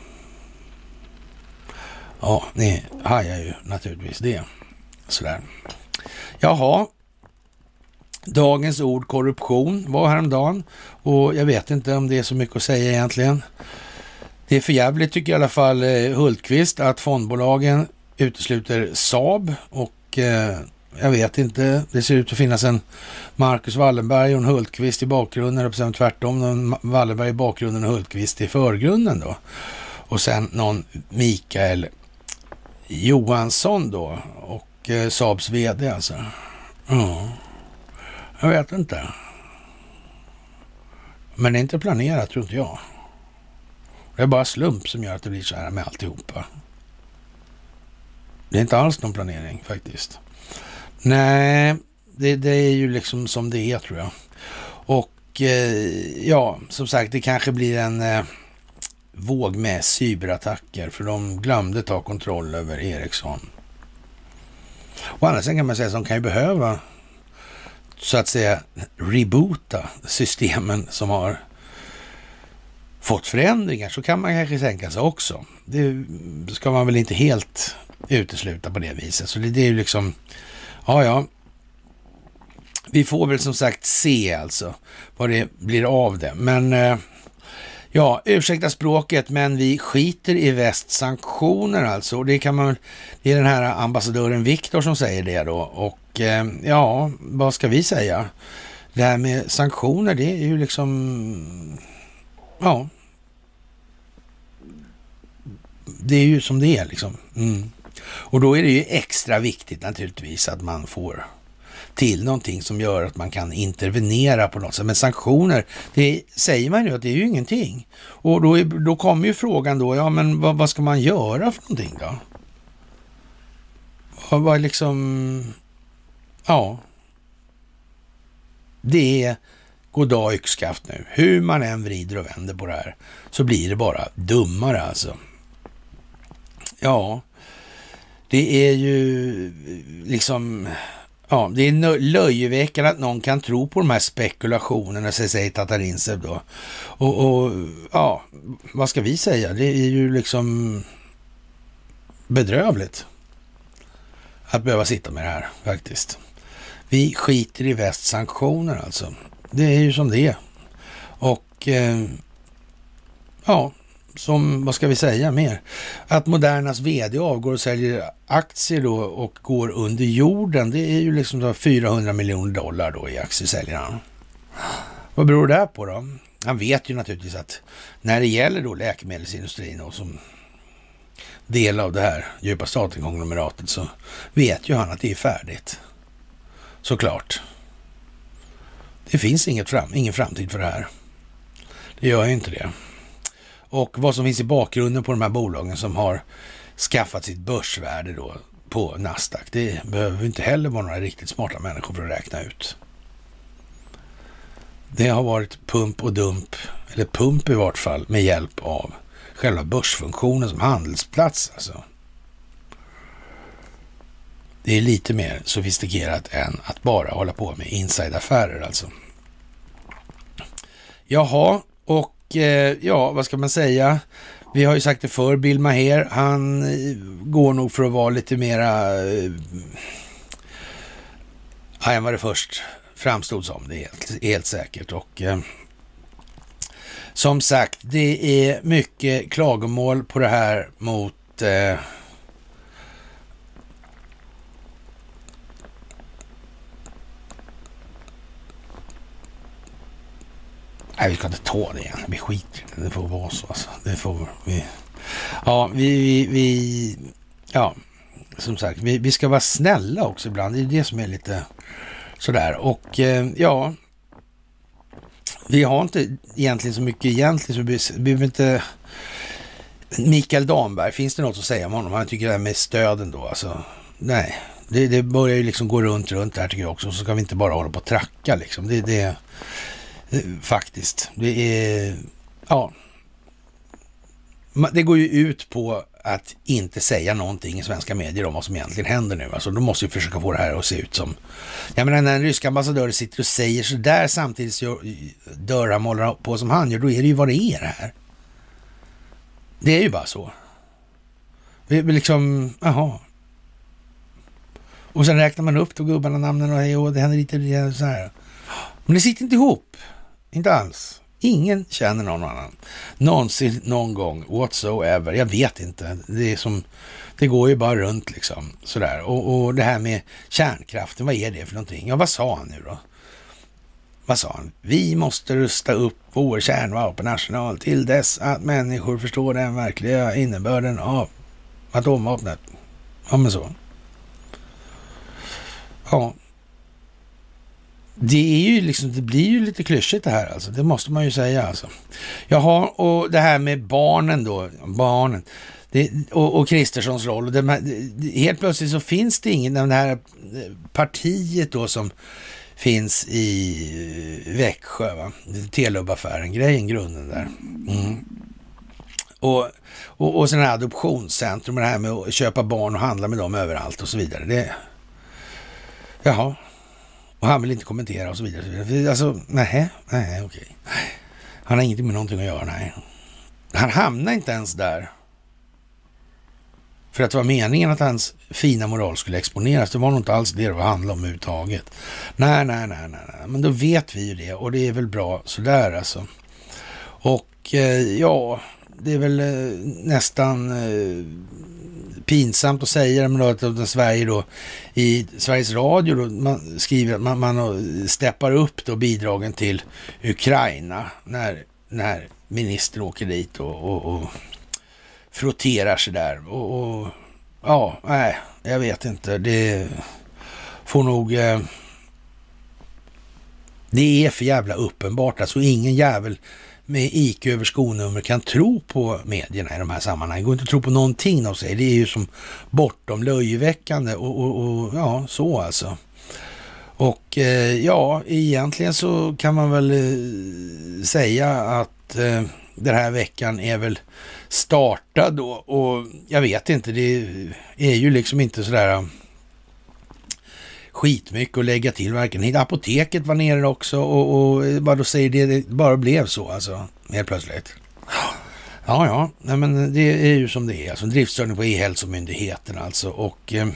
Ja, ni hajar ju naturligtvis det. Sådär. Jaha. Dagens ord korruption var häromdagen. Och jag vet inte om det är så mycket att säga egentligen. Det är för jävligt tycker i alla fall Hultqvist att fondbolagen utesluter Saab. Och eh, jag vet inte. Det ser ut att finnas en Marcus Wallenberg och en Hultqvist i bakgrunden. Och sen tvärtom. En Wallenberg i bakgrunden och Hultqvist i förgrunden då. Och sen någon Mikael Johansson då. Och eh, Saabs vd alltså. Ja. Jag vet inte. Men det är inte planerat tror inte jag. Det är bara slump som gör att det blir så här med alltihopa. Det är inte alls någon planering faktiskt. Nej, det, det är ju liksom som det är tror jag. Och eh, ja, som sagt det kanske blir en eh, våg med cyberattacker för de glömde ta kontroll över Ericsson. Och annars kan man säga att de kan ju behöva så att säga reboota systemen som har fått förändringar, så kan man kanske tänka sig också. Det ska man väl inte helt utesluta på det viset. Så det, det är ju liksom, ja ja, vi får väl som sagt se alltså vad det blir av det. Men eh, ja, ursäkta språket, men vi skiter i västsanktioner alltså. Och det kan man, det är den här ambassadören Viktor som säger det då. Och eh, ja, vad ska vi säga? Det här med sanktioner, det är ju liksom, ja, det är ju som det är liksom. Mm. Och då är det ju extra viktigt naturligtvis att man får till någonting som gör att man kan intervenera på något sätt. Men sanktioner, det säger man ju att det är ju ingenting. Och då, är, då kommer ju frågan då, ja men vad, vad ska man göra för någonting då? Vad, vad liksom, ja. Det är goddag yxskaft nu. Hur man än vrider och vänder på det här så blir det bara dummare alltså. Ja, det är ju liksom, ja, det är löjeväckande att någon kan tro på de här spekulationerna, säger Tatarinsev då. Och, och ja, vad ska vi säga? Det är ju liksom bedrövligt att behöva sitta med det här faktiskt. Vi skiter i västsanktioner alltså. Det är ju som det är. Och eh, ja, som, vad ska vi säga mer? Att Modernas vd avgår och säljer aktier då och går under jorden. Det är ju liksom fyrahundra miljoner dollar då i aktiesäljaren. Vad beror det här på då? Han vet ju naturligtvis att när det gäller då läkemedelsindustrin och som del av det här djupa staten-konglomeratet så vet ju han att det är färdigt. Såklart. Det finns inget fram, ingen framtid för det här. Det gör ju inte det. Och vad som finns i bakgrunden på de här bolagen som har skaffat sitt börsvärde då på Nasdaq, det behöver inte heller vara några riktigt smarta människor för att räkna ut. Det har varit pump och dump, eller pump i vart fall, med hjälp av själva börsfunktionen som handelsplats alltså. Det är lite mer sofistikerat än att bara hålla på med inside-affärer alltså. Jaha, och Och eh, ja, vad ska man säga? Vi har ju sagt det för Bill Maher, han går nog för att vara lite mera eh, än vad det först framstod som, det är helt, helt säkert. Och eh, som sagt, det är mycket klagomål på det här mot eh, nej, vi ska inte ta det igen. Vi skiter. Det får vara så. Alltså. Det får vi. Ja, vi, vi, vi ja, som sagt, vi, vi ska vara snälla också ibland. Det är det som är lite sådär. Och eh, ja, vi har inte egentligen så mycket egentligen, så vi behöver inte. Mikael Damberg, finns det något att säga om honom? Han tycker det här med stöden då, alltså, nej. Det, det börjar ju liksom gå runt, runt här tycker jag också. Så ska vi inte bara hålla på att tracka liksom. Det, det faktiskt. Det är, ja. Det går ju ut på att inte säga någonting i svenska medier om vad som egentligen händer nu. Alltså, de måste ju försöka få det här att se ut som, jag menar, när en rysk ambassadör sitter och säger så där samtidigt så dör han målar på som han gör, då är det ju vad det är det här. Det är ju bara så. Det är liksom, jaha. Och sen räknar man upp då gubbarna, namnen och hej, och det händer lite så här. Men det sitter inte ihop. Inte alls. Ingen känner någon annan. Någonsin, någon gång, whatsoever. Jag vet inte. Det är som, det går ju bara runt liksom. Sådär. Och, och det här med kärnkraften, vad är det för någonting? Ja, vad sa han nu då? Vad sa han? Vi måste rusta upp vår kärnvapenarsenal till dess att människor förstår den verkliga innebörden av atomvapnet. Ja, men så. Ja. Det är ju liksom, det blir ju lite klyschigt det här alltså, det måste man ju säga alltså. Jaha, och det här med barnen då, barnen det, och, och Kristerssons roll, och det, det, helt plötsligt så finns det ingen, det här partiet då som finns i Växjö, va? Telub-affären, grejen, grunden där. Mm. Och, och, och sådana här adoptionscentrum, och det här med att köpa barn och handla med dem överallt och så vidare. Det, jaha. Och han vill inte kommentera och så vidare. Alltså, nej, nej, okej. Han har ingenting med någonting att göra, nej. Han hamnar inte ens där. För att det var meningen att hans fina moral skulle exponeras. Det var nog inte alls det det var handla om överhuvudtaget. Nej, nej, nej, nej, nej. Men då vet vi ju det. Och det är väl bra sådär alltså. Och eh, ja, det är väl eh, nästan eh, pinsamt att säga det, men då att, att Sverige då i Sveriges Radio då, man skriver att man, man steppar upp då bidragen till Ukraina när, när ministern åker dit och, och, och frotterar sig där. Och, och ja, nej, jag vet inte. Det får nog... Eh, det är för jävla uppenbart. Alltså ingen jävel med I Q över skonummer kan tro på medierna i de här sammanhangen. Det går inte att tro på någonting de säger. Det är ju som bortom löjeväckande och, och, och ja, så alltså. Och eh, ja, egentligen så kan man väl eh, säga att eh, den här veckan är väl startad då, och jag vet inte, det är ju liksom inte sådär skitmycket att lägga till verkligen. Apoteket var nere också och, och bara då säger det, det bara blev så alltså, helt plötsligt. Ja, ja, nej, men det är ju som det är, alltså en driftstörning på E-hälsomyndigheten alltså, och eh,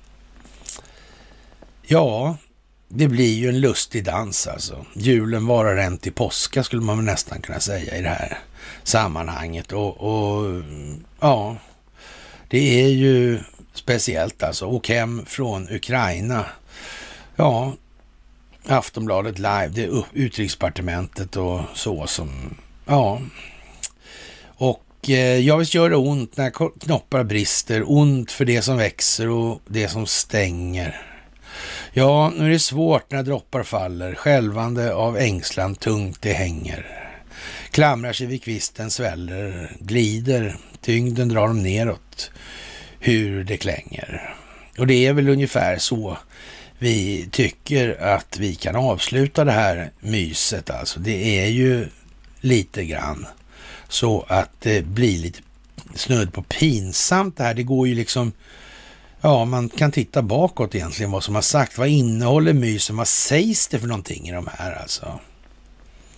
ja, det blir ju en lustig dans alltså. Julen varar än till påska skulle man väl nästan kunna säga i det här sammanhanget. Och, och ja, det är ju speciellt alltså. Åk hem från Ukraina. Ja, Aftonbladet Live, det är utrikesdepartementet och så som, ja. Och eh, jag visst gör det ont när knoppar brister, ont för det som växer och det som stänger. Ja, nu är det svårt när droppar faller, skälvande av ängslan, tungt det hänger. Klamrar sig vid kvisten, sväller, glider, tyngden drar dem neråt, hur det klänger. Och det är väl ungefär så vi tycker att vi kan avsluta det här myset. Alltså det är ju lite grann så att det blir lite snudd på pinsamt det här. Det går ju liksom... Ja, man kan titta bakåt egentligen vad som har sagt. Vad innehåller mysen? Vad sägs det för någonting i de här alltså?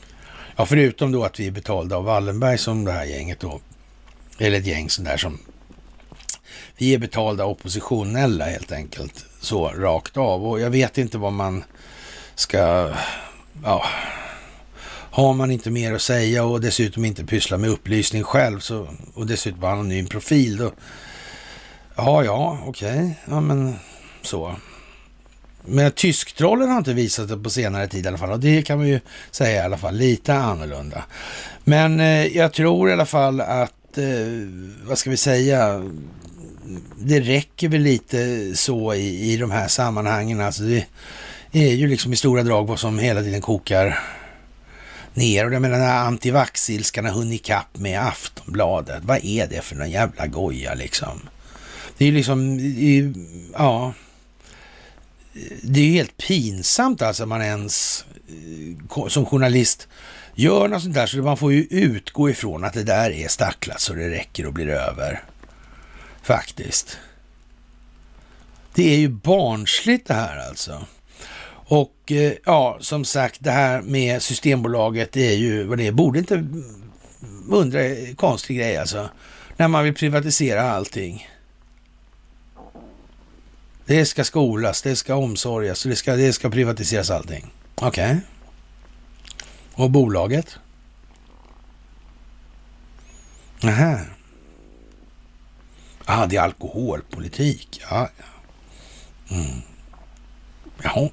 Ja, förutom då att vi är betalda av Wallenberg som det här gänget då, eller ett gäng sån där som vi är betalda oppositionella helt enkelt, så rakt av. Och jag vet inte vad man ska, ja, har man inte mer att säga och dessutom inte pyssla med upplysning själv så, och dessutom anonym profil då, ja, ja, okej, okay. Ja men så. Men tysktrollen har inte visat det på senare tid i alla fall och det kan man ju säga i alla fall lite annorlunda. Men eh, jag tror i alla fall att, eh, vad ska vi säga, det räcker väl lite så i, i de här sammanhangen. Alltså det är ju liksom i stora drag vad som hela tiden kokar ner. Och jag menar den här antivaxilskan har hunnit kapp med Aftonbladet. Vad är det för någon jävla goja liksom? Det är ju liksom, ja, det är ju helt pinsamt alltså man ens som journalist gör något sånt där, så man får ju utgå ifrån att det där är stacklat så det räcker och blir över. Faktiskt. Det är ju barnsligt det här alltså. Och ja, som sagt, det här med Systembolaget är ju vad det är. Borde inte undra, konstig grej alltså. När man vill privatisera allting. Det ska skolas, det ska omsorgas, det ska, det ska privatiseras allting. Okej. Okay. Och bolaget? Nähä. Ah, det är alkoholpolitik. Ja, ja. Mm. Jaha.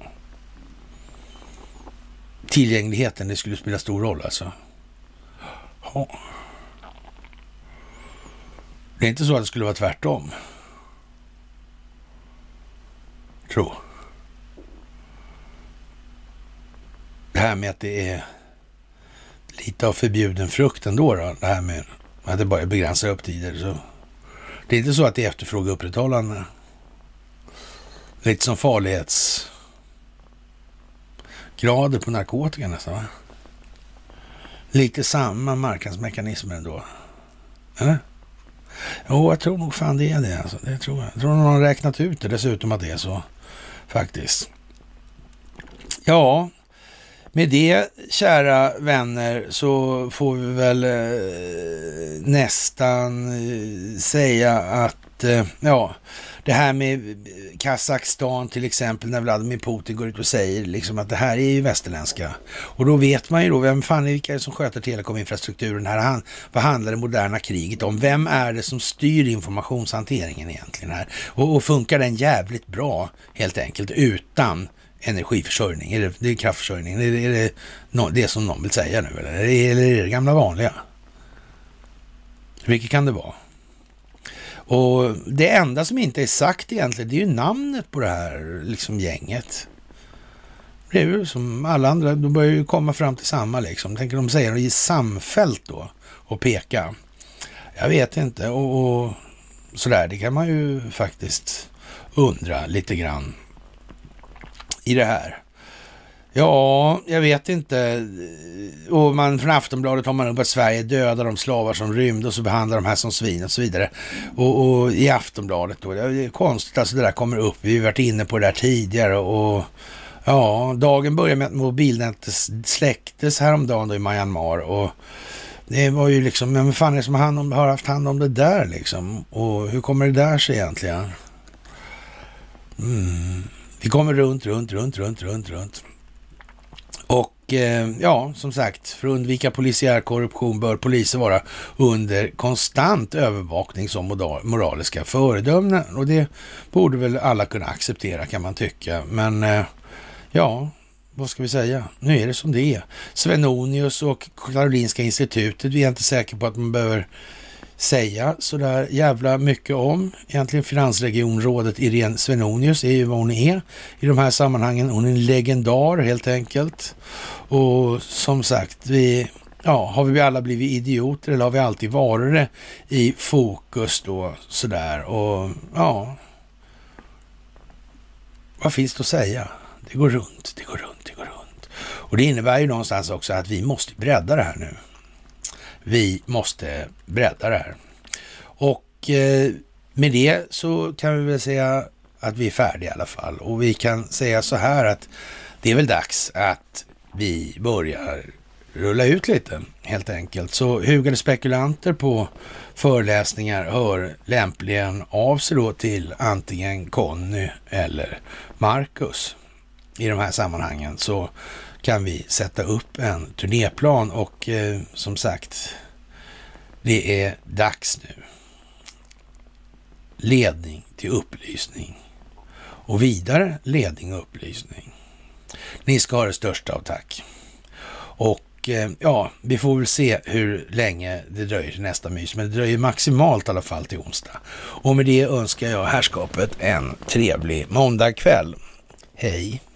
Tillgängligheten, det skulle spela stor roll alltså. Ja. Det är inte så att det skulle vara tvärtom. Tror. Det här med att det är lite av förbjuden frukt ändå då. Det här med att det bara begränsar upp tider. Så. Det är inte så att det är efterfråga upprätthållande. Lite som farlighetsgrader på narkotika nästan, va? Lite samma marknadsmekanismer ändå. Eller? Jo, jag tror nog fan det är det. Alltså. Det tror jag. Jag tror någon har räknat ut det dessutom att det är så. Faktiskt. Ja, med det, kära vänner, så får vi väl eh, nästan eh, säga att eh, ja, det här med Kazakstan till exempel, när Vladimir Putin går ut och säger liksom att det här är ju västerländska. Och då vet man ju då, vem fan är vilka är det som sköter telekominfrastrukturen här? Han, vad handlar det moderna kriget om? Vem är det som styr informationshanteringen egentligen här? Och, och funkar den jävligt bra helt enkelt utan energiförsörjning? Är det, det är kraftförsörjning? Är det, är det no, det som någon vill säga nu? Eller, eller är det gamla vanliga? Vilket kan det vara? Och det enda som inte är sagt egentligen, det är ju namnet på det här liksom gänget. Det är ju som alla andra, de börjar ju komma fram till samma liksom. Tänker de säga det i samfält då och peka. Jag vet inte och, och sådär, det kan man ju faktiskt undra lite grann i det här. Ja, jag vet inte. Och man från Aftonbladet har man upp att Sverige dödar de slavar som rymde och så behandlar de här som svin och så vidare. Och, och i Aftonbladet då, det är konstigt alltså det där kommer upp. Vi har varit inne på det där tidigare och ja, dagen börjar med att mobilnätet släcktes häromdagen då i Myanmar och det var ju liksom, men vad fan är det som har, hand om, har haft hand om det där liksom? Och hur kommer det där sig egentligen? Mm. Vi kommer runt, runt, runt, runt, runt, runt. Och eh, ja, som sagt, för att undvika polisiär korruption bör poliser vara under konstant övervakning som moraliska föredömen. Och det borde väl alla kunna acceptera kan man tycka. Men eh, ja, vad ska vi säga? Nu är det som det är. Svenonius och Karolinska institutet, vi är inte säkra på att man behöver säga sådär jävla mycket om. Egentligen finansregionrådet Irene Svenonius är ju vad hon är i de här sammanhangen. Hon är en legendar helt enkelt. Och som sagt, vi, ja, har vi alla blivit idioter eller har vi alltid varit det i fokus då sådär. Och ja, vad finns det att säga? Det går runt, det går runt, det går runt. Och det innebär ju någonstans också att vi måste bredda det här nu. Vi måste bredda det här. Och eh, med det så kan vi väl säga att vi är färdiga i alla fall. Och vi kan säga så här att det är väl dags att vi börjar rulla ut lite helt enkelt. Så hugade spekulanter på föreläsningar hör lämpligen av sig då till antingen Conny eller Marcus. I de här sammanhangen så kan vi sätta upp en turnéplan och eh, som sagt, det är dags nu. Ledning till upplysning och vidare ledning och upplysning. Ni ska ha det största av tack. Och eh, ja, vi får väl se hur länge det dröjer till nästa mys, men det dröjer maximalt i alla fall till onsdag. Och med det önskar jag herrskapet en trevlig måndagkväll. Hej!